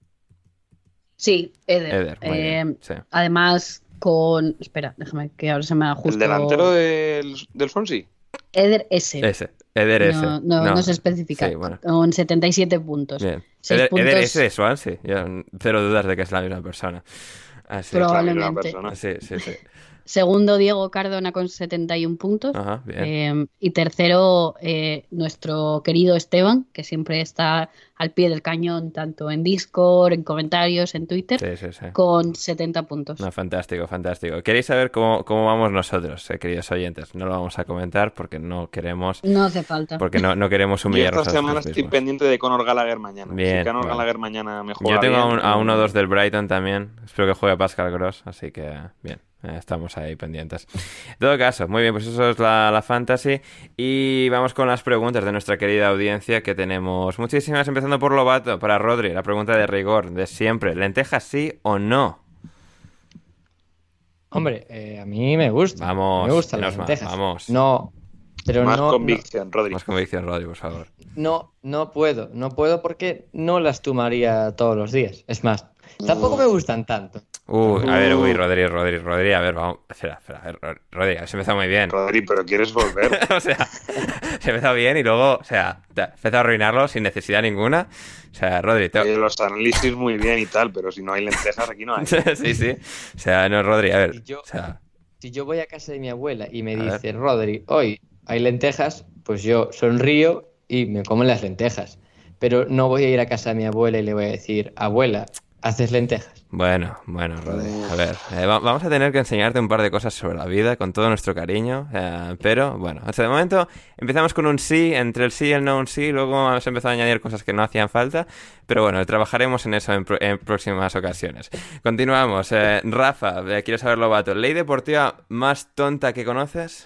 Sí, Eder. Eder muy eh, bien, sí. Además, con... Espera, déjame que ahora se me ajusta. ¿El delantero del, del Swansea? Eder S. S. Eder S. No, no, no, no se especifica. Sí, bueno. Con setenta y siete puntos. Bien. Eder, puntos... Eder S de puntos... Swansea. Yo, cero dudas de que es la misma persona. Así Probablemente. es la misma persona. Sí, sí, sí. Segundo, Diego Cardona con setenta y un puntos. Ajá, bien. Eh, y tercero, eh, nuestro querido Esteban, que siempre está al pie del cañón, tanto en Discord, en comentarios, en Twitter, sí, sí, sí. con setenta puntos. No, fantástico, fantástico. ¿Queréis saber cómo, cómo vamos nosotros, eh, queridos oyentes? No lo vamos a comentar porque no queremos... No hace falta. Porque no, no queremos humillarnos. Yo esta semana estoy pendiente de Conor Gallagher mañana. Bien, si Conor bueno. Gallagher mañana me juega Yo tengo bien, a, un, a uno o dos del Brighton también. Espero que juegue Pascal Gross, así que bien. Eh, estamos ahí pendientes. En todo caso, muy bien, pues eso es la, la Fantasy. Y vamos con las preguntas de nuestra querida audiencia, que tenemos muchísimas, empezando por Lobato, para Rodri, la pregunta de rigor, de siempre. ¿Lentejas sí o no? Hombre, eh, a mí me gusta. Vamos, me gustan las más, lentejas. vamos. No, pero más no... convicción, no, Rodri. Más convicción, Rodri, por favor. No, no puedo. No puedo porque no las tomaría todos los días. Es más, tampoco me gustan tanto. Uh, a ver, uy, Rodri, Rodri, Rodri, a ver, vamos. Espera, espera, a ver, Rodri, se empezó muy bien. Rodri, pero ¿quieres volver? O sea, se empezó bien y luego, o sea, empezó a arruinarlo sin necesidad ninguna. O sea, Rodri, te... Oye, los análisis muy bien y tal, pero si no hay lentejas, aquí no hay. Sí, sí. O sea, no, Rodri, a ver. Si yo, o sea... si yo voy a casa de mi abuela y me A dice, ver. Rodri, hoy hay lentejas, pues yo sonrío y me como las lentejas. Pero no voy a ir a casa de mi abuela y le voy a decir, abuela, ¿haces lentejas? Bueno, bueno, Rodri, a ver, eh, va- vamos a tener que enseñarte un par de cosas sobre la vida con todo nuestro cariño, eh, pero bueno, hasta de momento empezamos con un sí, entre el sí y el no un sí, luego hemos empezado a añadir cosas que no hacían falta, pero bueno, trabajaremos en eso en, pro- en próximas ocasiones. Continuamos, eh, Rafa, eh, quiero saber, Lobato, ¿ley deportiva más tonta que conoces?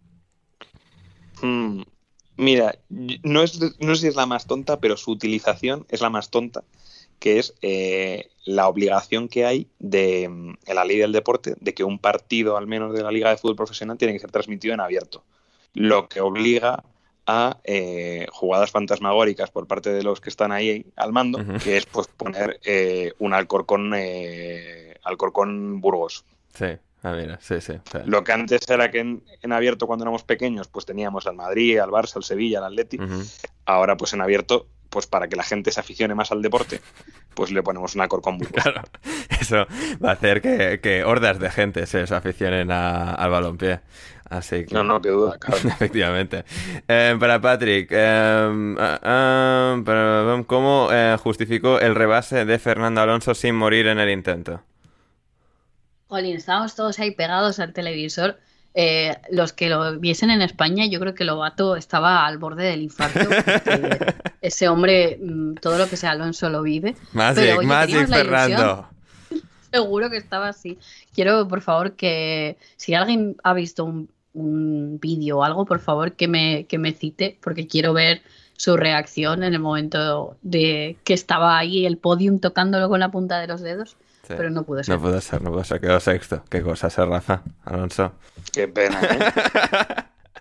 Hmm, Mira, no, es, no sé si es la más tonta, pero su utilización es la más tonta, que es eh, la obligación que hay de, en la ley del deporte de que un partido, al menos de la Liga de Fútbol Profesional, tiene que ser transmitido en abierto, lo que obliga a eh, jugadas fantasmagóricas por parte de los que están ahí al mando, Uh-huh. que es pues poner eh, un Alcorcón, eh, Alcorcón Burgos. Sí, ah, mira, sí, sí. O sea, Lo que antes era que en, en abierto, cuando éramos pequeños, pues teníamos al Madrid, al Barça, al Sevilla, al Atleti. ujú. Ahora, pues en abierto, pues para que la gente se aficione más al deporte, pues le ponemos un Alcorcón Burgos. Claro, eso va a hacer que, que hordas de gente se aficionen a- al balompié. Así que... No, no, qué duda, claro. Efectivamente. Eh, para Patrick, eh, ah, ah, para- ¿cómo eh, justificó el rebase de Fernando Alonso sin morir en el intento? Jolín, estábamos todos ahí pegados al televisor. Eh, los que lo viesen en España, yo creo que Lobato estaba al borde del infarto. porque ese hombre, mm, todo lo que sea Alonso lo vive. Magic, Pero, oye, Magic, teníamos la ilusión. Fernando. Seguro que estaba así. Quiero, por favor, que si alguien ha visto un, un vídeo o algo, por favor, que me, que me cite, porque quiero ver su reacción en el momento de que estaba ahí el podium tocándolo con la punta de los dedos, sí. Pero no pudo ser. No pudo ser, no pudo ser, quedó sexto. Qué cosa ser, Rafa Alonso. Qué pena, ¿eh?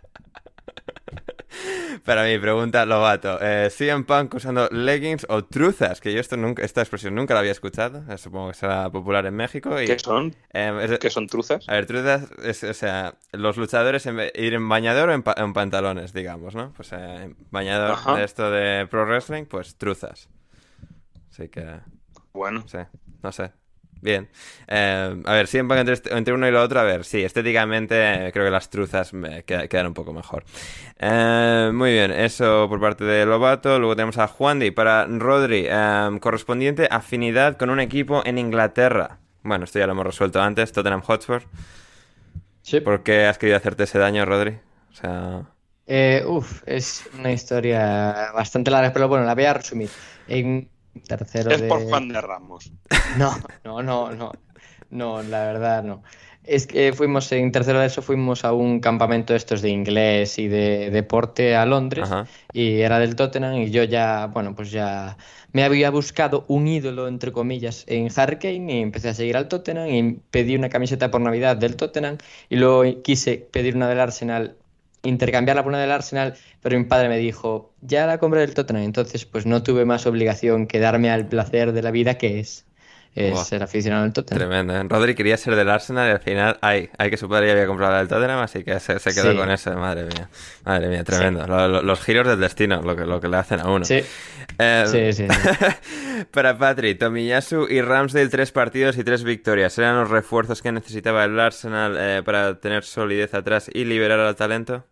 Para mí, pregunta Lobato, eh, ¿C M Punk usando leggings o truzas? Que yo esto nunca, esta expresión nunca la había escuchado, eh, supongo que será popular en México. Y, ¿Qué son? Eh, es, ¿Qué son truzas? A ver, truzas, es, o sea, los luchadores en, ir en bañador o en, pa, en pantalones, digamos, ¿no? Pues eh, bañador Ajá. de esto de pro wrestling, pues truzas. Así que... Bueno. Sí, no sé. Bien. Eh, a ver, siempre entre, entre uno y lo otro, a ver, sí, estéticamente eh, creo que las truzas me quedan, quedan un poco mejor. Eh, muy bien, eso por parte de Lobato. Luego tenemos a Juandi para Rodri, eh, correspondiente afinidad con un equipo en Inglaterra. Bueno, esto ya lo hemos resuelto antes, Tottenham Hotspur. Sí. ¿Por qué has querido hacerte ese daño, Rodri? O sea... Eh, uf, es una historia bastante larga, pero bueno, la voy a resumir. En... Tercero es de... por Juan de Ramos. No, no, no, no, no, la verdad no. Es que fuimos, en tercero de eso fuimos a un campamento de estos de inglés y de deporte a Londres. Ajá. Y era del Tottenham y yo ya, bueno, pues ya me había buscado un ídolo, entre comillas, en Harry Kane y empecé a seguir al Tottenham y pedí una camiseta por Navidad del Tottenham y luego quise pedir una del Arsenal, intercambiarla por una del Arsenal, pero mi padre me dijo, ya la compré del Tottenham, entonces pues no tuve más obligación que darme al placer de la vida que es, es wow. ser aficionado al Tottenham. Tremendo, ¿eh? Rodri quería ser del Arsenal y al final, ay, ay que su padre ya había comprado la del Tottenham, así que se, se quedó sí. con eso, madre mía, madre mía, tremendo. Sí. Lo, lo, los giros del destino, lo que, lo que le hacen a uno. Sí, eh, sí, sí. sí. Para Patri, Tomiyasu y Ramsdale, tres partidos y tres victorias. ¿Eran los refuerzos que necesitaba el Arsenal eh, para tener solidez atrás y liberar al talento?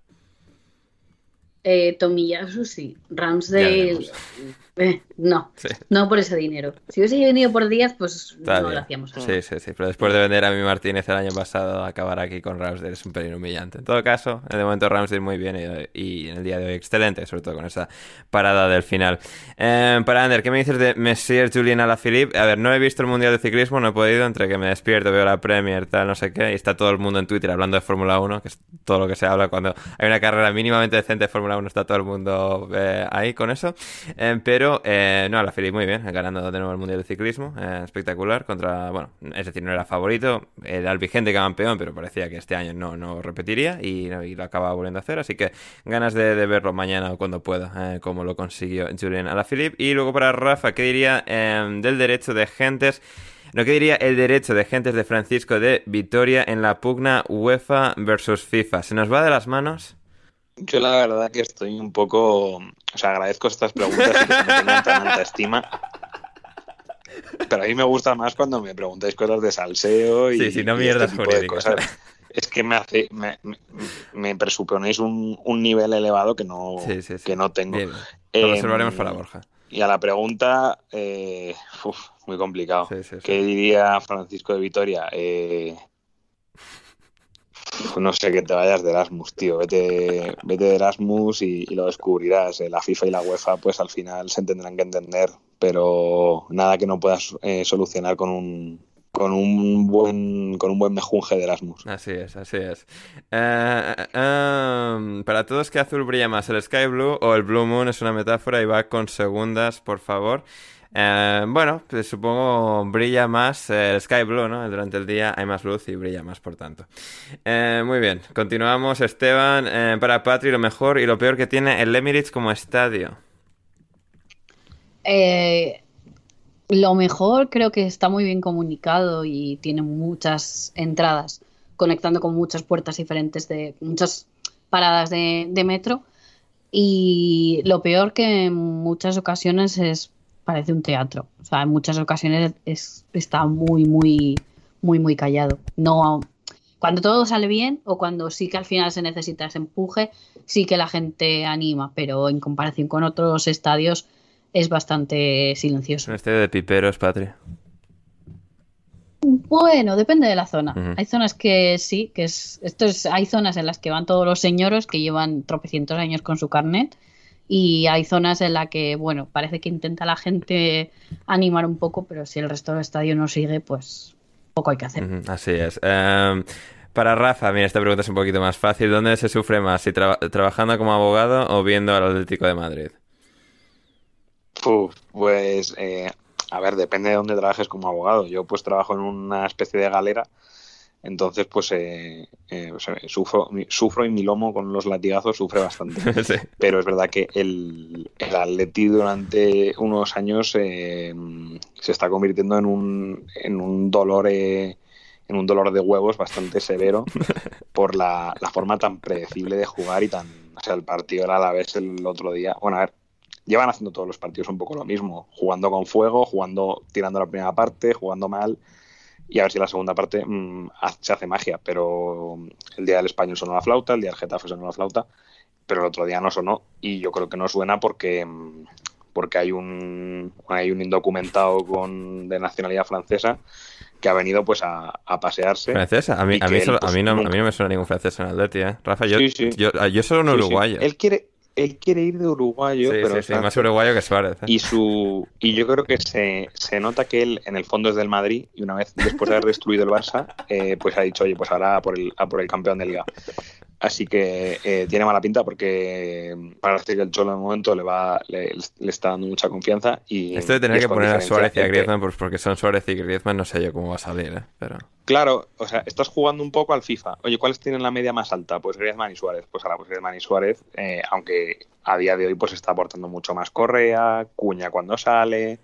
Eh, Tomiyasu sí, Ramsdale eh, no, sí. no por ese dinero. Si hubiese venido por Díaz, pues Está no bien. Lo hacíamos así. Sí, sí, sí, pero después de vender a mi Martínez el año pasado, acabar aquí con Ramsdale es un pelín humillante. En todo caso, de momento Ramsdale muy bien y, y en el día de hoy excelente, sobre todo con esa parada del final. Eh, para Ander, ¿qué me dices de Messier Julien Alaphilippe? A ver, no he visto el Mundial de Ciclismo, no he podido, entre que me despierto, veo la Premier, tal, no sé qué, y está todo el mundo en Twitter hablando de Fórmula uno, que es todo lo que se habla cuando hay una carrera mínimamente decente de Fórmula uno, está todo el mundo eh, ahí con eso. Eh, pero, eh, no, Alaphilippe muy bien, ganando de nuevo el Mundial de Ciclismo, eh, espectacular, contra, bueno, es decir, no era favorito, era el vigente campeón, pero parecía que este año no, no repetiría y, y lo acaba volviendo a hacer, así que ganas de, de verlo mañana o cuando pueda, eh, como lo consiguió Julien Alaphilippe. Y luego para Rafa, ¿qué diría eh, del derecho de gentes? No, ¿qué diría el derecho de gentes de Francisco de Vitoria en la pugna UEFA versus FIFA? ¿Se nos va de las manos? Yo la verdad que estoy un poco... O sea, agradezco estas preguntas y que me tengan tan alta estima. Pero a mí me gusta más cuando me preguntáis cosas de salseo y, sí, sí, no y mierdas este tipo de cosas. Es que me hace me, me, me presuponéis un, un nivel elevado que no, sí, sí, sí. Que no tengo. Bien. Lo eh, reservaremos para Borja. Y a la pregunta, eh, uf, muy complicado. Sí, sí, sí. ¿Qué diría Francisco de Vitoria? Eh, no sé, que te vayas de Erasmus, tío. Vete, vete de Erasmus y, y lo descubrirás. La FIFA y la UEFA, pues al final se tendrán que entender, pero nada que no puedas eh, solucionar con un con un buen con un buen mejunje de Erasmus. Así es, así es. Uh, um, para todos, ¿qué azul brilla más? ¿El Sky Blue o el Blue Moon? Es una metáfora y va con segundas, por favor. Eh, bueno, pues supongo brilla más el Sky Blue, ¿no? Durante el día hay más luz y brilla más, por tanto. Eh, muy bien, continuamos, Esteban. Eh, para Patri, lo mejor y lo peor que tiene el Emirates como estadio. Eh, lo mejor creo que está muy bien comunicado y tiene muchas entradas, conectando con muchas puertas diferentes, de muchas paradas de, de metro. Y lo peor que en muchas ocasiones es parece un teatro, o sea, en muchas ocasiones es, está muy, muy, muy, muy callado. No, cuando todo sale bien o cuando sí que al final se necesita ese empuje, sí que la gente anima, pero en comparación con otros estadios es bastante silencioso. Un estadio de piperos, Patri. Bueno, depende de la zona. Uh-huh. Hay zonas que sí, que es, esto es, hay zonas en las que van todos los señoros que llevan tropecientos años con su carnet. Y hay zonas en las que, bueno, parece que intenta la gente animar un poco, pero si el resto del estadio no sigue, pues poco hay que hacer. Uh-huh, así es. Um, para Rafa, mira, esta pregunta es un poquito más fácil. ¿Dónde se sufre más? ¿Si tra- trabajando como abogado o viendo al Atlético de Madrid? Uf, pues, eh, a ver, depende de dónde trabajes como abogado. Yo pues trabajo en una especie de galera, entonces pues eh, eh, o sea, sufro, sufro y mi lomo con los latigazos sufre bastante. Sí. Pero es verdad que el, el Atleti durante unos años eh, se está convirtiendo en un, en un dolor... Eh, en un dolor de huevos bastante severo por la, la forma tan predecible de jugar y tan... O sea, el partido era a la vez el otro día... Bueno, a ver, llevan haciendo todos los partidos un poco lo mismo, jugando con fuego, jugando tirando la primera parte, jugando mal, y a ver si la segunda parte mmm, se hace magia. Pero el día del Español sonó la flauta, el día del Getafe sonó la flauta, pero el otro día no sonó, y yo creo que no suena porque... porque hay un hay un indocumentado con de nacionalidad francesa que ha venido pues a, a pasearse. ¿Francesa? A mí, a mí, él, solo, pues, a, mí no, nunca... a mí no me suena ningún francés en el Atleti, ¿eh? Rafa, yo, sí, sí. yo, yo soy un sí, uruguayo. Sí. Él quiere él quiere ir de uruguayo, sí, pero sí, sí, más uruguayo que Suárez, ¿eh? Y su y yo creo que se, se nota que él en el fondo es del Madrid, y una vez después de haber destruido el Barça, eh, pues ha dicho, oye, pues ahora a por el, a por el campeón de Liga. Así que eh, tiene mala pinta porque parece que el Cholo en el momento le va le, le está dando mucha confianza. Y esto de tener y que poner a Suárez y a Griezmann, pues porque son Suárez y Griezmann, no sé yo cómo va a salir, ¿eh? Pero... Claro, o sea, estás jugando un poco al FIFA. Oye, ¿cuáles tienen la media más alta? Pues Griezmann y Suárez. Pues ahora, pues Griezmann y Suárez, eh, aunque a día de hoy pues está aportando mucho más Correa, Cuña cuando sale...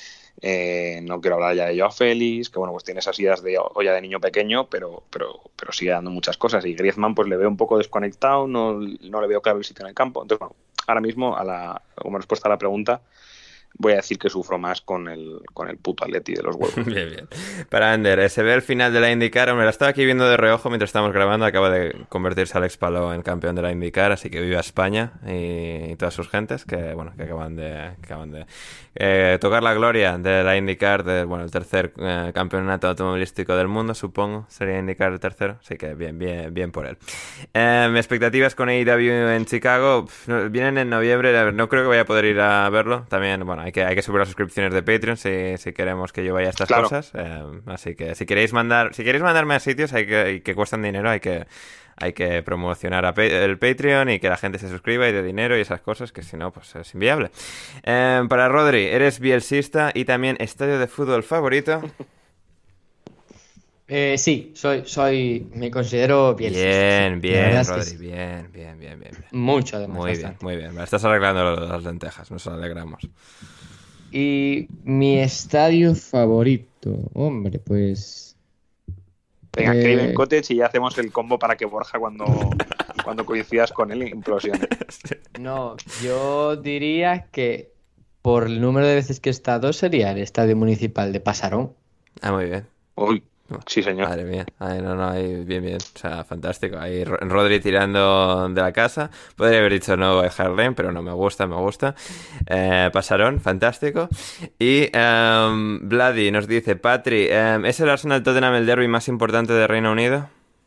Eh, no quiero hablar ya de Joao Félix, que bueno, pues tiene esas ideas de olla de niño pequeño, pero, pero, pero sigue dando muchas cosas. Y Griezmann pues le veo un poco desconectado, no, no le veo claro el sitio en el campo. Entonces, bueno, ahora mismo, a la, como respuesta a la pregunta, voy a decir que sufro más con el, con el puto Atleti de los huevos. Bien, bien. Para Ander, se ve el final de la IndyCar. Hombre, la estaba aquí viendo de reojo mientras estamos grabando. Acaba de convertirse Alex Palou en campeón de la IndyCar, así que viva España y, y todas sus gentes que, bueno, que acaban de, que acaban de eh, tocar la gloria de la IndyCar, de, bueno, el tercer eh, campeonato automovilístico del mundo, supongo. Sería IndyCar el tercero, así que bien, bien, bien por él. Eh, mis expectativas con A E W en Chicago pff, vienen en noviembre. A ver, no creo que vaya a poder ir a verlo. También, bueno, hay que, hay que subir las suscripciones de Patreon si, si queremos que yo vaya a estas claro. cosas. Eh, así que si queréis mandar, si queréis mandarme a sitios hay que, que cuestan dinero, hay que, hay que promocionar a pa- el Patreon y que la gente se suscriba y de dinero y esas cosas, que si no, pues es inviable. Eh, para Rodri, eres bielsista y también estadio de fútbol favorito. Eh, sí, soy, soy, me considero bielsista. Bien, sí. bien, Rodri, sí. bien, bien, bien, bien, bien. Mucho, además. Muy bastante. bien, muy bien. Me estás arreglando las lentejas, nos alegramos. Y mi estadio favorito, hombre, pues... Venga, eh... Craven Cottage y ya hacemos el combo para que Borja cuando, cuando coincidas con él implosione. No, yo diría que por el número de veces que he estado sería el Estadio Municipal de Pasarón. Ah, muy bien. Uy, sí, señor. Madre mía. Ay, no, no, ahí, bien, bien. O sea, fantástico. Ahí Rodri tirando de la casa. Podría haber dicho no a Harlem, pero no, me gusta, me gusta. Eh, Pasarón, fantástico. Y um, Vladi nos dice, Patri, um, ¿es el Arsenal Tottenham el derby más importante de Reino Unido?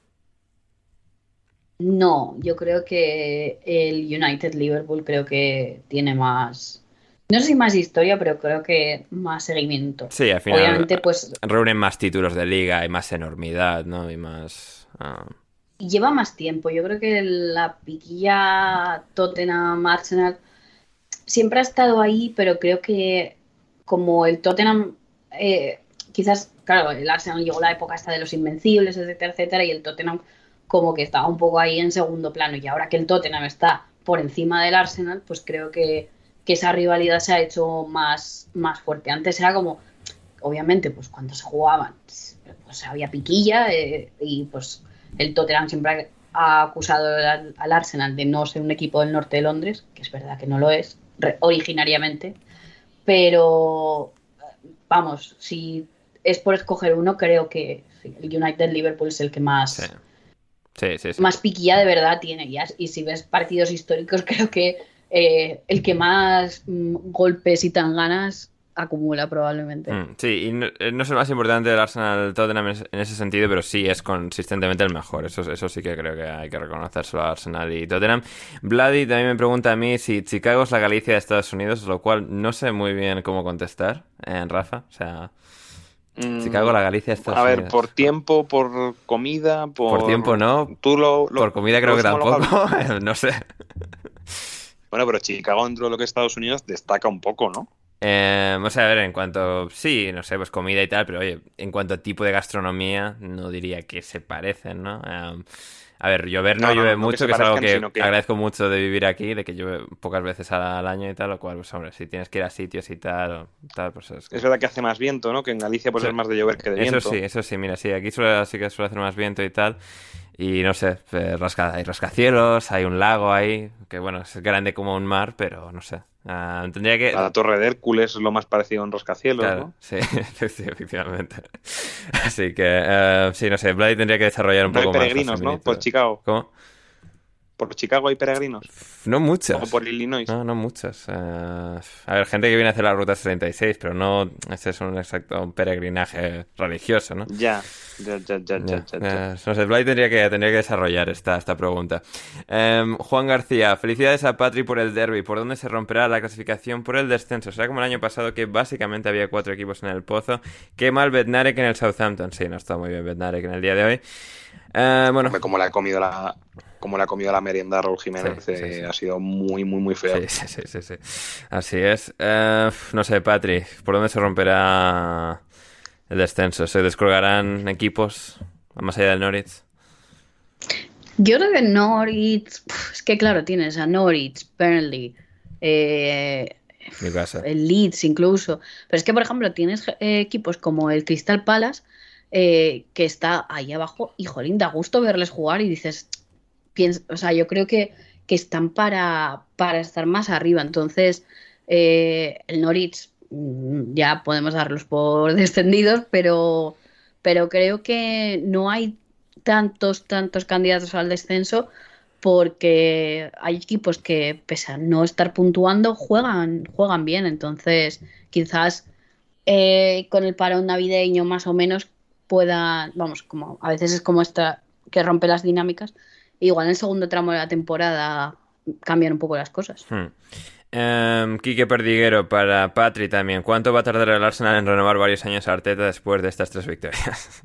No, yo creo que el United Liverpool creo que tiene más... No sé si más historia, pero creo que más seguimiento. Sí, al final obviamente, pues, reúnen más títulos de liga y más enormidad, ¿no? Y más... Uh... Lleva más tiempo. Yo creo que la piquilla Tottenham-Arsenal siempre ha estado ahí, pero creo que como el Tottenham... Eh, quizás, claro, el Arsenal llegó la época esta de los invencibles, etcétera, etcétera, y el Tottenham como que estaba un poco ahí en segundo plano. Y ahora que el Tottenham está por encima del Arsenal, pues creo que... que esa rivalidad se ha hecho más, más fuerte. Antes era como, obviamente, pues cuando se jugaban, pues había piquilla eh, y pues el Tottenham siempre ha acusado al, al Arsenal de no ser un equipo del norte de Londres, que es verdad que no lo es re, originariamente, pero vamos, si es por escoger uno, creo que sí, el United Liverpool es el que más... Sí. Sí, sí, sí. Más piquilla de verdad tiene. Y, y si ves partidos históricos, creo que Eh, el que más mm, golpes y tan ganas acumula probablemente. Mm, sí, y no, no es el más importante del Arsenal Tottenham en ese sentido, pero sí es consistentemente el mejor. Eso, eso sí que creo que hay que reconocérselo a Arsenal y Tottenham. Vladi también me pregunta a mí si Chicago es la Galicia de Estados Unidos, lo cual no sé muy bien cómo contestar, ¿eh, Rafa? O sea... Chicago, la Galicia, Estados A ver, Unidos. por tiempo, por comida, por... Por tiempo no. Tú lo, lo, por comida creo que tampoco. No sé. Bueno, pero Chicago dentro de lo que es Estados Unidos destaca un poco, ¿no? Eh, o sea, a ver, en cuanto... Sí, no sé, pues comida y tal, pero oye, en cuanto a tipo de gastronomía, no diría que se parecen, ¿no? Um, a ver, llover no, no llueve no, no, mucho, que, que es algo que, que agradezco mucho de vivir aquí, de que llueve pocas veces al año y tal, lo cual, pues hombre, si tienes que ir a sitios y tal, o tal pues es... Es verdad que hace más viento, ¿no? Que en Galicia pues sí, es más de llover que de viento. Eso sí, eso sí, mira, sí, aquí suele, sí que suele hacer más viento y tal. Y no sé, rasca, hay rascacielos, hay un lago ahí, que bueno, es grande como un mar, pero no sé. Uh, tendría que... La Torre de Hércules es lo más parecido a un rascacielos, claro, ¿no? Sí, sí, efectivamente. Así que, uh, sí, no sé, Vladi tendría que desarrollar un no poco hay peregrinos, más. ¿no? Por Chicago. ¿Cómo? ¿Por Chicago hay peregrinos? No muchas. ¿O por Illinois? No, no muchas. Uh, a ver, gente que viene a hacer la Ruta sesenta y seis, pero no ese es un exacto un peregrinaje religioso, ¿no? Ya, ya, ya, ya, ya. ya, ya. Uh, no sé, Blay tendría que, tendría que desarrollar esta, esta pregunta. Um, Juan García, felicidades a Patri por el derbi. ¿Por dónde se romperá la clasificación por el descenso? Será como el año pasado, que básicamente había cuatro equipos en el pozo. Qué mal Bednarek en el Southampton. Sí, no está muy bien Bednarek en el día de hoy. Uh, bueno, como le ha comido la... como le ha comido la merienda a Raúl Jiménez, sí, sí, sí. Eh, ha sido muy, muy, muy feo. Sí, sí, sí, sí, sí. Así es. Uh, no sé, Patri, ¿por dónde se romperá el descenso? ¿Se descolgarán equipos más allá del Norwich? Yo creo que Norwich... Es que claro, tienes a Norwich, Burnley, eh, el Leeds incluso. Pero es que, por ejemplo, tienes eh, equipos como el Crystal Palace, eh, que está ahí abajo, y jolín, da gusto verles jugar y dices... Pienso, o sea, yo creo que, que están para, para estar más arriba. Entonces, eh, el Norwich ya podemos darlos por descendidos, pero, pero creo que no hay tantos, tantos candidatos al descenso porque hay equipos que, pese a no estar puntuando, juegan, juegan bien. Entonces, quizás eh, con el parón navideño más o menos puedan, vamos, como a veces es como esta que rompe las dinámicas. Igual en el segundo tramo de la temporada cambian un poco las cosas. Hmm. Um, Quique Perdiguero, para Patri también. ¿Cuánto va a tardar el Arsenal en renovar varios años a Arteta después de estas tres victorias?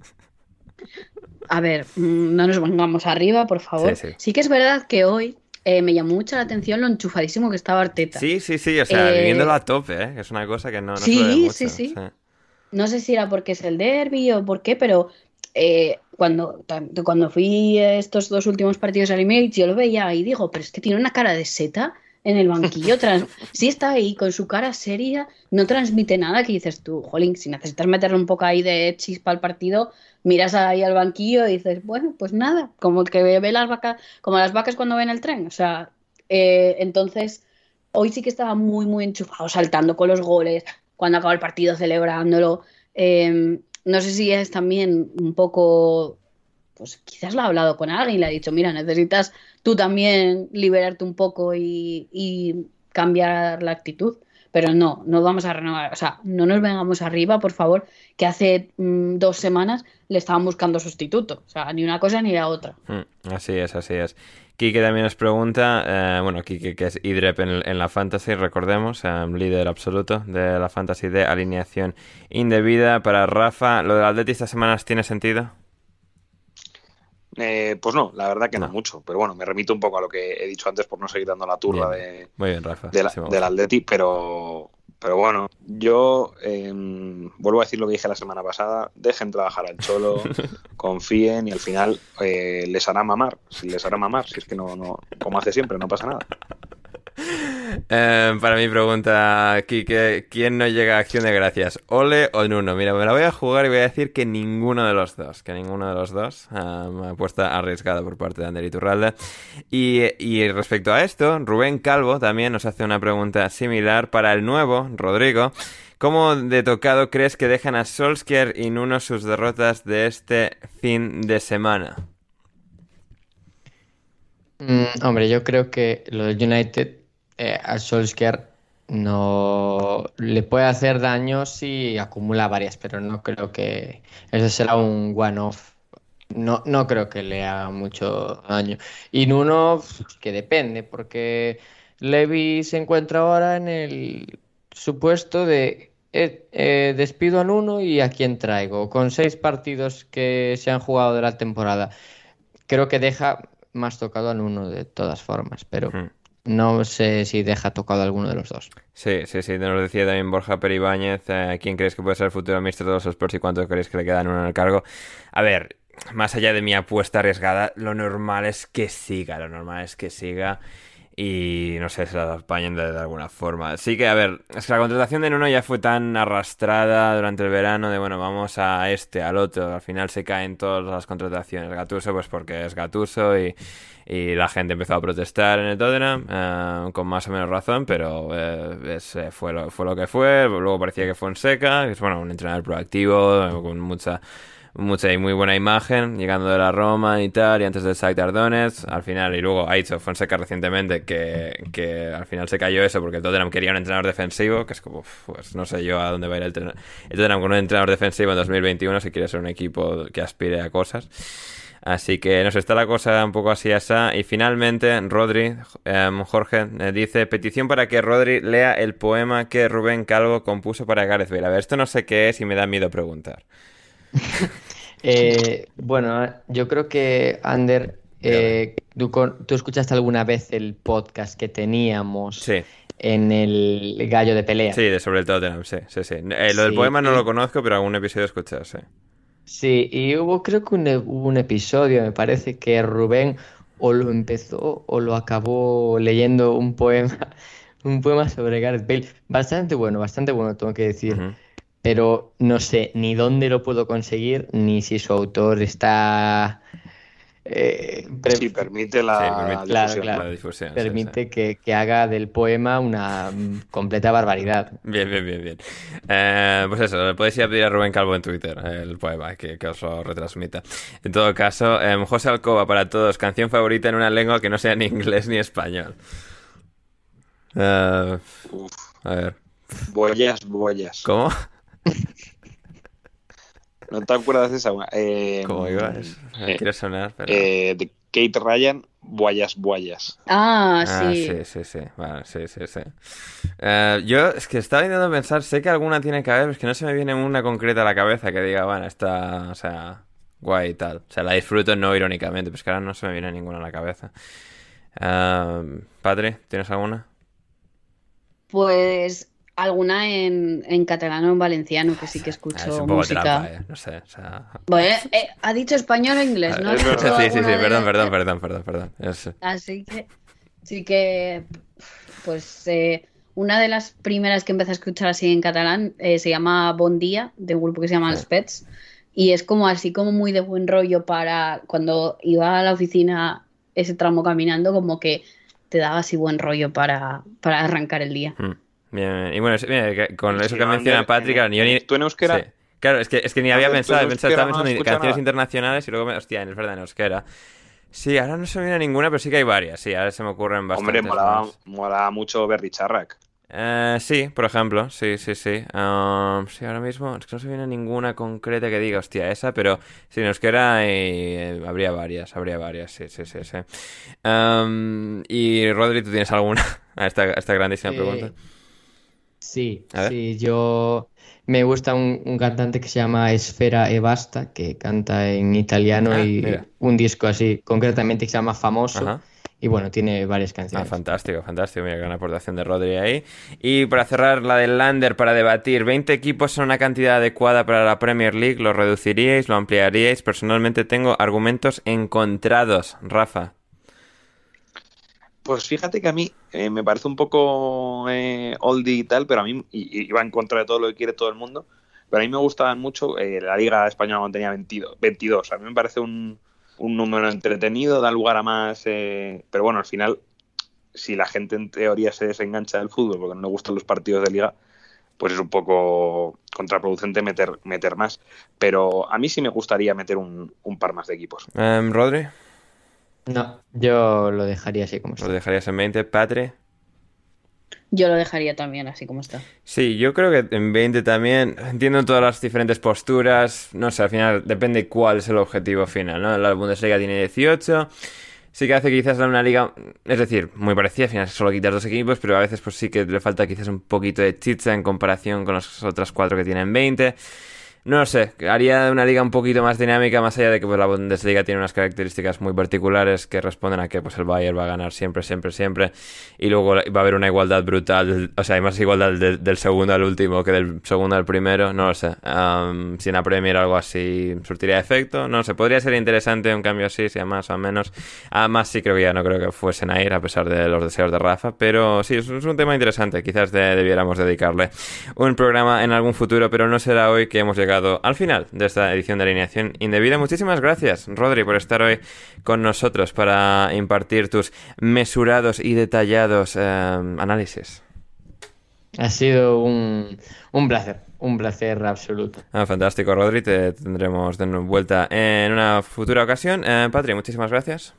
A ver, no nos vengamos arriba, por favor. Sí, sí. Sí que es verdad que hoy eh, me llamó mucho la atención lo enchufadísimo que estaba Arteta. Sí, sí, sí. O sea, eh... viviéndolo a tope, ¿eh? Es una cosa que no, no sí, suele mucho. Sí, sí, sí. No sé si era porque es el derbi o por qué, pero... Eh, cuando, cuando fui a estos dos últimos partidos al Emirates, yo lo veía y digo, pero es que tiene una cara de seta en el banquillo. Trans- sí está ahí con su cara seria, no transmite nada, que dices tú, jolín, si necesitas meterle un poco ahí de chispa al partido, miras ahí al banquillo y dices, bueno, pues nada, como el que ve las vacas, como las vacas cuando ven el tren. O sea, eh, entonces hoy sí que estaba muy, muy enchufado, saltando con los goles, cuando acabó el partido celebrándolo. Eh, No sé si es también un poco, pues quizás lo ha hablado con alguien y le ha dicho, mira, necesitas tú también liberarte un poco y, y cambiar la actitud. Pero no, no vamos a renovar, o sea, no nos vengamos arriba, por favor, que hace mmm, dos semanas le estaban buscando sustituto. O sea, ni una cosa ni la otra. Mm, así es, así es. Quique también nos pregunta, eh, bueno, Quique que es Idrep en, en la Fantasy, recordemos, eh, líder absoluto de la Fantasy de alineación indebida. Para Rafa, ¿lo del Atleti estas semanas tiene sentido? Eh, pues no, la verdad que no. no mucho, pero bueno, me remito un poco a lo que he dicho antes por no seguir dando la turra bien. de, Muy bien, Rafa. de la, sí, del Atleti, pero, pero bueno, yo eh, vuelvo a decir lo que dije la semana pasada, dejen trabajar al Cholo, confíen y al final eh, les hará mamar, si les hará mamar, si es que no, no como hace siempre, no pasa nada. Eh, para mi pregunta, Quique, ¿quién no llega a Acción de Gracias? ¿Ole o Nuno? Mira, me la voy a jugar y voy a decir que ninguno de los dos. Que ninguno de los dos. Uh, apuesta arriesgada por parte de Ander Iturralde. Y, y respecto a esto, Rubén Calvo también nos hace una pregunta similar para el nuevo, Rodrigo. ¿Cómo de tocado crees que dejan a Solskjaer y Nuno sus derrotas de este fin de semana? Mm, hombre, yo creo que lo del United... Eh, a Solskjaer no le puede hacer daño si acumula varias, pero no creo que eso será un one-off. No, no creo que le haga mucho daño. Y Nuno, que depende, porque Levy se encuentra ahora en el supuesto de eh, eh, despido a Nuno y a quién traigo. Con seis partidos que se han jugado de la temporada, creo que deja más tocado a Nuno de todas formas, pero... Hmm. no sé si deja tocado alguno de los dos. Sí, sí, sí, nos decía también Borja Peribáñez, eh, ¿quién crees que puede ser el futuro míster de los Spurs y cuánto creéis que le quedan uno en el cargo? A ver, más allá de mi apuesta arriesgada, lo normal es que siga, lo normal es que siga y no sé, se la apañen de, de alguna forma. Sí que, a ver, es que la contratación de Nuno ya fue tan arrastrada durante el verano de, bueno, vamos a este, al otro, al final se caen todas las contrataciones. Gattuso, pues porque es Gattuso y, y la gente empezó a protestar en el Tottenham, eh, con más o menos razón, pero eh, es, eh, fue, lo, fue lo que fue. Luego parecía que Fonseca, que es, bueno, un entrenador proactivo, eh, con mucha... mucha y muy buena imagen, llegando de la Roma y tal, y antes del Shakhtar Donetsk, al final, y luego ha dicho Fonseca recientemente que, que al final se cayó eso porque el Tottenham quería un entrenador defensivo, que es como, pues no sé yo a dónde va a ir el, el Tottenham con un entrenador defensivo en dos mil veintiuno si quiere ser un equipo que aspire a cosas. Así que nos está la cosa un poco así asá. Y finalmente Rodri, eh, Jorge, eh, dice: petición para que Rodri lea el poema que Rubén Calvo compuso para Gareth Bale. A ver, esto no sé qué es y me da miedo preguntar. eh, bueno, yo creo que, Ander, eh, ¿tú, ¿tú escuchaste alguna vez el podcast que teníamos sí. en el Gallo de Pelea? Sí, de sobre el Tottenham, sí, sí, sí. Eh, lo del sí, poema no y... lo conozco, pero algún episodio he escuchado, sí. Sí, y hubo, creo que un, hubo un episodio, me parece que Rubén o lo empezó o lo acabó leyendo un poema, un poema sobre Gareth Bale. Bastante bueno, bastante bueno, tengo que decir. Uh-huh. Pero no sé ni dónde lo puedo conseguir, ni si su autor está... Eh, pre- sí, permite la, sí, permite, la claro, difusión. Claro, la difusión permite sí, sí. Que, que haga del poema una um, completa barbaridad. Bien, bien, bien, bien. Eh, pues eso, le podéis ir a pedir a Rubén Calvo en Twitter el poema, que, que os lo retransmita. En todo caso, eh, José Alcoba, para todos, canción favorita en una lengua que no sea ni inglés ni español. Uh, Uf. A ver. Boyas, boyas. ¿Cómo? ¿No te acuerdas de esa? Eh, ¿Cómo ibas? Eh, Quiero sonar, pero... Eh, de Kate Ryan, Boyas, boyas. Ah, ah, sí. sí, sí, sí. Vale, sí, sí, sí. Uh, yo es que estaba intentando pensar, sé que alguna tiene que haber, pero es que no se me viene una concreta a la cabeza que diga, bueno, esta, o sea, guay y tal. O sea, la disfruto no irónicamente, pero es que ahora no se me viene ninguna a la cabeza. Uh, Patri, ¿tienes alguna? Pues... alguna en, en catalán o en valenciano, que sí que escucho ah, es un poco música. Trampa, eh. No sé, o sea... Bueno, eh, ha dicho español o inglés, ¿no? Sí, sí, sí, de... perdón, perdón, perdón, perdón, perdón. Es... Así que, sí que, pues, eh, una de las primeras que empecé a escuchar así en catalán eh, se llama Bon Dia, de un grupo que se llama Els Pets, y es como así como muy de buen rollo para cuando iba a la oficina ese tramo caminando, como que te daba así buen rollo para, para arrancar el día. Hmm. Bien, y bueno, mira, con sí, eso que menciona Patrick, claro, yo ni... ¿Tú en euskera? Sí. Claro, es que, es que ni había no, pensado, pensado estaba pensando no en canciones nada. internacionales y luego, me... hostia, es verdad, en euskera. Sí, ahora no se me viene ninguna, pero sí que hay varias, sí, ahora se me ocurren bastantes. Hombre, molaba, molaba mucho Berry Charrac. Uh, sí, por ejemplo, sí, sí, sí. Um, sí, ahora mismo es que no se viene ninguna concreta que diga, hostia, esa, pero si en euskera eh, habría varias, habría varias, sí, sí, sí, sí. Um, y Rodri, ¿tú tienes alguna a esta, a esta grandísima eh... pregunta? Sí, sí, yo me gusta un, un cantante que se llama Esfera e Basta, que canta en italiano ah, y mira. un disco así, concretamente que se llama Famoso. Ajá. Y bueno, tiene varias canciones. Ah, fantástico, fantástico, mira, gran aportación de Rodri ahí. Y para cerrar la del Lander, para debatir, ¿veinte equipos son una cantidad adecuada para la Premier League? ¿Lo reduciríais? ¿Lo ampliaríais? Personalmente tengo argumentos encontrados, Rafa. Pues fíjate que a mí eh, me parece un poco eh, oldie y tal, pero a mí, y, y va en contra de todo lo que quiere todo el mundo, pero a mí me gustaban mucho, eh, la Liga Española cuando tenía veintidós, veintidós, a mí me parece un, un número entretenido, da lugar a más, eh, pero bueno, al final, si la gente en teoría se desengancha del fútbol porque no le gustan los partidos de Liga, pues es un poco contraproducente meter, meter más, pero a mí sí me gustaría meter un, un par más de equipos. Um, ¿Rodri? No, yo lo dejaría así como está. ¿Lo dejarías en veinte, Patri? Yo lo dejaría también así como está. Sí, yo creo que en veinte también. Entiendo todas las diferentes posturas. No sé, al final depende cuál es el objetivo final, ¿no? La Bundesliga tiene dieciocho. Sí que hace quizás una liga, es decir, muy parecida. Al final solo quitar dos equipos, pero a veces pues sí que le falta quizás un poquito de chicha en comparación con las otras cuatro que tienen veinte. No lo sé, haría una liga un poquito más dinámica, más allá de que pues, la Bundesliga tiene unas características muy particulares que responden a que pues, el Bayern va a ganar siempre, siempre, siempre, y luego va a haber una igualdad brutal, o sea, hay más igualdad de, del segundo al último que del segundo al primero, no lo sé. Um, si en la Premier algo así surtiría efecto, no lo sé, podría ser interesante un cambio así, sea más o menos. Además sí creo que ya no creo que fuesen a ir, a pesar de los deseos de Rafa, pero sí, es, es un tema interesante, quizás de, debiéramos dedicarle un programa en algún futuro, pero no será hoy, que hemos llegado al final de esta edición de Alineación Indebida. Muchísimas gracias, Rodri, por estar hoy con nosotros para impartir tus mesurados y detallados eh, análisis. Ha sido un, un placer, un placer absoluto. Ah, fantástico, Rodri, te tendremos de vuelta en una futura ocasión. Eh, Patri, muchísimas gracias.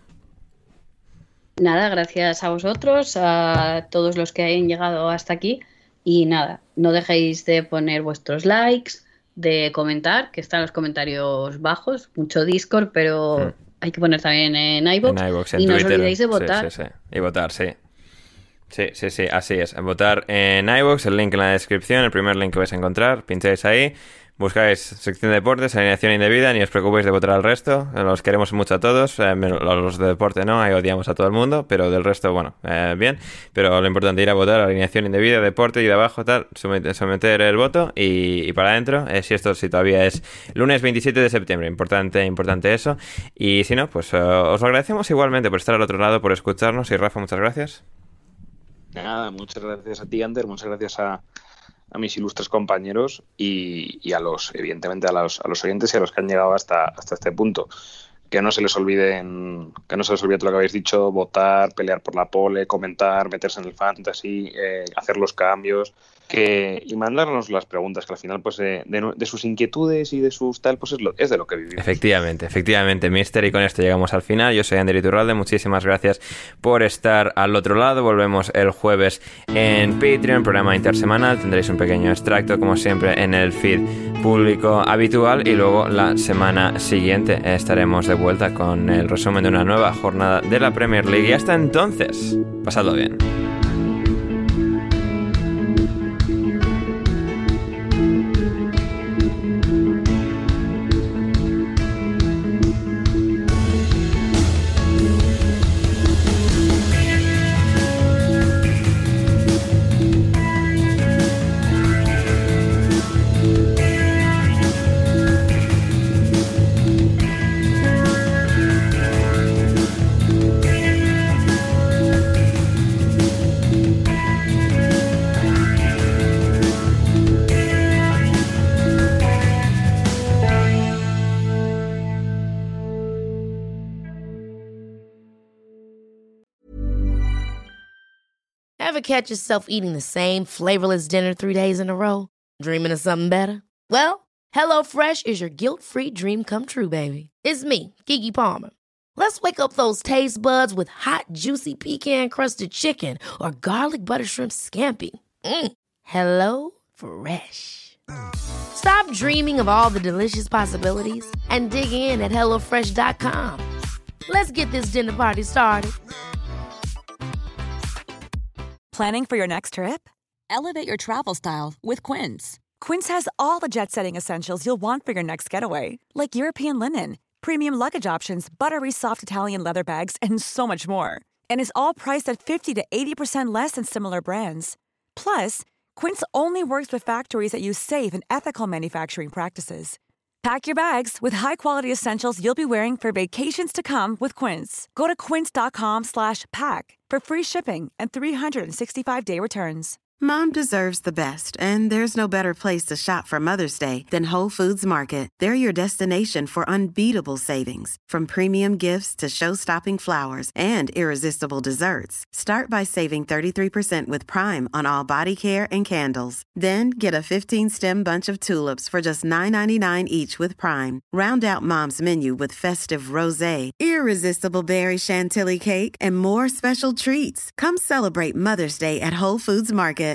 Nada, gracias a vosotros, a todos los que hayan llegado hasta aquí, y nada, no dejéis de poner vuestros likes, de comentar, que están los comentarios bajos, mucho Discord, pero hmm. hay que poner también en iVoox, en iVoox, en y Twitter. No os olvidéis de votar. Sí, sí, sí. Y votar, sí. Sí, sí, sí, así es. Votar en iVoox, el link en la descripción, el primer link que vais a encontrar, pincháis ahí, buscáis sección de deportes, alineación indebida, ni os preocupéis de votar al resto, los queremos mucho a todos, eh, los de deporte no, ahí odiamos a todo el mundo, pero del resto, bueno, eh, bien, pero lo importante es ir a votar, alineación indebida, deporte, y de abajo tal, someter, someter el voto y, y para adentro, eh, si esto si todavía es lunes veintisiete de septiembre, importante, importante eso, y si no, pues eh, os lo agradecemos igualmente por estar al otro lado, por escucharnos, y Rafa, muchas gracias. Nada, muchas gracias a ti, Ander, muchas gracias a a mis ilustres compañeros y, y a los, evidentemente, a los, a los oyentes y a los que han llegado hasta, hasta este punto. Que no se les olviden, que no se les olvide todo lo que habéis dicho, votar, pelear por la pole, comentar, meterse en el fantasy, eh, hacer los cambios, que, y mandarnos las preguntas, que al final, pues, de, de, de sus inquietudes y de sus tal, pues es, lo, es de lo que vivimos. Efectivamente, efectivamente, mister, y con esto llegamos al final. Yo soy Ander Iturralde, muchísimas gracias por estar al otro lado. Volvemos el jueves en Patreon, programa intersemanal. Tendréis un pequeño extracto, como siempre, en el feed público habitual, y luego la semana siguiente estaremos de vuelta con el resumen de una nueva jornada de la Premier League. Y hasta entonces, pasadlo bien. Ever catch yourself eating the same flavorless dinner three days in a row? Dreaming of something better? Well, HelloFresh is your guilt-free dream come true, baby. It's me, Keke Palmer. Let's wake up those taste buds with hot, juicy pecan-crusted chicken or garlic butter shrimp scampi. Mm. Hello Fresh. Stop dreaming of all the delicious possibilities and dig in at hello fresh dot com. Let's get this dinner party started. Planning for your next trip? Elevate your travel style with Quince. Quince has all the jet-setting essentials you'll want for your next getaway, like European linen, premium luggage options, buttery soft Italian leather bags, and so much more. And is all priced at fifty to eighty percent less than similar brands. Plus, Quince only works with factories that use safe and ethical manufacturing practices. Pack your bags with high-quality essentials you'll be wearing for vacations to come with Quince. Go to quince.com slash pack for free shipping and three sixty-five day returns. Mom deserves the best, and there's no better place to shop for Mother's Day than Whole Foods Market. They're your destination for unbeatable savings, from premium gifts to show-stopping flowers and irresistible desserts. Start by saving thirty-three percent with Prime on all body care and candles. Then get a fifteen-stem bunch of tulips for just nine ninety-nine each with Prime. Round out Mom's menu with festive rosé, irresistible berry chantilly cake, and more special treats. Come celebrate Mother's Day at Whole Foods Market.